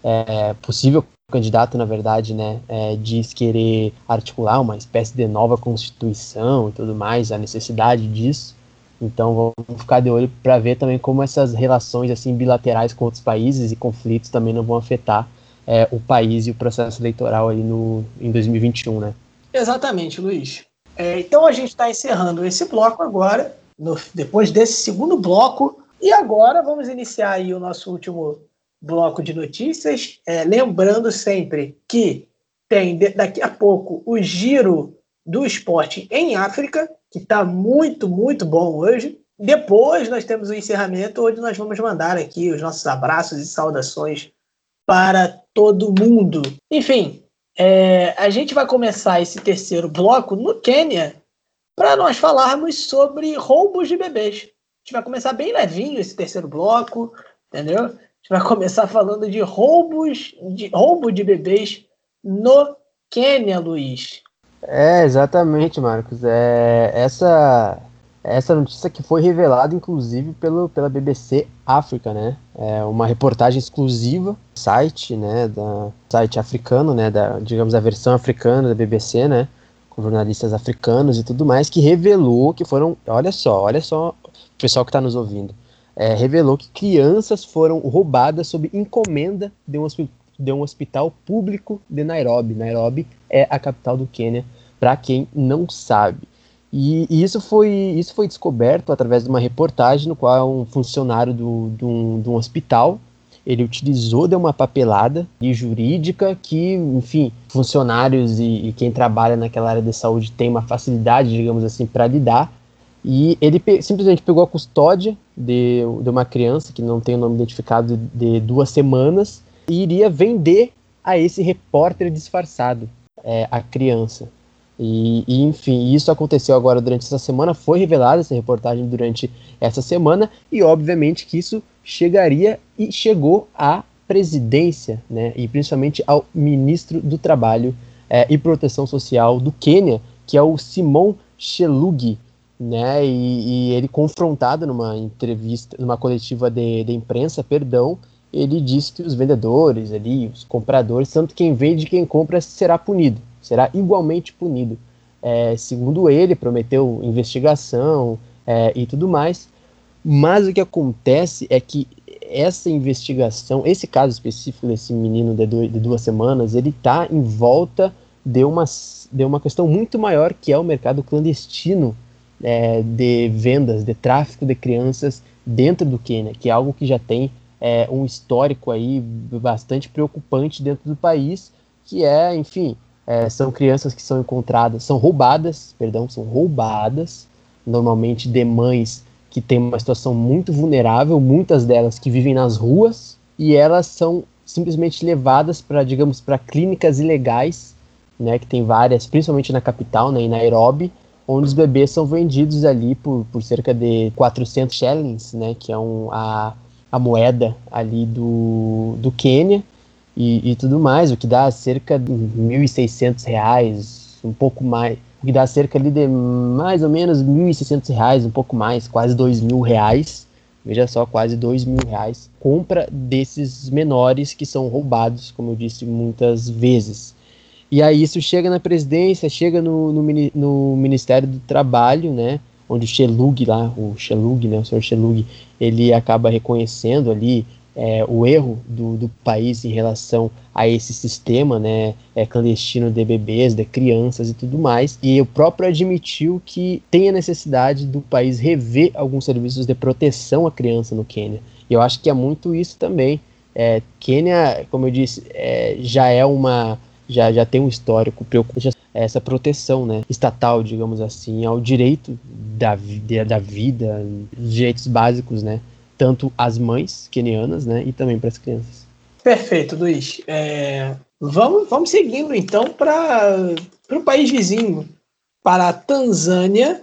é, possível candidato, na verdade, né, é, diz querer articular uma espécie de nova constituição e tudo mais, a necessidade disso. Então vamos ficar de olho para ver também como essas relações assim bilaterais com outros países e conflitos também não vão afetar é, o país e o processo eleitoral aí no, em dois mil e vinte e um, né? Exatamente, Luiz. É, então a gente está encerrando esse bloco agora, no, depois desse segundo bloco, e agora vamos iniciar aí o nosso último bloco de notícias, é, lembrando sempre que tem daqui a pouco o giro do esporte em África, que está muito, muito bom hoje. Depois nós temos o encerramento, onde nós vamos mandar aqui os nossos abraços e saudações para todo mundo. Enfim, é, a gente vai começar esse terceiro bloco no Quênia para nós falarmos sobre roubos de bebês. A gente vai começar bem levinho esse terceiro bloco, entendeu? A gente vai começar falando de roubos, de roubo de bebês no Quênia, Luiz. É, exatamente, Marcos. É, essa, essa notícia que foi revelada, inclusive, pelo, pela B B C África, né? É uma reportagem exclusiva, site, né, da site africano, né, da, digamos, a versão africana da B B C, né, com jornalistas africanos e tudo mais, que revelou que foram, olha só, olha só, o pessoal que está nos ouvindo, é, revelou que crianças foram roubadas sob encomenda de um hospital de um hospital público de Nairobi. Nairobi é a capital do Quênia, para quem não sabe. E, e isso, foi, isso foi descoberto através de uma reportagem no qual um funcionário do, do, de um hospital, ele utilizou de uma papelada jurídica que, enfim, funcionários e, e quem trabalha naquela área de saúde tem uma facilidade, digamos assim, para lidar. E ele pe- simplesmente pegou a custódia de, de uma criança, que não tem o nome identificado, de duas semanas, e iria vender a esse repórter disfarçado, é, a criança. E, e, enfim, isso aconteceu agora durante essa semana, foi revelada essa reportagem durante essa semana, e obviamente que isso chegaria e chegou à presidência, né, e principalmente ao ministro do Trabalho é, e Proteção Social do Quênia, que é o Simon Chelugi, né, e, e ele confrontado numa entrevista, numa coletiva de, de imprensa, perdão, ele disse que os vendedores ali, os compradores, tanto quem vende e quem compra será punido, será igualmente punido. É, segundo ele, prometeu investigação é, e tudo mais, mas o que acontece é que essa investigação, esse caso específico desse menino de, do, de duas semanas, ele está em volta de uma, de uma questão muito maior, que é o mercado clandestino é, de vendas, de tráfico de crianças dentro do Quênia, que é algo que já tem É, um histórico aí bastante preocupante dentro do país, que é, enfim, é, são crianças que são encontradas, são roubadas, perdão, são roubadas, normalmente de mães que têm uma situação muito vulnerável, muitas delas que vivem nas ruas, e elas são simplesmente levadas para, digamos, para clínicas ilegais, né, que tem várias, principalmente na capital, né, em Nairobi, onde os bebês são vendidos ali por, por cerca de quatrocentos shillings, né, que é um, a a moeda ali do, do Quênia e, e tudo mais, o que dá cerca de mil e seiscentos reais, um pouco mais, o que dá cerca ali de mais ou menos mil e seiscentos reais, um pouco mais, quase dois mil reais, Veja só, quase dois mil reais. Compra desses menores que são roubados, como eu disse muitas vezes. E aí isso chega na presidência, chega no, no, no Ministério do Trabalho, né? Onde o Chelug lá, o Chelug, né? O senhor Chelug, ele acaba reconhecendo ali é, o erro do, do país em relação a esse sistema, né, é, clandestino de bebês, de crianças e tudo mais, e o próprio admitiu que tem a necessidade do país rever alguns serviços de proteção à criança no Quênia. E eu acho que é muito isso também. É, Quênia, como eu disse, é, já é uma, já, já tem um histórico preocupante, essa proteção, né, estatal, digamos assim, ao direito da, da vida, os direitos básicos, né, tanto às mães quenianas, né, e também para as crianças. Perfeito, Luiz. É, vamos, vamos seguindo, então, para o país vizinho, para a Tanzânia,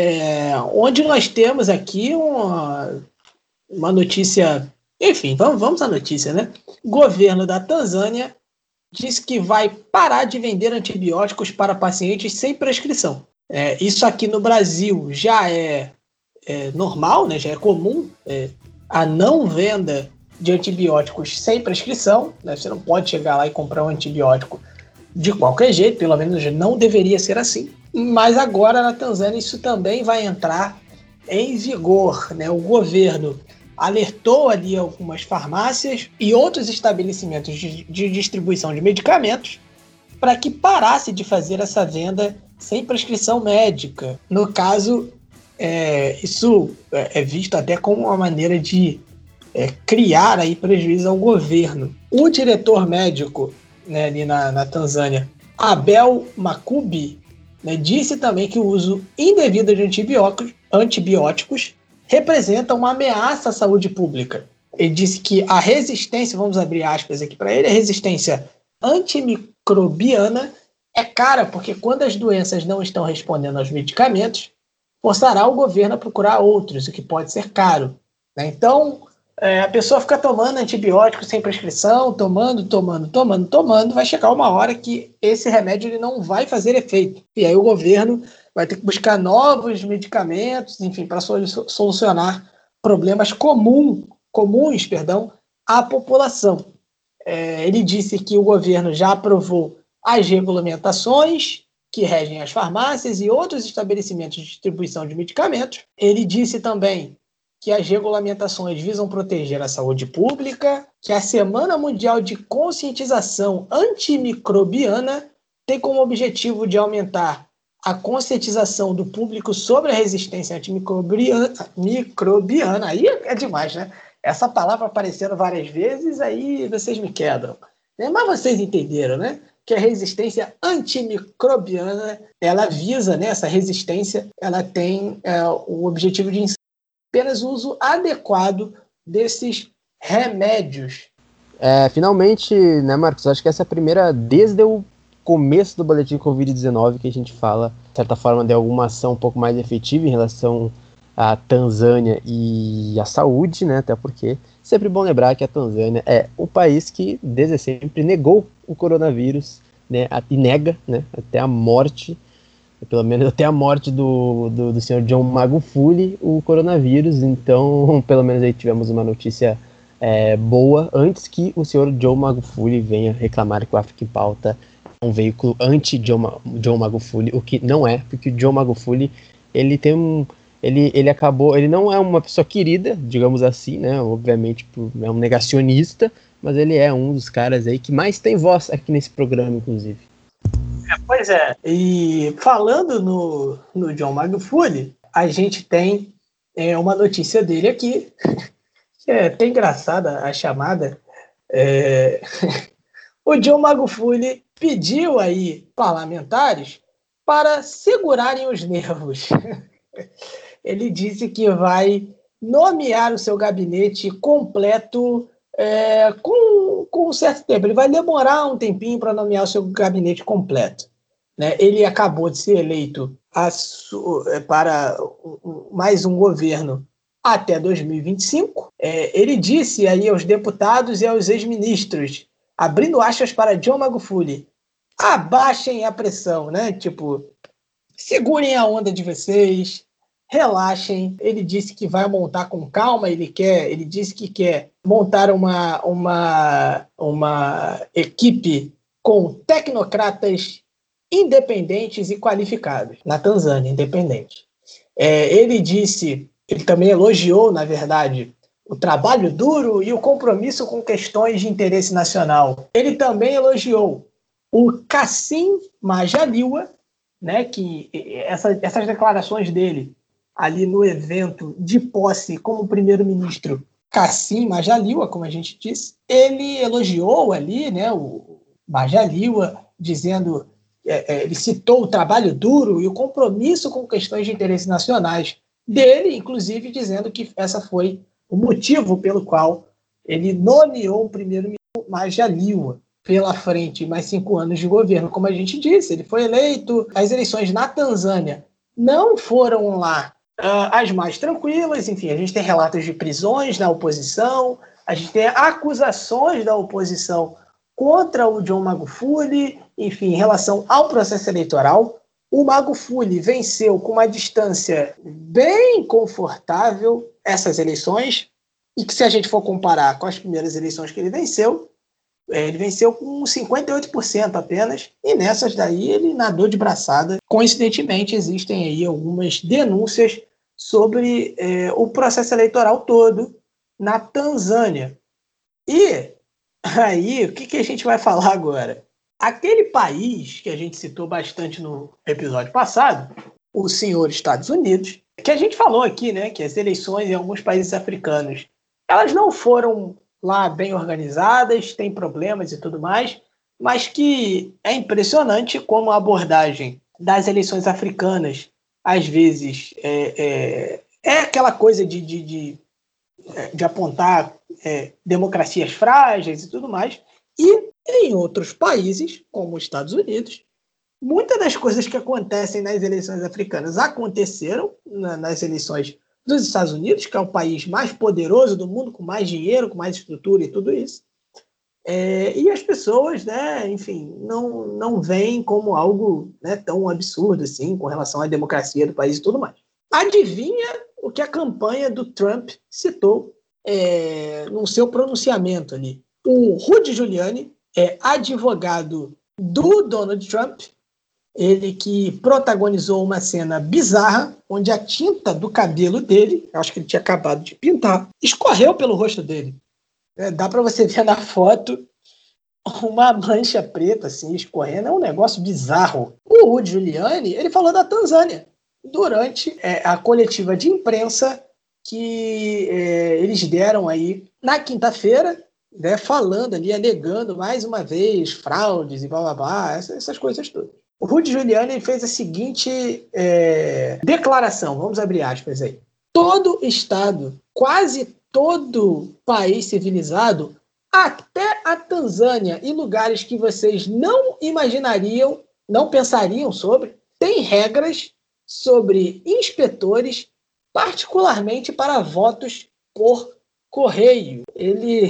é, onde nós temos aqui uma, uma notícia... Enfim, vamos, vamos à notícia, né? O governo da Tanzânia disse que vai parar de vender antibióticos para pacientes sem prescrição. É, isso aqui no Brasil já é, é normal, né? Já é comum, é, a não venda de antibióticos sem prescrição, né? Você não pode chegar lá e comprar um antibiótico de qualquer jeito, pelo menos não deveria ser assim. Mas agora na Tanzânia isso também vai entrar em vigor, né? O governo alertou ali algumas farmácias e outros estabelecimentos de, de distribuição de medicamentos para que parasse de fazer essa venda sem prescrição médica. No caso, é, isso é visto até como uma maneira de é, criar aí prejuízo ao governo. O diretor médico, né, ali na, na Tanzânia, Abel Makubi, né, disse também que o uso indevido de antibióticos, antibióticos representa uma ameaça à saúde pública. Ele disse que a resistência, vamos abrir aspas aqui para ele, a resistência antimicrobiana é cara, porque quando as doenças não estão respondendo aos medicamentos, forçará o governo a procurar outros, o que pode ser caro. Né? Então, é, a pessoa fica tomando antibiótico sem prescrição, tomando, tomando, tomando, tomando, vai chegar uma hora que esse remédio ele não vai fazer efeito. E aí o governo vai ter que buscar novos medicamentos, enfim, para solucionar problemas comum, comuns perdão, à população. É, ele disse que o governo já aprovou as regulamentações que regem as farmácias e outros estabelecimentos de distribuição de medicamentos. Ele disse também que as regulamentações visam proteger a saúde pública, que a Semana Mundial de Conscientização Antimicrobiana tem como objetivo de aumentar a conscientização do público sobre a resistência antimicrobiana. Microbiana. Aí é demais, né? Essa palavra aparecendo várias vezes, aí vocês me quebram. Mas vocês entenderam, né? Que a resistência antimicrobiana, ela visa, né? Essa resistência, ela tem é, o objetivo de apenas o uso adequado desses remédios. É, finalmente, né, Marcos? Acho que essa é a primeira, desde o começo do boletim covid dezenove, que a gente fala, de certa forma, de alguma ação um pouco mais efetiva em relação à Tanzânia e à saúde, né? Até porque sempre bom lembrar que a Tanzânia é o país que, desde sempre, negou o coronavírus, né? E nega, né? Até a morte, pelo menos até a morte do, do, do senhor John Magufuli, o coronavírus. Então, pelo menos aí tivemos uma notícia é, boa, antes que o senhor John Magufuli venha reclamar que o África em Pauta é um veículo anti-John John Magufuli, o que não é, porque o John Magufuli, ele tem um... Ele, ele acabou... Ele não é uma pessoa querida, digamos assim, né? Obviamente, é um negacionista, mas ele é um dos caras aí que mais tem voz aqui nesse programa, inclusive. É, pois é, e falando no, no John Magufuli, a gente tem é, uma notícia dele aqui, que é até engraçada a chamada. É... o John Magufuli pediu aí parlamentares para segurarem os nervos. Ele disse que vai nomear o seu gabinete completo É, com, com um certo tempo. Ele vai demorar um tempinho para nomear o seu gabinete completo. Né? Ele acabou de ser eleito a, para mais um governo até dois mil e vinte e cinco. É, ele disse aí aos deputados e aos ex-ministros, abrindo aspas para John Magufuli, abaixem a pressão, né? Tipo, segurem a onda de vocês, relaxem. Ele disse que vai montar com calma, ele quer, ele disse que quer montar uma, uma, uma equipe com tecnocratas independentes e qualificados, na Tanzânia, independente. É, ele disse, ele também elogiou, na verdade, o trabalho duro e o compromisso com questões de interesse nacional. Ele também elogiou o Kassim Majaliwa, né, que essa, essas declarações dele ali no evento de posse como primeiro-ministro, Kassim Majaliwa, como a gente disse, ele elogiou ali, né, o Majaliwa, dizendo, é, é, ele citou o trabalho duro e o compromisso com questões de interesse nacionais dele, inclusive dizendo que essa foi o motivo pelo qual ele nomeou o primeiro-ministro Majaliwa pela frente mais cinco anos de governo. Como a gente disse, ele foi eleito. As eleições na Tanzânia não foram lá uh, as mais tranquilas. Enfim, a gente tem relatos de prisões na oposição, a gente tem acusações da oposição contra o John Magufuli, enfim, em relação ao processo eleitoral. O Magufuli venceu com uma distância bem confortável essas eleições, e que se a gente for comparar com as primeiras eleições que ele venceu, ele venceu com cinquenta e oito por cento apenas, e nessas daí ele nadou de braçada. Coincidentemente, existem aí algumas denúncias sobre é, o processo eleitoral todo na Tanzânia. E aí, o que, que a gente vai falar agora? Aquele país que a gente citou bastante no episódio passado, o senhor Estados Unidos, que a gente falou aqui, né, que as eleições em alguns países africanos, elas não foram lá bem organizadas, tem problemas e tudo mais, mas que é impressionante como a abordagem das eleições africanas, às vezes, é, é, é aquela coisa de, de, de, de apontar é, democracias frágeis e tudo mais, e em outros países, como os Estados Unidos, muitas das coisas que acontecem nas eleições africanas aconteceram na, nas eleições dos Estados Unidos, que é o país mais poderoso do mundo, com mais dinheiro, com mais estrutura e tudo isso. É, e as pessoas, né, enfim, não, não veem como algo, né, tão absurdo assim, com relação à democracia do país e tudo mais. Adivinha o que a campanha do Trump citou é, no seu pronunciamento ali? O Rudy Giuliani é advogado do Donald Trump, ele que protagonizou uma cena bizarra, onde a tinta do cabelo dele, acho que ele tinha acabado de pintar, escorreu pelo rosto dele. É, dá para você ver na foto uma mancha preta assim, escorrendo, é um negócio bizarro. O Rudy Giuliani, ele falou da Tanzânia durante é, a coletiva de imprensa que é, eles deram aí na quinta-feira, né, falando ali, alegando mais uma vez fraudes e blá blá blá, essas, essas coisas todas. O Rudy Giuliani fez a seguinte é, declaração, vamos abrir aspas aí. Todo Estado, quase todo país civilizado, até a Tanzânia e lugares que vocês não imaginariam, não pensariam sobre, tem regras sobre inspetores, particularmente para votos por correio. Ele...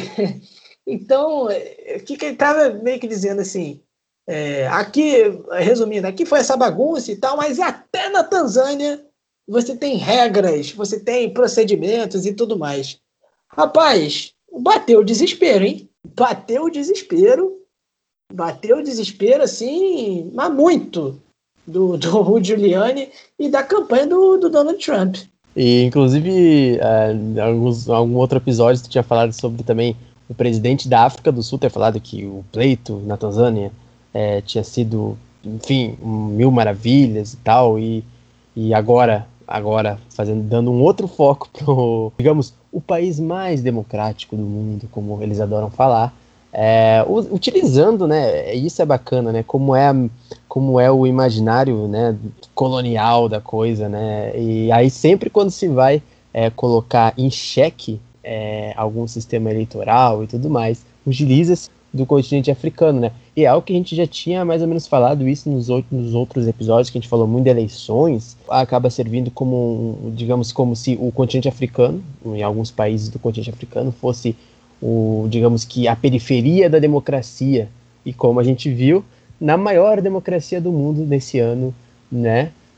Então, o que, que ele estava meio que dizendo assim? É, aqui, resumindo, aqui foi essa bagunça e tal, mas até na Tanzânia você tem regras, você tem procedimentos e tudo mais. Rapaz, bateu o desespero, hein? Bateu o desespero, bateu o desespero, assim, mas muito, do, do Rudy Giuliani e da campanha do, do Donald Trump. E, inclusive, em alguns, algum outro episódio tu tinha falado sobre também o presidente da África do Sul ter falado que o pleito na Tanzânia É, tinha sido, enfim, mil maravilhas e tal, e, e agora, agora fazendo, dando um outro foco pro, digamos, o país mais democrático do mundo, como eles adoram falar, é, utilizando, né, isso é bacana, né, como é, como é o imaginário, né, colonial da coisa, né, e aí sempre quando se vai é, colocar em xeque é, algum sistema eleitoral e tudo mais, utiliza-se do continente africano, né? E é algo que a gente já tinha mais ou menos falado isso nos, nos outros episódios, que a gente falou muito de eleições, acaba servindo como, digamos, como se o continente africano, em alguns países do continente africano, fosse, o, digamos que, a periferia da democracia. E como a gente viu, na maior democracia do mundo nesse ano, né?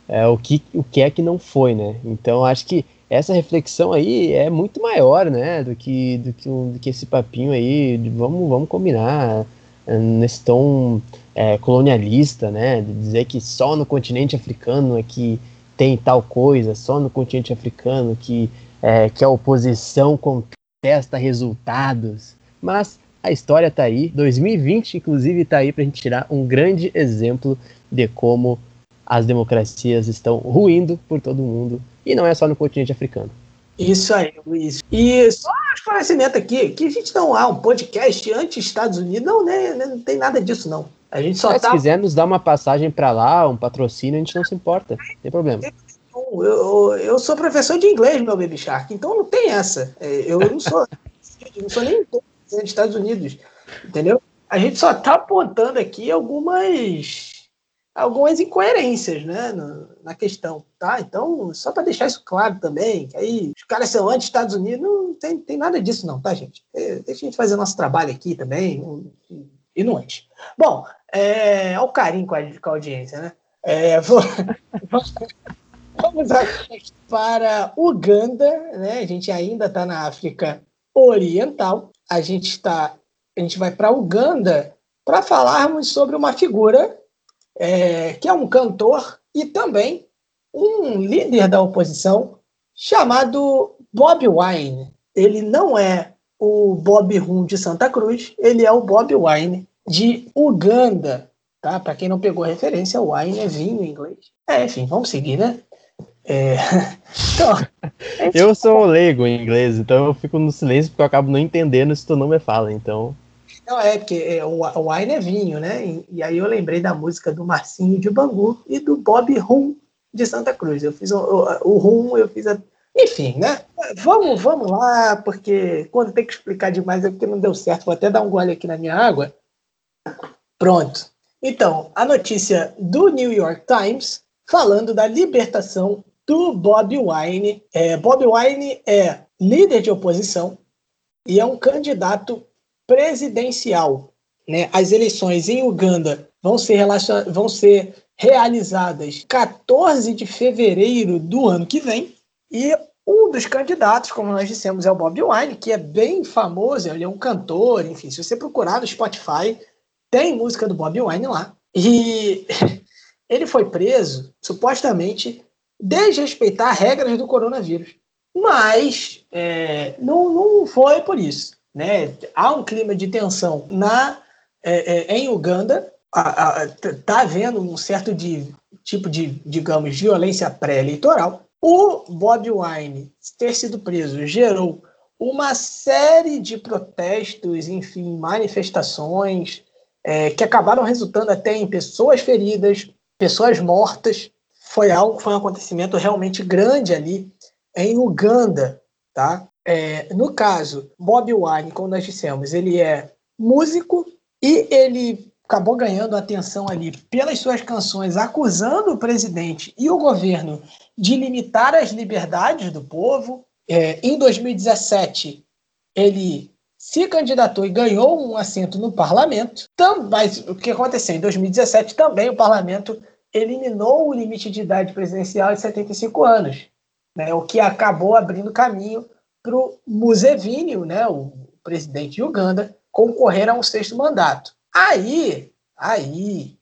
é, o, que, o que é que não foi, né? Então acho que essa reflexão aí é muito maior, né, do que, do que, do que esse papinho aí de vamos, vamos combinar nesse tom é, colonialista, né, de dizer que só no continente africano é que tem tal coisa, só no continente africano que, é, que a oposição contesta resultados. Mas a história está aí, dois mil e vinte inclusive está aí para a gente tirar um grande exemplo de como as democracias estão ruindo por todo mundo, e não é só no continente africano. Isso aí, Luiz. E só um esclarecimento aqui, que a gente não há um podcast anti-Estados Unidos, não, né, não tem nada disso, não. A gente só Mas tá... se quiser nos dar uma passagem para lá, um patrocínio, a gente não se importa, não tem problema. Eu, eu, eu sou professor de inglês, meu Baby Shark, então não tem essa. Eu não sou, eu não sou nem dos Estados Unidos, entendeu? A gente só está apontando aqui algumas, algumas incoerências, né, na, na questão, tá? Então, só para deixar isso claro também, que aí os caras são anti-Estados Unidos, não tem, tem nada disso não, tá, gente? É, deixa a gente fazer nosso trabalho aqui também, e não antes. Bom, é, olha o carinho com a, com a audiência, né? É, vou... Vamos aqui para Uganda, né? A gente ainda está na África Oriental. A gente está, a gente vai para Uganda para falarmos sobre uma figura é, que é um cantor e também um líder da oposição chamado Bobi Wine. Ele não é o Bob Rum de Santa Cruz, ele é o Bobi Wine de Uganda, tá? Para quem não pegou a referência, wine é vinho em inglês. É, enfim, vamos seguir, né? É... Então, gente... Eu sou leigo em inglês, então eu fico no silêncio porque eu acabo não entendendo se tu não me fala, então... Não, é, porque é, o, o wine é vinho, né? E, e aí eu lembrei da música do Marcinho de Bangu e do Bob Rum de Santa Cruz. Eu fiz o, o, o Rum, eu fiz a... Enfim, né? Vamos, vamos lá, porque quando tem que explicar demais é porque não deu certo. Vou até dar um gole aqui na minha água. Pronto. Então, a notícia do New York Times falando da libertação do Bobi Wine. É, Bobi Wine é líder de oposição e é um candidato presidencial, né? As eleições em Uganda vão ser, relacion... vão ser realizadas quatorze de fevereiro do ano que vem e um dos candidatos, como nós dissemos, é o Bobi Wine, que é bem famoso, ele é um cantor, enfim, se você procurar no Spotify, tem música do Bobi Wine lá. E ele foi preso, supostamente, desrespeitar regras do coronavírus. Mas é, não, não foi por isso, né? Há um clima de tensão na, é, é, em Uganda. Está havendo um certo de, tipo de, digamos, violência pré-eleitoral. O Bobi Wine ter sido preso gerou uma série de protestos, enfim, manifestações, é, que acabaram resultando até em pessoas feridas, pessoas mortas. Foi algo, foi um acontecimento realmente grande ali em Uganda, tá? É, no caso, Bobi Wine, como nós dissemos, ele é músico e ele acabou ganhando atenção ali pelas suas canções, acusando o presidente e o governo de limitar as liberdades do povo. É, em dois mil e dezessete, ele se candidatou e ganhou um assento no parlamento. Tam, mas o que aconteceu? Em dois mil e dezessete também o parlamento eliminou o limite de idade presidencial de setenta e cinco anos, né, o que acabou abrindo caminho para o Museveni, né, o presidente de Uganda, concorrer a um sexto mandato. Aí, aí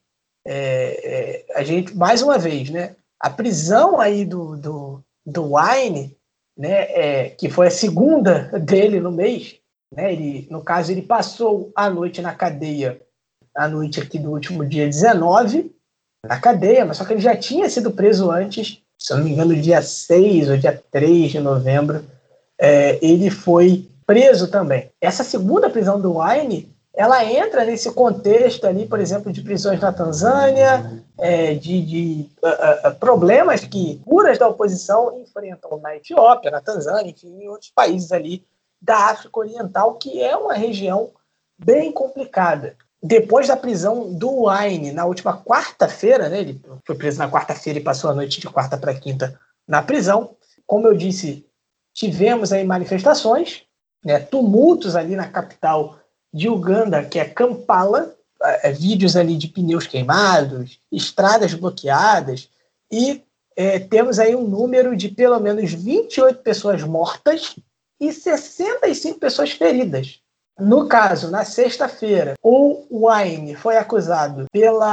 é, é, a gente, mais uma vez, né, a prisão aí do, do, do Wine, né, é, que foi a segunda dele no mês, né, ele, no caso, ele passou a noite na cadeia, a noite aqui do último dia dezenove, na cadeia, mas só que ele já tinha sido preso antes, se eu não me engano, dia seis ou dia três de novembro, é, ele foi preso também. Essa segunda prisão do Wine, ela entra nesse contexto ali, por exemplo, de prisões na Tanzânia, é, de, de uh, uh, problemas que curas da oposição enfrentam na Etiópia, na Tanzânia, enfim, em outros países ali da África Oriental, que é uma região bem complicada. Depois da prisão do Wine, na última quarta-feira, né, ele foi preso na quarta-feira e passou a noite de quarta para quinta na prisão. Como eu disse, tivemos aí manifestações, né, tumultos ali na capital de Uganda, que é Kampala, é, vídeos ali de pneus queimados, estradas bloqueadas, e é, temos aí um número de pelo menos vinte e oito pessoas mortas e sessenta e cinco pessoas feridas. No caso, na sexta-feira, o Wine foi acusado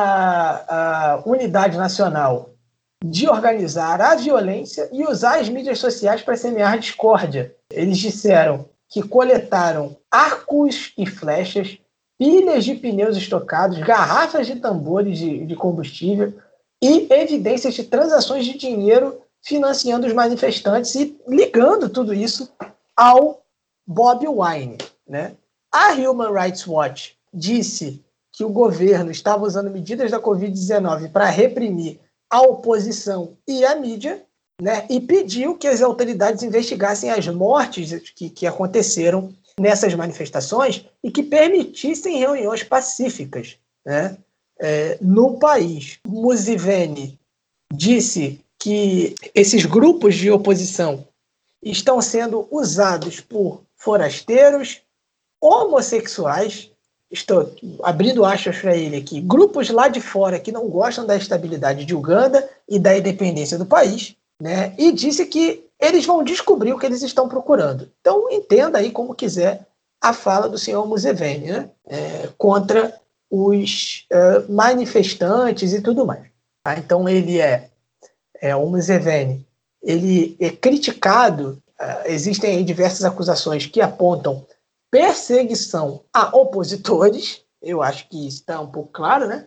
pela Unidade Nacional de organizar a violência e usar as mídias sociais para semear discórdia. Eles disseram que coletaram arcos e flechas, pilhas de pneus estocados, garrafas de tambores de, de combustível e evidências de transações de dinheiro financiando os manifestantes e ligando tudo isso ao Bobi Wine, né? A Human Rights Watch disse que o governo estava usando medidas da covid dezenove para reprimir a oposição e a mídia, né? E pediu que as autoridades investigassem as mortes que, que aconteceram nessas manifestações e que permitissem reuniões pacíficas, né? É, no país. Museveni disse que esses grupos de oposição estão sendo usados por forasteiros, homossexuais, estou abrindo aspas para ele aqui, grupos lá de fora que não gostam da estabilidade de Uganda e da independência do país, né? E disse que eles vão descobrir o que eles estão procurando. Então, entenda aí como quiser a fala do senhor Museveni, né? É, contra os é, manifestantes e tudo mais. Tá? Então, ele é, é o Museveni, ele é criticado, é, existem aí diversas acusações que apontam perseguição a opositores, eu acho que isso está um pouco claro, né?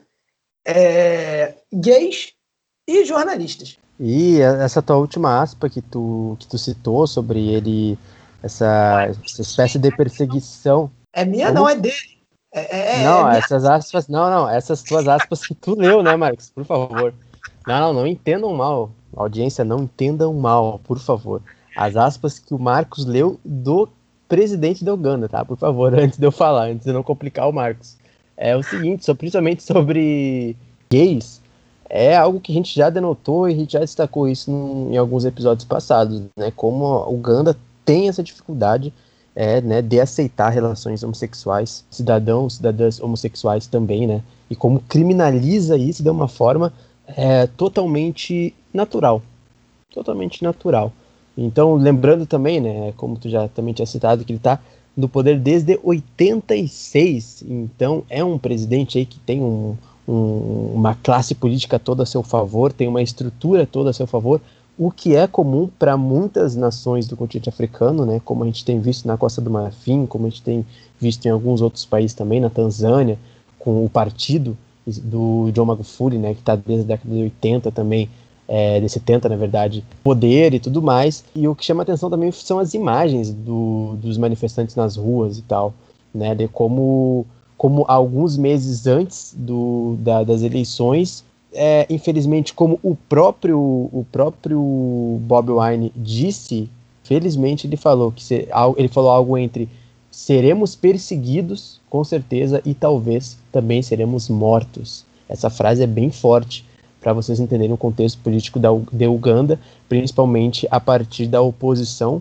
É, gays e jornalistas. E essa tua última aspa que tu, que tu citou sobre ele, essa, essa espécie de perseguição... É minha, Como? Não, é dele. É, é, não, é essas minha... aspas... Não, não, essas tuas aspas que tu leu, né, Marcos? Por favor. Não, não, não entendam mal. Audiência, não entendam mal, por favor. As aspas que o Marcos leu do presidente da Uganda, tá? Por favor, antes de eu falar, antes de não complicar o Marcos. É o seguinte, principalmente sobre gays, é algo que a gente já denotou e a gente já destacou isso no, em alguns episódios passados, né? Como a Uganda tem essa dificuldade é, né, de aceitar relações homossexuais, cidadãos, cidadãs homossexuais também, né? E como criminaliza isso de uma forma é, totalmente natural. Totalmente natural. Então, lembrando também, né, como tu já também tinha citado, que ele está no poder desde oitenta e seis, então é um presidente aí que tem um, um, uma classe política toda a seu favor, tem uma estrutura toda a seu favor, o que é comum para muitas nações do continente africano, né, como a gente tem visto na Costa do Marfim, como a gente tem visto em alguns outros países também, na Tanzânia, com o partido do John Magufuli, né, que está desde a década de oitenta também, É, de setenta, na verdade, poder e tudo mais. E o que chama atenção também são as imagens do, dos manifestantes nas ruas e tal, né, de como, como alguns meses antes do, da, das eleições, é, infelizmente, como o próprio, o próprio Bobi Wine disse, felizmente ele falou, que se, ele falou algo entre seremos perseguidos, com certeza, e talvez também seremos mortos. Essa frase é bem forte, para vocês entenderem o contexto político da, de Uganda, principalmente a partir da oposição,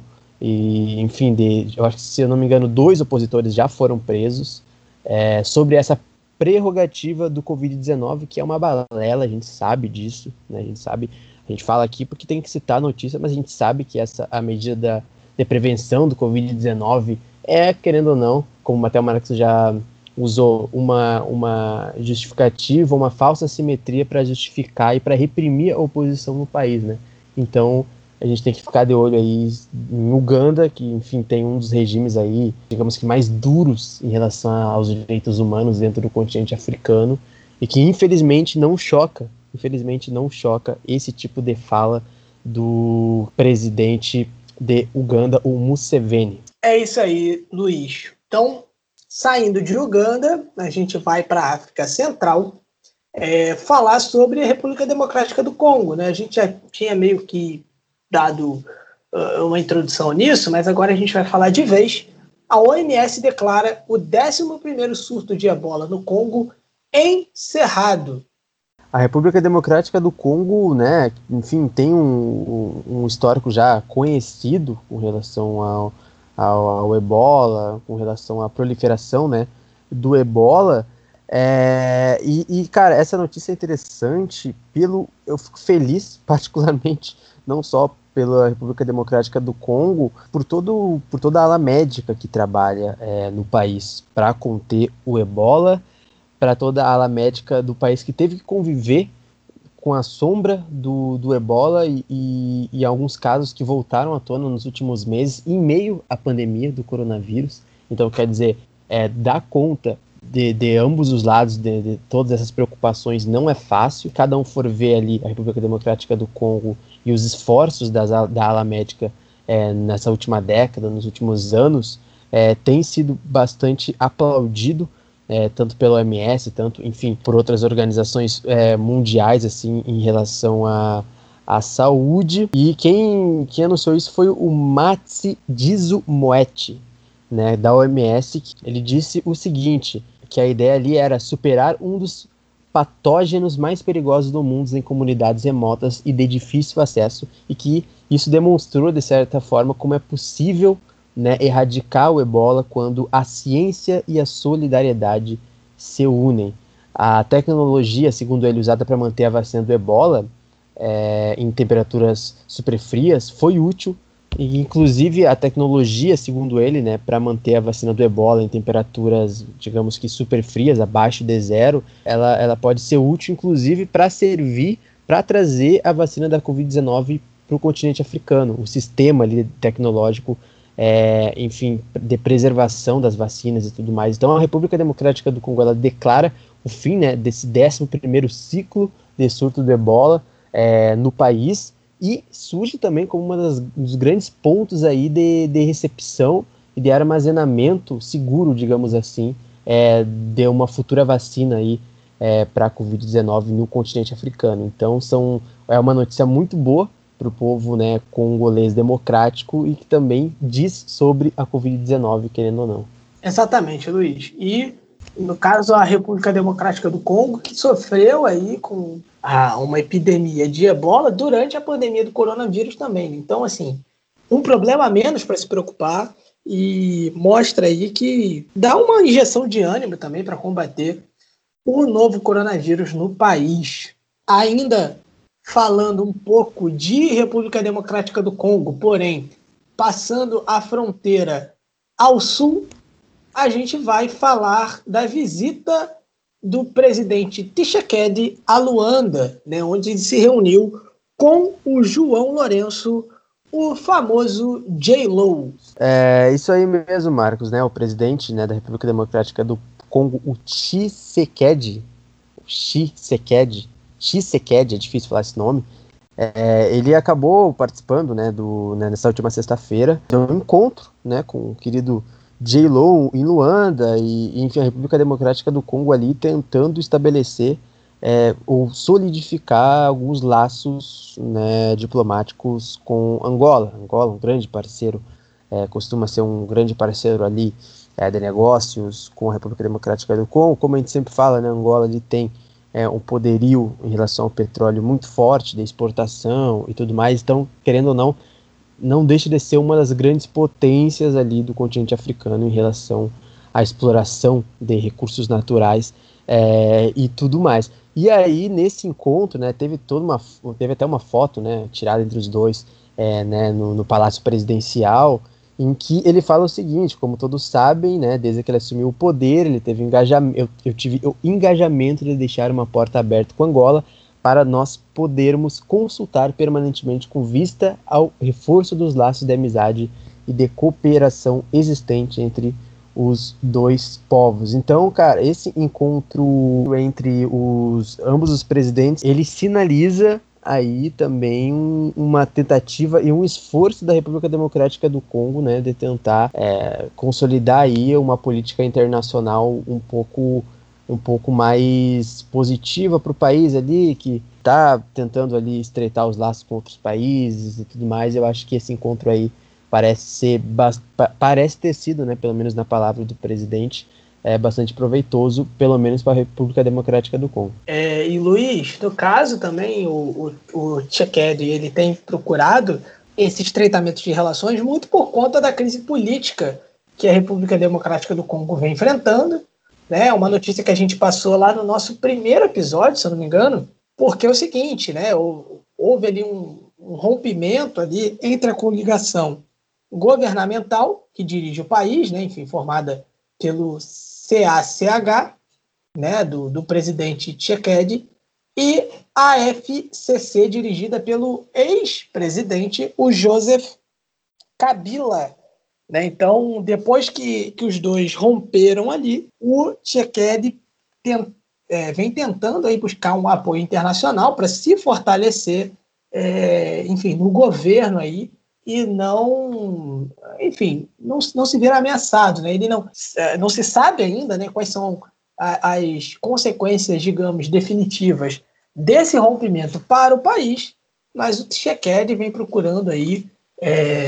e enfim, de, eu acho que, se eu não me engano, dois opositores já foram presos, é, sobre essa prerrogativa do covid dezenove, que é uma balela, a gente sabe disso, né, a gente sabe, a gente fala aqui porque tem que citar a notícia, mas a gente sabe que essa, a medida da, de prevenção do covid dezenove é, querendo ou não, como até o Marcos já usou uma, uma justificativa, uma falsa simetria para justificar e para reprimir a oposição no país, né? Então, a gente tem que ficar de olho aí em Uganda, que, enfim, tem um dos regimes aí, digamos que mais duros em relação aos direitos humanos dentro do continente africano, e que, infelizmente, não choca, infelizmente, não choca esse tipo de fala do presidente de Uganda, o Museveni. É isso aí, Luiz. Então, saindo de Uganda, a gente vai para a África Central, é, falar sobre a República Democrática do Congo, né? A gente já tinha meio que dado uh, uma introdução nisso, mas agora a gente vai falar de vez. A O M S declara o décimo primeiro surto de ebola no Congo encerrado. A República Democrática do Congo, né, enfim, tem um, um histórico já conhecido com relação ao Ao, ao ebola, com relação à proliferação, né, do ebola, É, e, e, cara, essa notícia é interessante pelo... Eu fico feliz, particularmente, não só pela República Democrática do Congo, por, todo, por toda a ala médica que trabalha é, no país para conter o ebola, para toda a ala médica do país que teve que conviver com a sombra do, do ebola e, e, e alguns casos que voltaram à tona nos últimos meses, em meio à pandemia do coronavírus. Então, quer dizer, é, dar conta de, de ambos os lados, de, de todas essas preocupações, não é fácil. Cada um for ver ali a República Democrática do Congo e os esforços das, da ala médica é, nessa última década, nos últimos anos, é, tem sido bastante aplaudido, É, tanto pela O M S, tanto, enfim, por outras organizações é, mundiais, assim, em relação à à saúde. E quem, quem anunciou isso foi o Matshidiso Moeti, né, da O M S. Ele disse o seguinte, que a ideia ali era superar um dos patógenos mais perigosos do mundo em comunidades remotas e de difícil acesso, e que isso demonstrou, de certa forma, como é possível, né, erradicar o ebola quando a ciência e a solidariedade se unem. A tecnologia, segundo ele, usada para manter a vacina do ebola é, em temperaturas super frias foi útil, e inclusive a tecnologia, segundo ele, né, para manter a vacina do ebola em temperaturas, digamos que super frias, abaixo de zero, ela, ela pode ser útil, inclusive, para servir, para trazer a vacina da covid dezenove para o continente africano. O sistema ali tecnológico É, enfim, de preservação das vacinas e tudo mais. Então a República Democrática do Congo, ela declara o fim, né, desse décimo primeiro ciclo de surto do ebola é, no país, e surge também como um dos grandes pontos aí de, de recepção e de armazenamento seguro, digamos assim, é, de uma futura vacina aí é, para a covid dezenove no continente africano. Então são, é uma notícia muito boa para o povo, né, congolês democrático, e que também diz sobre a covid dezenove, querendo ou não. Exatamente, Luiz. E, no caso, a República Democrática do Congo, que sofreu aí com a, uma epidemia de ebola durante a pandemia do coronavírus também. Então, assim, um problema a menos para se preocupar, e mostra aí que dá uma injeção de ânimo também para combater o novo coronavírus no país. Ainda falando um pouco de República Democrática do Congo, porém, passando a fronteira ao sul, a gente vai falar da visita do presidente Tshisekedi a Luanda, né, onde ele se reuniu com o João Lourenço, o famoso J-Lo. É isso aí mesmo, Marcos, né, o presidente, né, da República Democrática do Congo, o Tshisekedi, o Tshisekedi, Tshisekedi, é difícil falar esse nome, é, ele acabou participando, né, do, né, nessa última sexta-feira, de um encontro, né, com o querido J-Lo em Luanda, e, enfim, a República Democrática do Congo ali tentando estabelecer é, ou solidificar alguns laços, né, diplomáticos com Angola. Angola, um grande parceiro, é, costuma ser um grande parceiro ali é, de negócios com a República Democrática do Congo. Como a gente sempre fala, né, Angola ali tem É, um poderio em relação ao petróleo muito forte, de exportação e tudo mais. Então, querendo ou não, não deixa de ser uma das grandes potências ali do continente africano em relação à exploração de recursos naturais é, e tudo mais. E aí, nesse encontro, né, teve toda uma, teve até uma foto, né, tirada entre os dois é, né, no, no Palácio Presidencial, em que ele fala o seguinte: como todos sabem, né, desde que ele assumiu o poder, ele teve engajamento, eu, eu tive o engajamento de deixar uma porta aberta com Angola para nós podermos consultar permanentemente com vista ao reforço dos laços de amizade e de cooperação existente entre os dois povos. Então, cara, esse encontro entre os ambos os presidentes, ele sinaliza aí também um, uma tentativa e um esforço da República Democrática do Congo, né, de tentar é, consolidar aí uma política internacional um pouco, um pouco mais positiva para o país ali, que está tentando ali estreitar os laços com outros países e tudo mais. Eu acho que esse encontro aí parece ser, parece ter sido, né, pelo menos na palavra do presidente, é bastante proveitoso, pelo menos para a República Democrática do Congo. É, e Luiz, no caso também, o, o, o Tshisekedi, ele tem procurado esse estreitamento de relações muito por conta da crise política que a República Democrática do Congo vem enfrentando, né? Uma notícia que a gente passou lá no nosso primeiro episódio, se eu não me engano, porque é o seguinte, né? Houve ali um, um rompimento ali entre a coligação governamental, que dirige o país, né? Enfim, formada pelo C A C H, né? do, do presidente Tshisekedi, e a F C C, dirigida pelo ex-presidente, o Joseph Kabila. Né? Então, depois que, que os dois romperam ali, o Tshisekedi tent, é, vem tentando aí buscar um apoio internacional para se fortalecer, é, enfim, no governo aí, e não, enfim, não, não se ver ameaçado. Né? Ele não, não se sabe ainda, né, quais são as consequências, digamos, definitivas desse rompimento para o país, mas o Tshisekedi vem procurando aí é,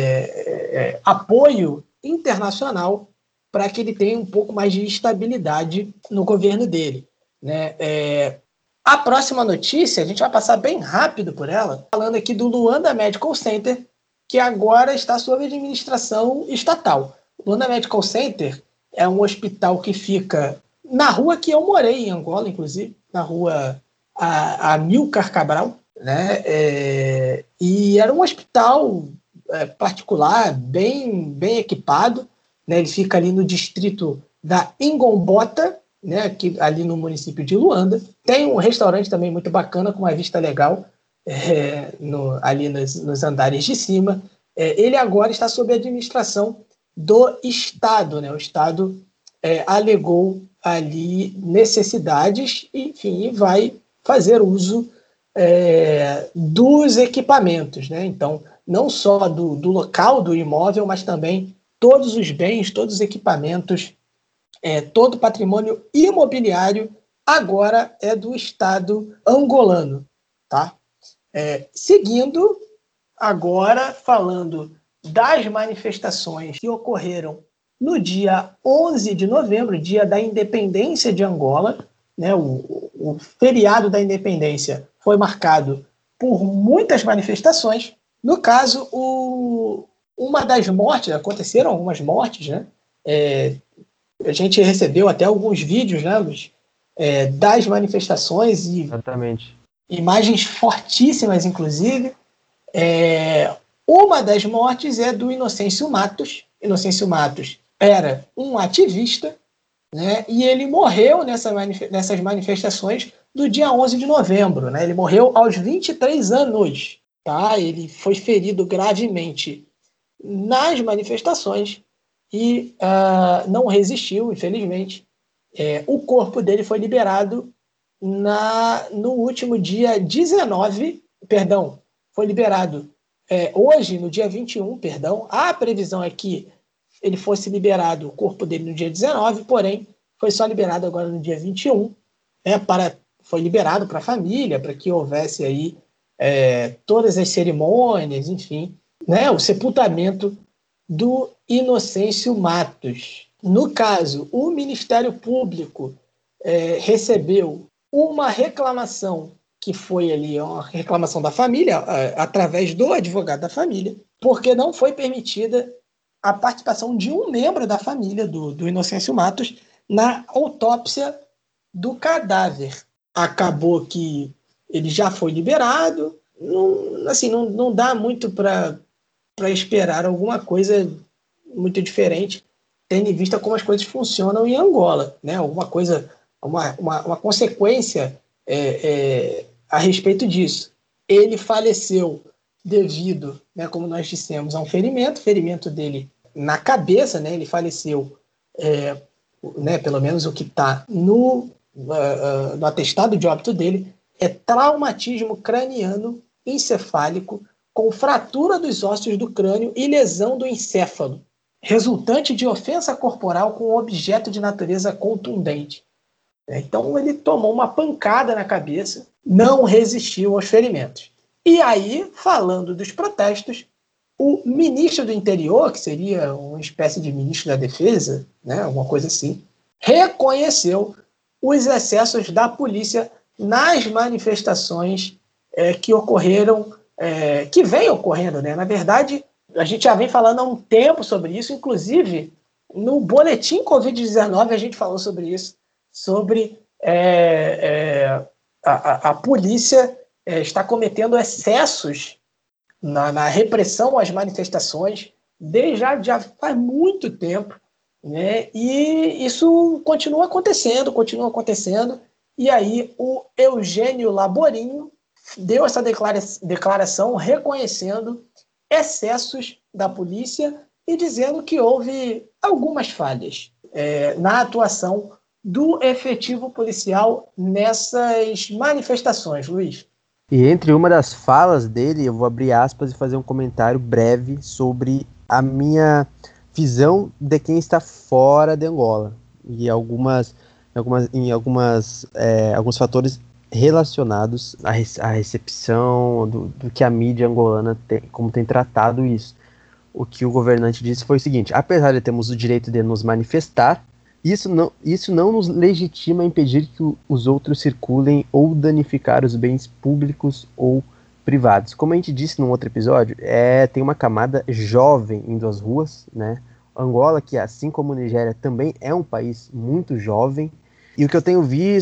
é, apoio internacional para que ele tenha um pouco mais de estabilidade no governo dele. Né? É, a próxima notícia, a gente vai passar bem rápido por ela, falando aqui do Luanda Medical Center, que agora está sob administração estatal. O Luanda Medical Center é um hospital que fica na rua que eu morei em Angola, inclusive, na rua Amílcar Cabral, né? É, e era um hospital é, particular, bem, bem equipado, né? Ele fica ali no distrito da Ingombota, né? Aqui, ali no município de Luanda. Tem um restaurante também muito bacana, com uma vista legal, é, no, ali nos, nos andares de cima. É, ele agora está sob a administração do Estado, né? O Estado é, alegou ali necessidades, enfim, e vai fazer uso é, dos equipamentos, né? Então, não só do, do local do imóvel, mas também todos os bens, todos os equipamentos, é, todo o patrimônio imobiliário agora é do Estado angolano, tá? É, seguindo, agora falando das manifestações que ocorreram no dia onze de novembro, dia da independência de Angola, né, o, o feriado da independência foi marcado por muitas manifestações. No caso, o, uma das mortes, aconteceram algumas mortes, né? É, a gente recebeu até alguns vídeos, né, Luiz, é, das manifestações e Exatamente. Imagens fortíssimas, inclusive. É, uma das mortes é do Inocêncio Matos. Inocêncio Matos era um ativista, né, e ele morreu nessa manif- nessas manifestações do dia onze de novembro. Né, ele morreu aos vinte e três anos. Tá? Ele foi ferido gravemente nas manifestações e uh, não resistiu, infelizmente. É, o corpo dele foi liberado na, no último dia dezenove, perdão, foi liberado é, hoje, no dia vinte e um, perdão. A previsão é que ele fosse liberado, o corpo dele, no dia dezenove, porém, foi só liberado agora no dia vinte e um, né, para, foi liberado para a família, para que houvesse aí é, todas as cerimônias, enfim, né, o sepultamento do Inocêncio Matos. No caso, o Ministério Público é, recebeu uma reclamação, que foi ali uma reclamação da família, através do advogado da família, porque não foi permitida a participação de um membro da família do, do Inocêncio Matos na autópsia do cadáver. Acabou que ele já foi liberado, não, assim, não, não dá muito para para esperar alguma coisa muito diferente, tendo em vista como as coisas funcionam em Angola, né? Alguma coisa, uma, uma, uma consequência é, é, a respeito disso. Ele faleceu devido, né, como nós dissemos, a um ferimento, ferimento dele na cabeça, né? Ele faleceu, é, né, pelo menos o que está no, uh, no atestado de óbito dele, é traumatismo craniano encefálico com fratura dos ossos do crânio e lesão do encéfalo, resultante de ofensa corporal com objeto de natureza contundente. Então ele tomou uma pancada na cabeça, não resistiu aos ferimentos. E aí, falando dos protestos, o ministro do Interior, que seria uma espécie de ministro da Defesa, né, alguma coisa assim, reconheceu os excessos da polícia nas manifestações é, que ocorreram, é, que vem ocorrendo, né? Na verdade, a gente já vem falando há um tempo sobre isso, inclusive no boletim covid dezenove a gente falou sobre isso, sobre é, é, a, a polícia é, está cometendo excessos na, na repressão às manifestações desde já, já faz muito tempo, né? E isso continua acontecendo, continua acontecendo. E aí o Eugênio Laborinho deu essa declara- declaração reconhecendo excessos da polícia e dizendo que houve algumas falhas é, na atuação do efetivo policial nessas manifestações, Luiz. E entre uma das falas dele, eu vou abrir aspas e fazer um comentário breve sobre a minha visão de quem está fora de Angola e algumas, algumas, em algumas, é, alguns fatores relacionados à, rece- à recepção do, do que a mídia angolana tem, como tem tratado isso. O que o governante disse foi o seguinte: apesar de termos o direito de nos manifestar, isso não, isso não nos legitima a impedir que o, os outros circulem ou danificar os bens públicos ou privados. Como a gente disse num outro episódio, é, tem uma camada jovem indo às ruas, né? Angola, que assim como a Nigéria, também é um país muito jovem. E o que eu tenho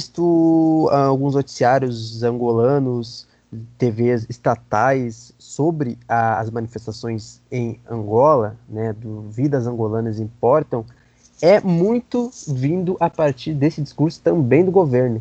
visto, alguns noticiários angolanos, T Vs estatais, sobre a, as manifestações em Angola, né, do Vidas Angolanas Importam, é muito vindo a partir desse discurso também do governo,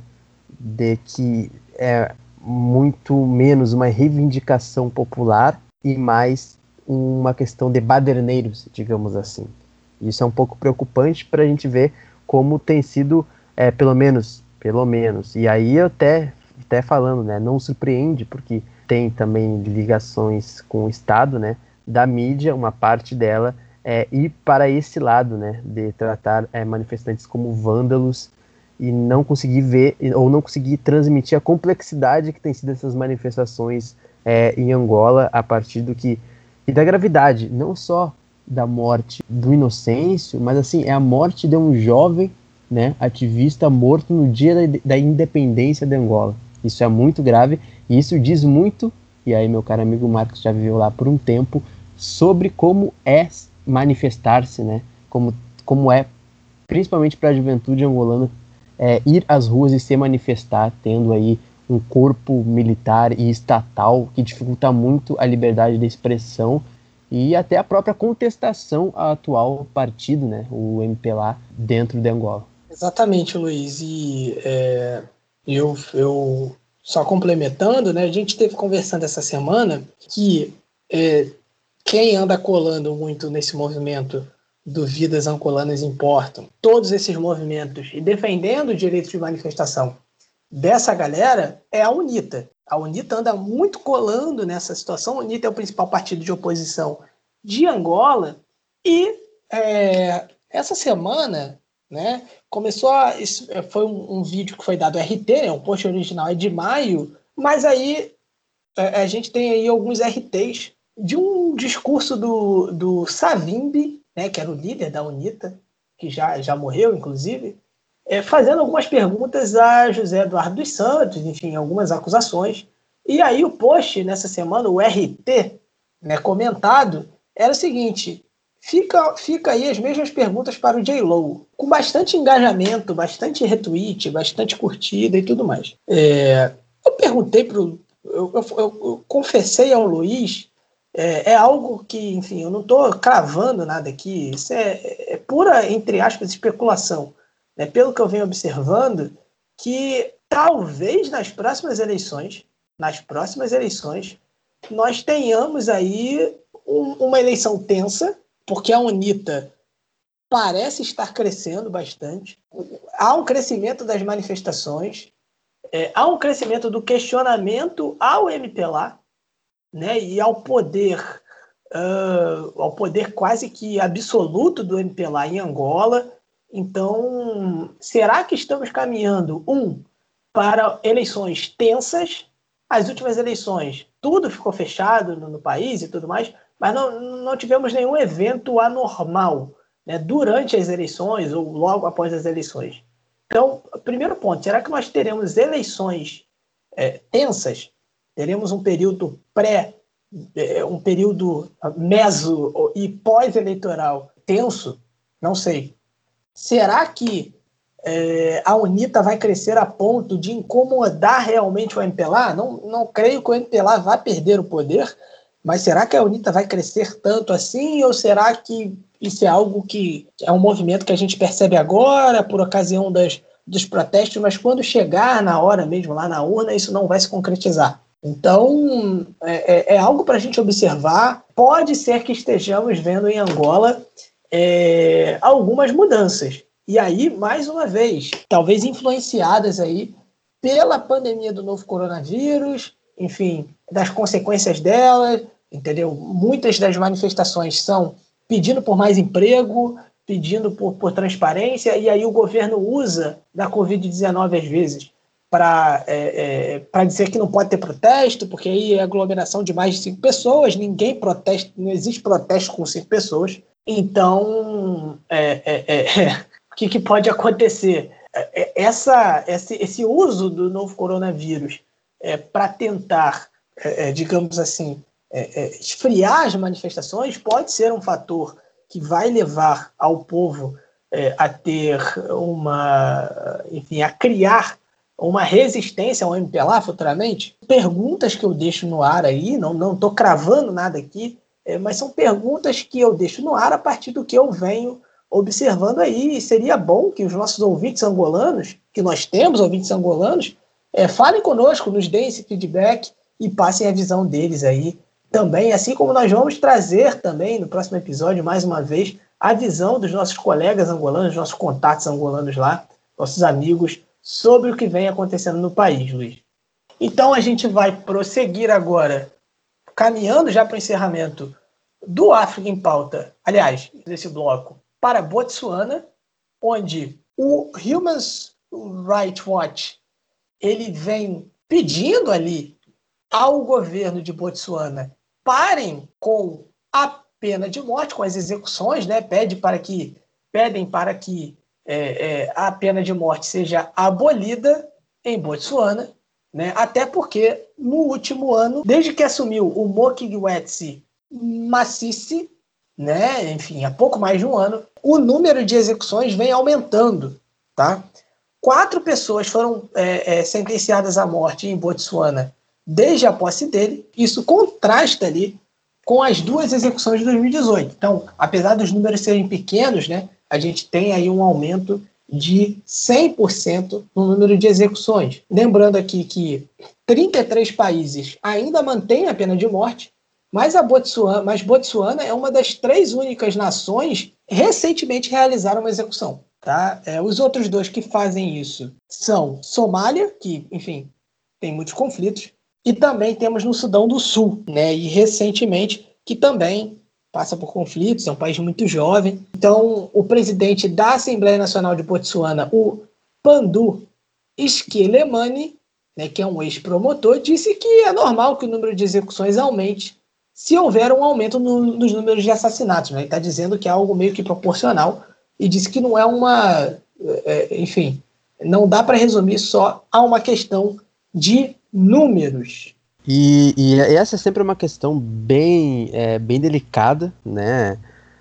de que é muito menos uma reivindicação popular e mais uma questão de baderneiros, digamos assim. Isso é um pouco preocupante para a gente ver como tem sido, é, pelo menos, pelo menos, e aí eu até, até falando, né, não surpreende, porque tem também ligações com o Estado, né, da mídia, uma parte dela, é, ir para esse lado, né, de tratar é, manifestantes como vândalos e não conseguir ver, ou não conseguir transmitir a complexidade que tem sido essas manifestações é, em Angola, a partir do que, e da gravidade, não só da morte do Inocêncio, mas assim, é a morte de um jovem, né, ativista morto no dia da, da independência de Angola. Isso é muito grave, e isso diz muito, e aí meu caro amigo Marcos já viveu lá por um tempo, sobre como é manifestar-se, né, como, como é, principalmente para a juventude angolana, é, ir às ruas e se manifestar, tendo aí um corpo militar e estatal que dificulta muito a liberdade de expressão e até a própria contestação ao atual partido, né, o M P L A, dentro de Angola. Exatamente, Luiz. E é, eu, eu só complementando, né, a gente esteve conversando essa semana que é, quem anda colando muito nesse movimento do Vidas Angolanas Importam, todos esses movimentos e defendendo o direito de manifestação dessa galera é a UNITA. A UNITA anda muito colando nessa situação. A UNITA é o principal partido de oposição de Angola e é, essa semana, né, começou a... Isso foi um, um vídeo que foi dado R T, né, um post original é de maio, mas aí a, a gente tem aí alguns R Ts de um discurso do, do Savimbi, né, que era o líder da UNITA, que já, já morreu, inclusive, é, fazendo algumas perguntas a José Eduardo dos Santos, enfim, algumas acusações. E aí o post, nessa semana, o R T, né, comentado, era o seguinte: fica, fica aí as mesmas perguntas para o J-Lo, com bastante engajamento, bastante retweet, bastante curtida e tudo mais. É, eu perguntei para o... Eu, eu, eu confessei ao Luiz, é, é algo que, enfim, eu não estou cravando nada aqui, isso é, é pura, entre aspas, especulação. Né, pelo que eu venho observando, que talvez nas próximas eleições, nas próximas eleições, nós tenhamos aí um, uma eleição tensa, porque a UNITA parece estar crescendo bastante, há um crescimento das manifestações, é, há um crescimento do questionamento ao M P L A, né, e ao poder, uh, ao poder quase que absoluto do M P L A em Angola. Então, será que estamos caminhando, um, para eleições tensas? As últimas eleições, tudo ficou fechado no, no país e tudo mais, mas não, não tivemos nenhum evento anormal, né, durante as eleições ou logo após as eleições. Então, primeiro ponto, será que nós teremos eleições é, tensas? Teremos um período pré, é, um período meso e pós-eleitoral tenso? Não sei. Será que é, a UNITA vai crescer a ponto de incomodar realmente o M P L A? Não, não creio que o M P L A vá perder o poder, mas será que a UNITA vai crescer tanto assim, ou será que isso é algo que é um movimento que a gente percebe agora, por ocasião das, dos protestos, mas quando chegar na hora mesmo, lá na urna, isso não vai se concretizar? Então, é, é algo para a gente observar. Pode ser que estejamos vendo em Angola é, algumas mudanças. E aí, mais uma vez, talvez influenciadas aí pela pandemia do novo coronavírus, enfim, das consequências dela, entendeu? Muitas das manifestações são pedindo por mais emprego, pedindo por, por transparência, e aí o governo usa da covid dezenove às vezes para é, é, dizer que não pode ter protesto, porque aí é aglomeração de mais de cinco pessoas, ninguém protesta, não existe protesto com cinco pessoas. Então, é, é, é, o que, que pode acontecer? Essa, esse, esse uso do novo coronavírus é, para tentar, é, digamos assim, é, é, esfriar as manifestações pode ser um fator que vai levar ao povo é, a ter uma, enfim, a criar uma resistência ao M P L A futuramente. Perguntas que eu deixo no ar aí, não não estou cravando nada aqui, é, mas são perguntas que eu deixo no ar a partir do que eu venho observando aí. E seria bom que os nossos ouvintes angolanos, que nós temos ouvintes angolanos, é, falem conosco, nos deem esse feedback e passem a visão deles aí também, assim como nós vamos trazer também no próximo episódio, mais uma vez, a visão dos nossos colegas angolanos, nossos contatos angolanos lá, nossos amigos, sobre o que vem acontecendo no país, Luiz. Então a gente vai prosseguir agora, caminhando já para o encerramento do África em Pauta, aliás, desse bloco, para Botsuana, onde o Human Rights Watch ele vem pedindo ali ao governo de Botsuana parem com a pena de morte, com as execuções, né? Pede para que, pedem para que É, é, a pena de morte seja abolida em Botsuana, né? Até porque no último ano, desde que assumiu o Mokgweetsi Masisi, né? Enfim, há pouco mais de um ano, o número de execuções vem aumentando, tá? Quatro pessoas foram é, é, sentenciadas à morte em Botsuana desde a posse dele. Isso contrasta ali com as duas execuções de dois mil e dezoito. Então, apesar dos números serem pequenos, né? A gente tem aí um aumento de cem por cento no número de execuções. Lembrando aqui que trinta e três países ainda mantêm a pena de morte, mas, a Botsuana, mas Botsuana é uma das três únicas nações recentemente realizaram uma execução. Tá? É, os outros dois que fazem isso são Somália, que, enfim, tem muitos conflitos, e também temos no Sudão do Sul, né? E recentemente, que também passa por conflitos, é um país muito jovem. Então, o presidente da Assembleia Nacional de Botsuana, o Pandu Esquelemani, né, que é um ex-promotor, disse que é normal que o número de execuções aumente se houver um aumento no, nos números de assassinatos. Né? Ele está dizendo que é algo meio que proporcional e disse que não é uma... É, enfim, não dá para resumir só a uma questão de números. E, e essa é sempre uma questão bem, é, bem delicada, né?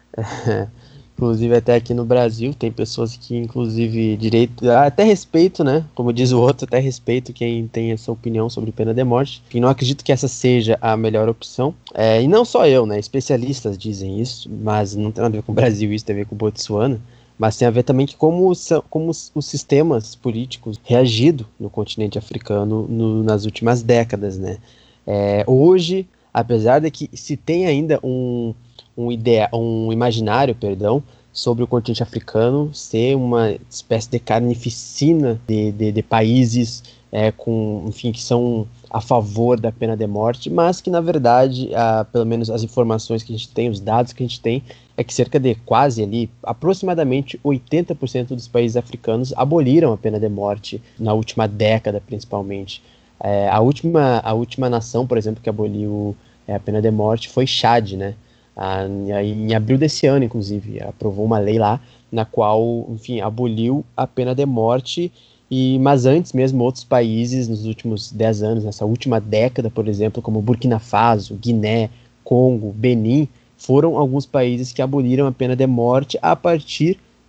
É, inclusive até aqui no Brasil tem pessoas que, inclusive, direito, até respeito, né? Como diz o outro, até respeito quem tem essa opinião sobre pena de morte. E não acredito que essa seja a melhor opção. É, e não só eu, né? Especialistas dizem isso, mas não tem nada a ver com o Brasil, isso tem a ver com o Botsuana. Mas tem a ver também que como, como os, os sistemas políticos reagido no continente africano no, nas últimas décadas, né? É, hoje, apesar de que se tem ainda um, um, idea, um imaginário, perdão, sobre o continente africano ser uma espécie de carnificina de, de, de países é, com, enfim, que são a favor da pena de morte, mas que na verdade, a, pelo menos as informações que a gente tem, os dados que a gente tem, é que cerca de quase ali, aproximadamente oitenta por cento dos países africanos aboliram a pena de morte na última década, principalmente. É, a, última, a última nação, por exemplo, que aboliu é, a pena de morte foi Chad, né? A, em abril desse ano, inclusive, aprovou uma lei lá na qual, enfim, aboliu a pena de morte, e, mas antes mesmo outros países, nos últimos dez anos, nessa última década, por exemplo, como Burkina Faso, Guiné, Congo, Benin, foram alguns países que aboliram a pena de morte a partir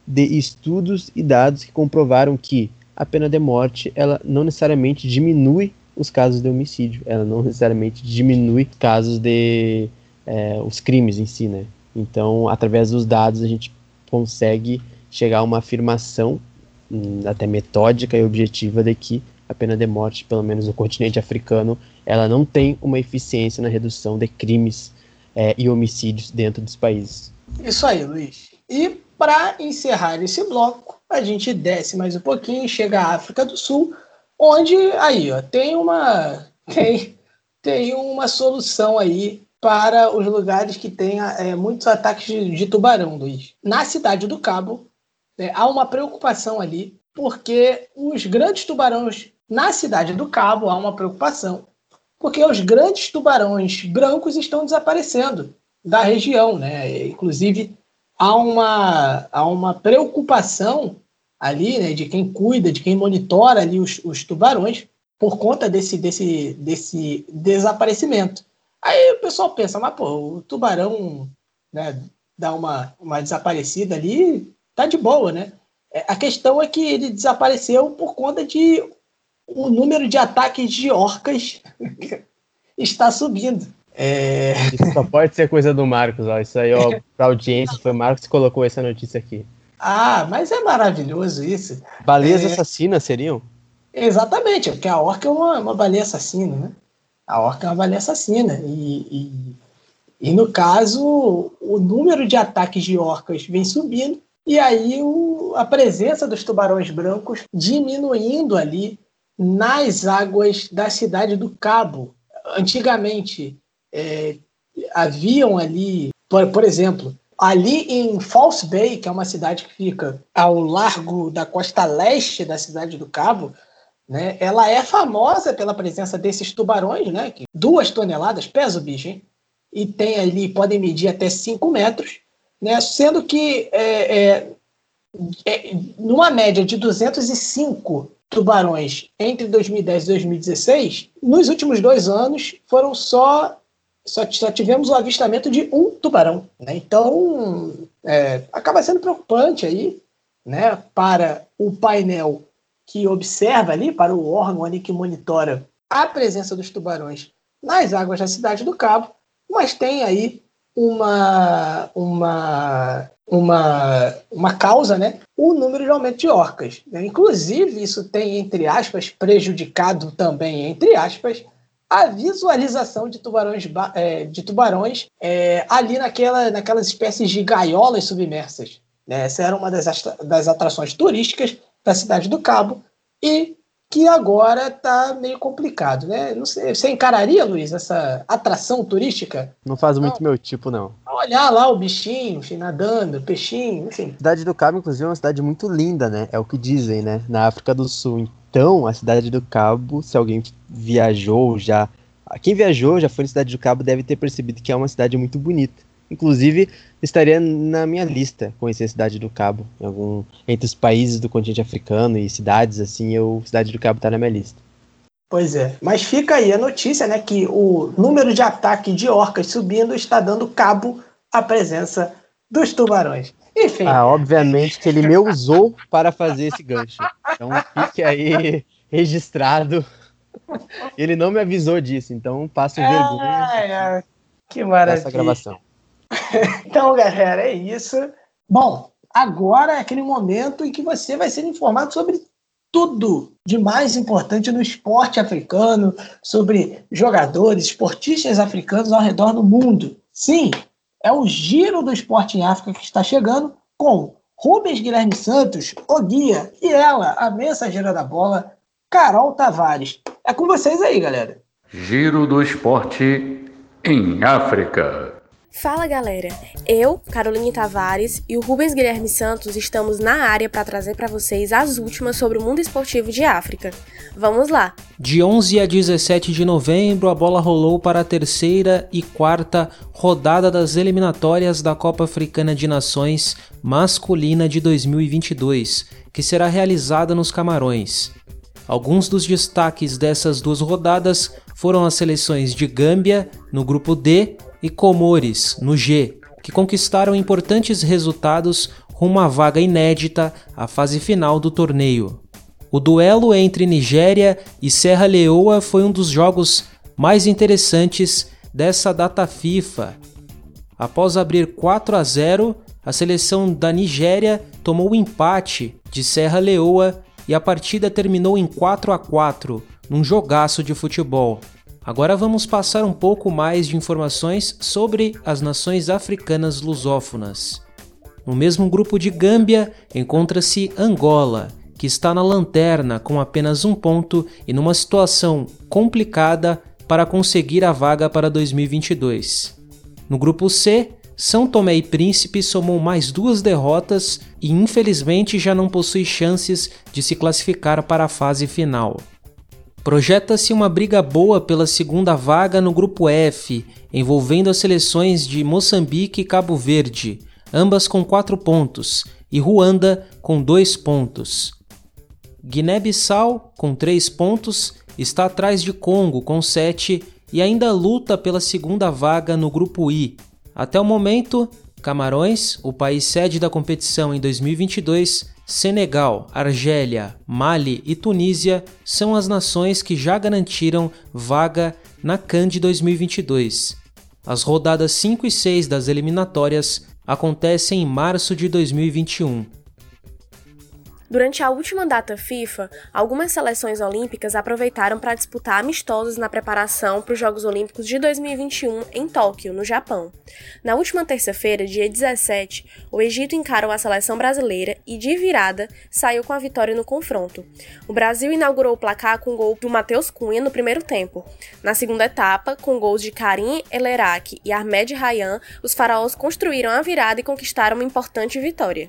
de estudos e dados que comprovaram que a pena de morte, ela não necessariamente diminui os casos de homicídio, ela não necessariamente diminui casos de é, os crimes em si, né? Então, através dos dados, a gente consegue chegar a uma afirmação hum, até metódica e objetiva de que a pena de morte, pelo menos no continente africano, ela não tem uma eficiência na redução de crimes é, e homicídios dentro dos países. Isso aí, Luiz. E para encerrar esse bloco, a gente desce mais um pouquinho e chega à África do Sul, onde aí ó, tem, uma, tem, tem uma solução aí para os lugares que têm é, muitos ataques de, de tubarão, Luiz. Na cidade do Cabo, né, há uma preocupação ali, porque os grandes tubarões, na cidade do Cabo, há uma preocupação, porque os grandes tubarões brancos estão desaparecendo da região, né? Inclusive, há uma, há uma preocupação ali, né, de quem cuida, de quem monitora ali os, os tubarões, por conta desse, desse, desse desaparecimento. Aí o pessoal pensa, mas pô, o tubarão, né, dá uma, uma desaparecida ali, tá de boa, né? A questão é que ele desapareceu por conta de o número de ataques de orcas está subindo. É... Isso só pode ser coisa do Marcos, ó. Isso aí, ó, pra audiência, foi o Marcos que colocou essa notícia aqui. Ah, mas é maravilhoso isso. Baleias é... assassinas seriam? Exatamente, porque a orca é uma, uma baleia assassina, né? A orca é uma baleia assassina. E, e, e, no caso, o número de ataques de orcas vem subindo, e aí o, a presença dos tubarões brancos diminuindo ali nas águas da cidade do Cabo. Antigamente, é, haviam ali, por, por exemplo, ali em False Bay, que é uma cidade que fica ao largo da costa leste da cidade do Cabo, né, ela é famosa pela presença desses tubarões, né, que duas toneladas, pesa o bicho, hein? E tem ali, podem medir até cinco metros, né, sendo que é, é, é, numa média de duzentos e cinco tubarões entre dois mil e dez e dois mil e dezesseis, nos últimos dois anos foram só, só, só tivemos o avistamento de um tubarão, né? Então é, acaba sendo preocupante aí, né, para o painel que observa ali, para o órgão ali que monitora a presença dos tubarões nas águas da cidade do Cabo, mas tem aí uma, uma, uma, uma causa, né? O número de aumento de orcas. Inclusive, isso tem, entre aspas, prejudicado também, entre aspas, a visualização de tubarões, é, de tubarões é, ali naquela, naquelas espécies de gaiolas submersas. Né? Essa era uma das, das atrações turísticas da cidade do Cabo e que agora está meio complicado, né? Não sei, você encararia, Luiz, essa atração turística? Não faz muito não. Meu tipo, não. Olhar lá o bichinho, enfim, nadando, peixinho, enfim. A cidade do Cabo, inclusive, é uma cidade muito linda, né? É o que dizem, né? Na África do Sul. Então, a cidade do Cabo, se alguém viajou já... Quem viajou, já foi na cidade do Cabo, deve ter percebido que é uma cidade muito bonita. Inclusive, estaria na minha lista conhecer a cidade do Cabo. Em algum, entre os países do continente africano e cidades, assim, eu, a cidade do Cabo está na minha lista. Pois é. Mas fica aí a notícia, né, que o número de ataque de orcas subindo está dando cabo à presença dos tubarões. Enfim. Ah, obviamente que ele me usou para fazer esse gancho. Então fique aí registrado. Ele não me avisou disso, então passo vergonha. Ai, ai, que maravilha. Essa gravação. Então, galera, é isso. Bom, agora é aquele momento em que você vai ser informado sobre tudo de mais importante no esporte africano, sobre jogadores, esportistas africanos ao redor do mundo. Sim, é o Giro do Esporte em África que está chegando com Rubens Guilherme Santos, o guia, e ela, a mensageira da bola, Carol Tavares. É com vocês aí, galera. Giro do Esporte em África. Fala, galera! Eu, Caroline Tavares e o Rubens Guilherme Santos estamos na área para trazer para vocês as últimas sobre o mundo esportivo de África. Vamos lá! De onze a dezessete de novembro, a bola rolou para a terceira e quarta rodada das eliminatórias da Copa Africana de Nações masculina de dois mil e vinte e dois, que será realizada nos Camarões. Alguns dos destaques dessas duas rodadas foram as seleções de Gâmbia, no grupo D, e Comores, no G, que conquistaram importantes resultados rumo à vaga inédita à fase final do torneio. O duelo entre Nigéria e Serra Leoa foi um dos jogos mais interessantes dessa data FIFA. Após abrir quatro a zero, a seleção da Nigéria tomou o empate de Serra Leoa e a partida terminou em quatro a quatro, num jogaço de futebol. Agora vamos passar um pouco mais de informações sobre as nações africanas lusófonas. No mesmo grupo de Gâmbia encontra-se Angola, que está na lanterna com apenas um ponto e numa situação complicada para conseguir a vaga para dois mil e vinte e dois. No grupo C, São Tomé e Príncipe somou mais duas derrotas e infelizmente já não possui chances de se classificar para a fase final. Projeta-se uma briga boa pela segunda vaga no grupo F, envolvendo as seleções de Moçambique e Cabo Verde, ambas com quatro pontos, e Ruanda com dois pontos. Guiné-Bissau, com três pontos, está atrás de Congo com sete e ainda luta pela segunda vaga no grupo I. Até o momento, Camarões, o país sede da competição em dois mil e vinte e dois, Senegal, Argélia, Mali e Tunísia são as nações que já garantiram vaga na CAN de dois mil e vinte e dois. As rodadas cinco e seis das eliminatórias acontecem em março de dois mil e vinte e um. Durante a última data FIFA, algumas seleções olímpicas aproveitaram para disputar amistosos na preparação para os Jogos Olímpicos de dois mil e vinte e um em Tóquio, no Japão. Na última terça-feira, dia dezessete, o Egito encarou a seleção brasileira e, de virada, saiu com a vitória no confronto. O Brasil inaugurou o placar com gol do Matheus Cunha no primeiro tempo. Na segunda etapa, com gols de Karim El-Erraqui e Ahmed Rayyan, os faraós construíram a virada e conquistaram uma importante vitória.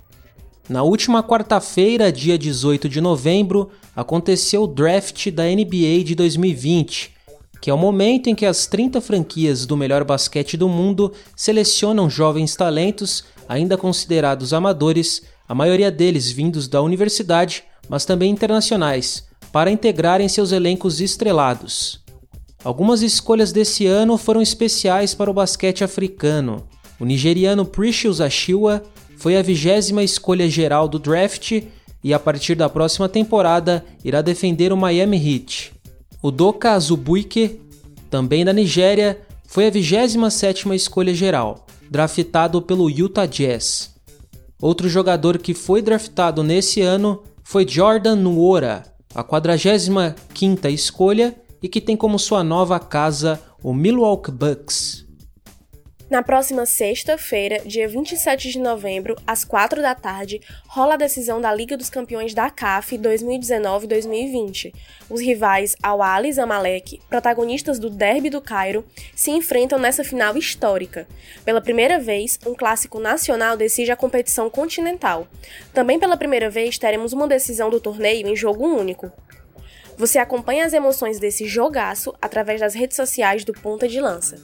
Na última quarta-feira, dia dezoito de novembro, aconteceu o draft da N B A de dois mil e vinte, que é o momento em que as trinta franquias do melhor basquete do mundo selecionam jovens talentos, ainda considerados amadores, a maioria deles vindos da universidade, mas também internacionais, para integrarem seus elencos estrelados. Algumas escolhas desse ano foram especiais para o basquete africano. O nigeriano Precious Achiuwa foi a vigésima escolha geral do draft e, a partir da próxima temporada, irá defender o Miami Heat. O Doka Azubuike, também da Nigéria, foi a vigésima sétima escolha geral, draftado pelo Utah Jazz. Outro jogador que foi draftado nesse ano foi Jordan Nwora, a quadragésima quinta escolha e que tem como sua nova casa o Milwaukee Bucks. Na próxima sexta-feira, dia vinte e sete de novembro, às quatro da tarde, rola a decisão da Liga dos Campeões da C A F dois mil e dezenove dois mil e vinte. Os rivais Al-Ahly e Zamalek, protagonistas do Derby do Cairo, se enfrentam nessa final histórica. Pela primeira vez, um clássico nacional decide a competição continental. Também pela primeira vez, teremos uma decisão do torneio em jogo único. Você acompanha as emoções desse jogaço através das redes sociais do Ponta de Lança.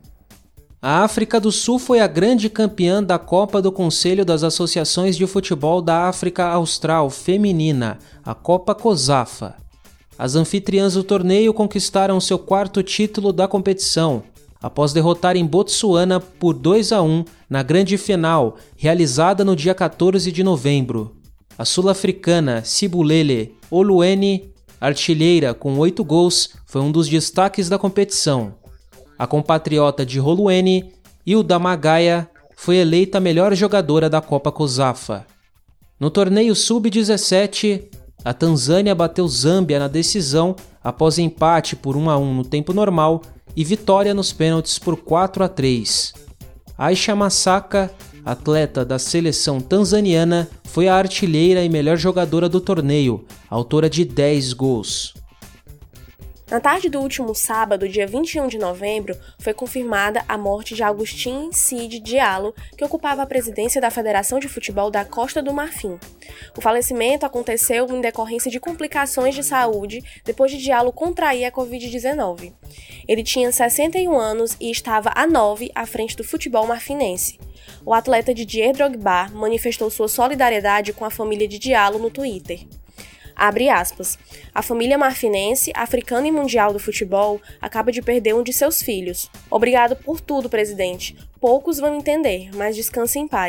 A África do Sul foi a grande campeã da Copa do Conselho das Associações de Futebol da África Austral Feminina, a Copa COSAFA. As anfitriãs do torneio conquistaram seu quarto título da competição, após derrotarem Botsuana por dois a um na grande final, realizada no dia quatorze de novembro. A sul-africana Sibulele Olueni, artilheira com oito gols, foi um dos destaques da competição. A compatriota de Olueni, Hilda Magaia, foi eleita a melhor jogadora da Copa COSAFA. No torneio sub dezessete, a Tanzânia bateu Zâmbia na decisão após empate por um a um no tempo normal e vitória nos pênaltis por quatro a três. Aisha Masaka, atleta da seleção tanzaniana, foi a artilheira e melhor jogadora do torneio, autora de dez gols. Na tarde do último sábado, dia vinte e um de novembro, foi confirmada a morte de Agustin Cid Diallo, que ocupava a presidência da Federação de Futebol da Costa do Marfim. O falecimento aconteceu em decorrência de complicações de saúde depois de Diallo contrair a covid dezenove. Ele tinha sessenta e um anos e estava há nove à frente do futebol marfinense. O atleta Didier Drogba manifestou sua solidariedade com a família de Diallo no Twitter. Abre aspas. A família marfinense, africana e mundial do futebol, acaba de perder um de seus filhos. Obrigado por tudo, presidente. Poucos vão entender, mas descanse em paz.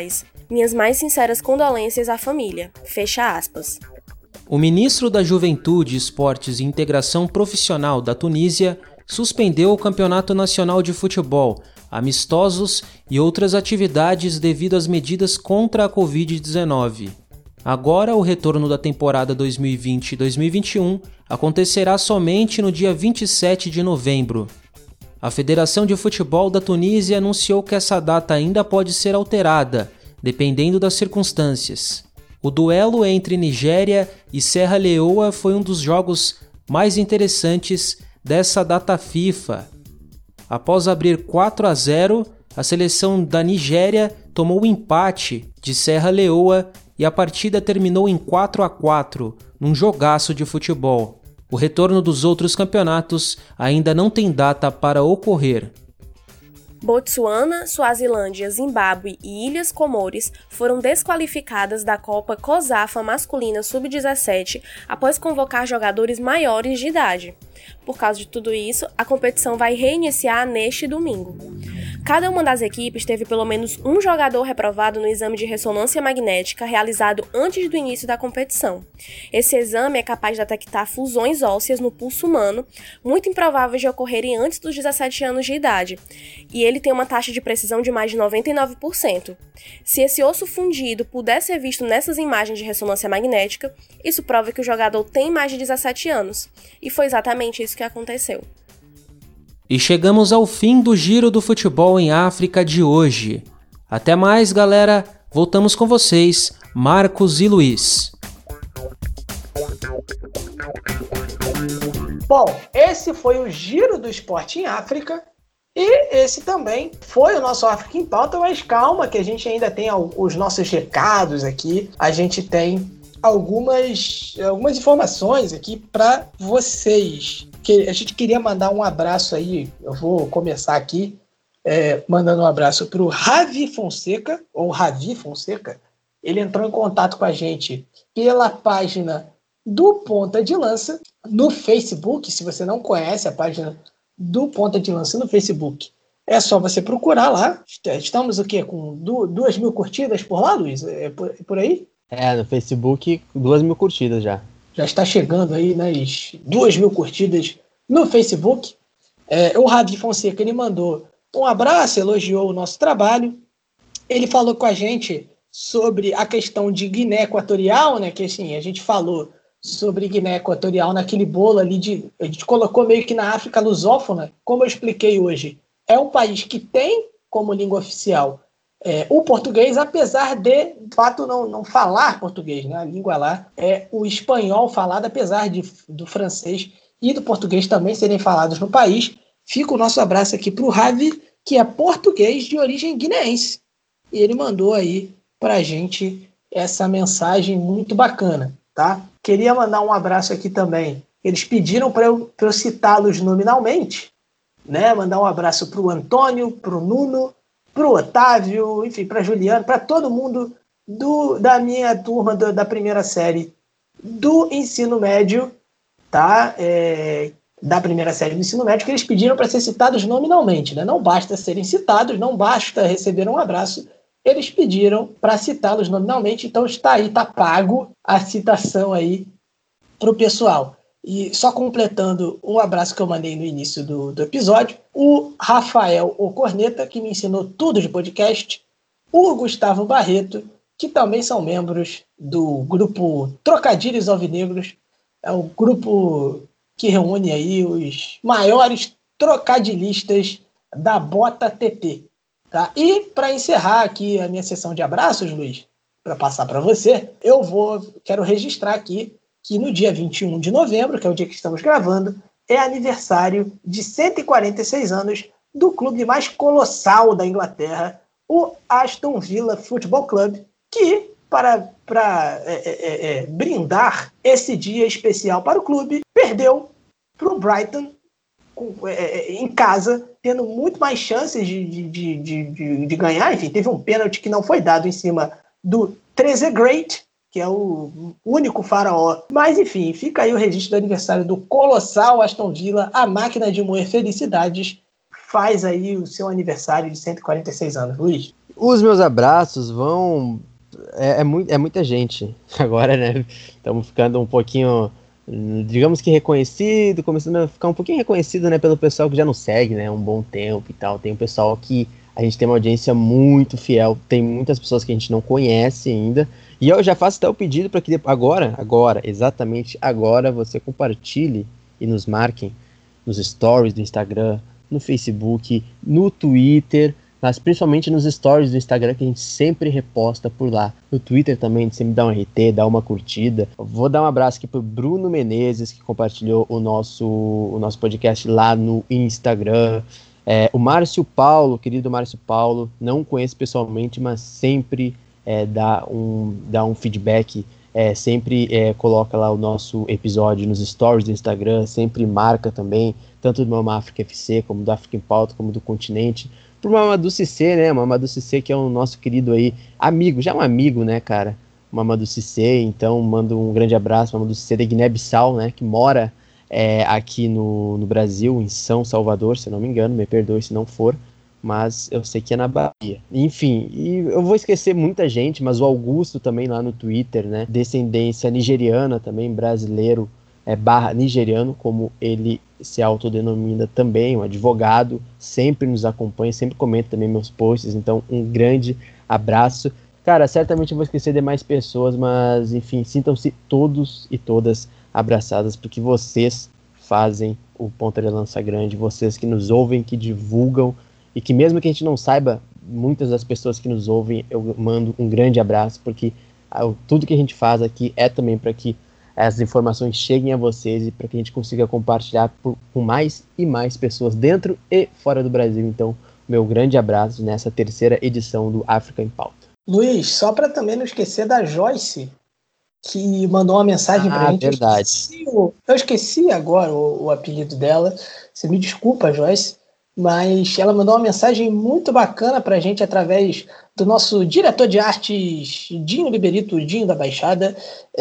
Minhas mais sinceras condolências à família. Fecha aspas. O ministro da Juventude, Esportes e Integração Profissional da Tunísia suspendeu o Campeonato Nacional de Futebol, amistosos e outras atividades devido às medidas contra a covid dezenove. Agora, o retorno da temporada dois mil e vinte dois mil e vinte e um acontecerá somente no dia vinte e sete de novembro. A Federação de Futebol da Tunísia anunciou que essa data ainda pode ser alterada, dependendo das circunstâncias. O duelo entre Nigéria e Serra Leoa foi um dos jogos mais interessantes dessa data FIFA. Após abrir quatro a zero, a seleção da Nigéria tomou o empate de Serra Leoa e a partida terminou em quatro a quatro, num jogaço de futebol. O retorno dos outros campeonatos ainda não tem data para ocorrer. Botsuana, Suazilândia, Zimbábue e Ilhas Comores foram desqualificadas da Copa COSAFA Masculina sub dezessete após convocar jogadores maiores de idade. Por causa de tudo isso, a competição vai reiniciar neste domingo. Cada uma das equipes teve pelo menos um jogador reprovado no exame de ressonância magnética realizado antes do início da competição. Esse exame é capaz de detectar fusões ósseas no pulso humano, muito improváveis de ocorrerem antes dos dezessete anos de idade, e ele tem uma taxa de precisão de mais de noventa e nove por cento. Se esse osso fundido puder ser visto nessas imagens de ressonância magnética, isso prova que o jogador tem mais de dezessete anos, e foi exatamente isso que aconteceu. E chegamos ao fim do Giro do Futebol em África de hoje. Até mais, galera. Voltamos com vocês, Marcos e Luiz. Bom, esse foi o Giro do Esporte em África. E esse também foi o nosso África em Pauta, mas calma que a gente ainda tem os nossos recados aqui. A gente tem algumas, algumas informações aqui para vocês. Que a gente queria mandar um abraço aí, eu vou começar aqui, é, mandando um abraço para o Ravi Fonseca, ou Ravi Fonseca. Ele entrou em contato com a gente pela página do Ponta de Lança no Facebook. Se você não conhece a página do Ponta de Lança no Facebook, é só você procurar lá. Estamos o quê? Com duas mil curtidas por lá, Luiz? É por, é por aí? É, no Facebook, duas mil curtidas já. Já está chegando aí nas duas mil curtidas no Facebook. É, o Ravi Fonseca, ele mandou um abraço, elogiou o nosso trabalho. Ele falou com a gente sobre a questão de Guiné Equatorial, né? Que assim, a gente falou sobre Guiné Equatorial naquele bolo ali, de, a gente colocou meio que na África lusófona. Como eu expliquei hoje, é um país que tem como língua oficial É, o português, apesar de, de fato, não, não falar português, né? A língua lá é o espanhol falado, apesar de, do francês e do português também serem falados no país. Fica o nosso abraço aqui para o Ravi, que é português de origem guineense. E ele mandou aí para a gente essa mensagem muito bacana, tá? Queria mandar um abraço aqui também. Eles pediram para eu, eu citá-los nominalmente, né? Mandar um abraço para o Antônio, para o Nuno, para o Otávio, enfim, para Juliano, para todo mundo do, da minha turma do, da primeira série do ensino médio, tá? É, da primeira série do ensino médio, que eles pediram para ser citados nominalmente, né? Não basta serem citados, não basta receber um abraço, eles pediram para citá-los nominalmente, então está aí, está pago a citação aí para o pessoal. E só completando um abraço que eu mandei no início do, do episódio, o Rafael O Corneta, que me ensinou tudo de podcast, o Gustavo Barreto, que também são membros do grupo Trocadilhos Alvinegros, é o grupo que reúne aí os maiores trocadilistas da Bota T T. Tá? E para encerrar aqui a minha sessão de abraços, Luiz, para passar para você, eu vou, quero registrar aqui que no dia vinte e um de novembro, que é o dia que estamos gravando, é aniversário de cento e quarenta e seis anos do clube mais colossal da Inglaterra, o Aston Villa Football Club, que, para, para é, é, é, brindar esse dia especial para o clube, perdeu para o Brighton com, é, em casa, tendo muito mais chances de, de, de, de, de ganhar. Enfim, teve um pênalti que não foi dado em cima do Trezeguet, que é o único faraó. Mas, enfim, fica aí o registro do aniversário do colossal Aston Villa, a máquina de moer felicidades. faz aí o seu aniversário de cento e quarenta e seis anos, Luiz? Os meus abraços vão... É, é, muito, é muita gente agora, né? Estamos ficando um pouquinho, digamos que reconhecido, começando a ficar um pouquinho reconhecido, né, pelo pessoal que já nos segue, né, um bom tempo e tal. Tem um pessoal que a gente tem uma audiência muito fiel, tem muitas pessoas que a gente não conhece ainda. E eu já faço até o pedido para que agora, agora, exatamente agora, você compartilhe e nos marquem nos stories do Instagram, no Facebook, no Twitter, mas principalmente nos stories do Instagram, que a gente sempre reposta por lá. No Twitter também, a gente sempre dá um R T, dá uma curtida. Vou dar um abraço aqui pro Bruno Menezes, que compartilhou o nosso, o nosso podcast lá no Instagram. É, o Márcio Paulo, querido Márcio Paulo, não conheço pessoalmente, mas sempre é, dá, um, dá um feedback, é, sempre é, coloca lá o nosso episódio nos stories do Instagram, sempre marca também, tanto do Mama África F C, como do África em Pauta, como do Continente. Pro Mamadou Cissé, né, Mamadou Cissé, que é o nosso querido aí, amigo, já é um amigo, né, cara, Mamadou Cissé, então mando um grande abraço, Mamadou Cissé de Guiné-Bissau, né, que mora é, aqui no, no Brasil, em São Salvador, se não me engano, me perdoe se não for, mas eu sei que é na Bahia. Enfim, e eu vou esquecer muita gente, mas o Augusto também lá no Twitter, né, descendência nigeriana também, brasileiro, é, barra nigeriano, como ele se autodenomina também, um advogado, sempre nos acompanha, sempre comenta também meus posts, então um grande abraço. Cara, certamente eu vou esquecer de mais pessoas, mas enfim, sintam-se todos e todas abraçadas, porque vocês fazem o Ponta de Lança grande, vocês que nos ouvem, que divulgam, e que mesmo que a gente não saiba, muitas das pessoas que nos ouvem, eu mando um grande abraço, porque ah, tudo que a gente faz aqui é também para que as informações cheguem a vocês e para que a gente consiga compartilhar por, com mais e mais pessoas dentro e fora do Brasil. Então, meu grande abraço nessa terceira edição do África em Pauta. Luiz, só para também não esquecer da Joyce, que mandou uma mensagem ah, para a gente. Verdade. Eu esqueci, o, eu esqueci agora o, o apelido dela. Você me desculpa, Joyce, mas ela mandou uma mensagem muito bacana para a gente através do nosso diretor de artes, Dinho Liberito, Dinho da Baixada,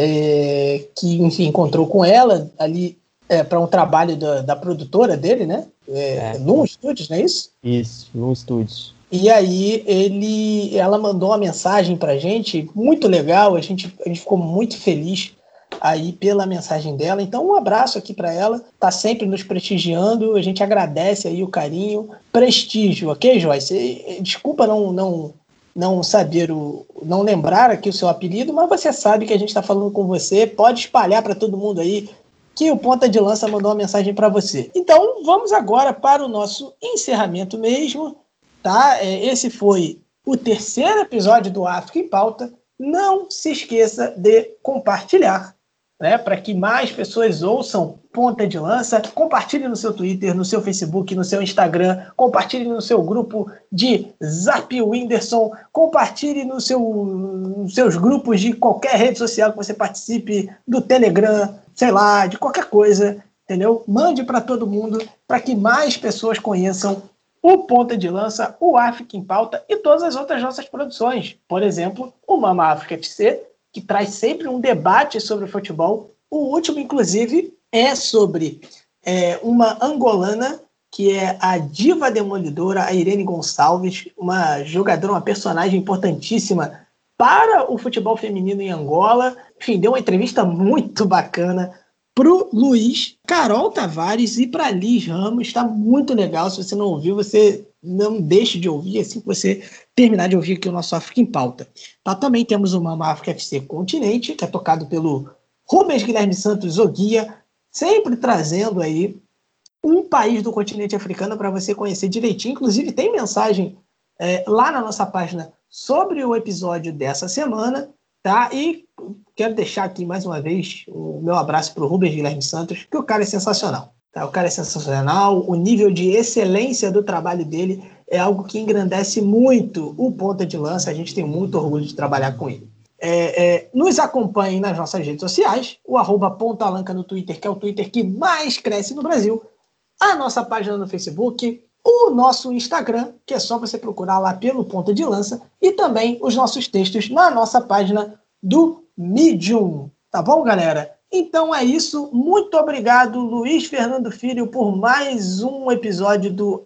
é, que, enfim, encontrou com ela ali é, para um trabalho da, da produtora dele, né? É, é. Num Studios, não é isso? Isso, Num Studios. E aí ele, ela mandou uma mensagem para a gente, muito legal, a gente, a gente ficou muito feliz aí pela mensagem dela. Então um abraço aqui para ela, tá sempre nos prestigiando, a gente agradece aí o carinho, prestígio, ok, Joyce? Desculpa não, não, não saber, o, não lembrar aqui o seu apelido, mas você sabe que a gente está falando com você, pode espalhar para todo mundo aí que o Ponta de Lança mandou uma mensagem para você. Então vamos agora para o nosso encerramento mesmo, tá? Esse foi o terceiro episódio do África em Pauta. Não se esqueça de compartilhar, né, para que mais pessoas ouçam Ponta de Lança. Compartilhe no seu Twitter, no seu Facebook, no seu Instagram, compartilhe no seu grupo de Zap Whindersson, compartilhe no seu, nos seus grupos de qualquer rede social que você participe, do Telegram, sei lá, de qualquer coisa, entendeu? Mande para todo mundo, para que mais pessoas conheçam o Ponta de Lança, o África em Pauta e todas as outras nossas produções. Por exemplo, o Mama África F C, que traz sempre um debate sobre futebol. O último, inclusive, é sobre é, uma angolana, que é a diva demolidora, a Irene Gonçalves, uma jogadora, uma personagem importantíssima para o futebol feminino em Angola. Enfim, deu uma entrevista muito bacana pro Luiz, Carol Tavares e para Liz Ramos. Está muito legal. Se você não ouviu, você não deixe de ouvir assim que você terminar de ouvir aqui o nosso África em Pauta. Tá, também temos o Mama África F C Continente, que é tocado pelo Rubens Guilherme Santos, o guia, sempre trazendo aí um país do continente africano para você conhecer direitinho. Inclusive tem mensagem é, lá na nossa página sobre o episódio dessa semana, tá? E quero deixar aqui mais uma vez o meu abraço para o Rubens Guilherme Santos, que o cara é sensacional. Tá? O cara é sensacional, o nível de excelência do trabalho dele é algo que engrandece muito o Ponta de Lança. A gente tem muito orgulho de trabalhar com ele. É, é, nos acompanhem nas nossas redes sociais, o arroba Pontalanca no Twitter, que é o Twitter que mais cresce no Brasil, a nossa página no Facebook, o nosso Instagram, que é só você procurar lá pelo Ponta de Lança, e também os nossos textos na nossa página do Medium. Tá bom, galera? Então é isso. Muito obrigado, Luiz Fernando Filho, por mais um episódio do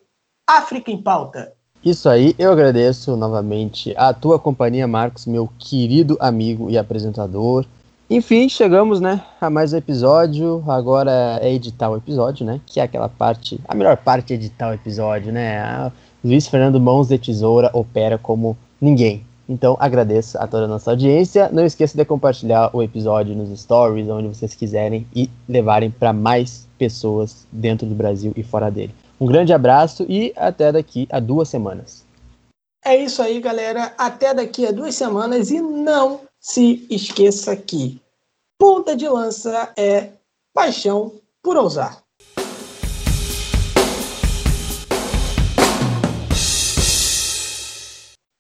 África em Pauta. Isso aí, eu agradeço novamente a tua companhia, Marcos, meu querido amigo e apresentador. Enfim, chegamos, né, a mais um episódio. Agora é editar o episódio, né, que é aquela parte, a melhor parte é editar o episódio, né. A Luiz Fernando Mãos de Tesoura opera como ninguém. Então, agradeço a toda a nossa audiência. Não esqueça de compartilhar o episódio nos stories, onde vocês quiserem, e levarem para mais pessoas dentro do Brasil e fora dele. Um grande abraço e até daqui a duas semanas. É isso aí, galera. Até daqui a duas semanas. E não se esqueça que ponta de lança é paixão por ousar.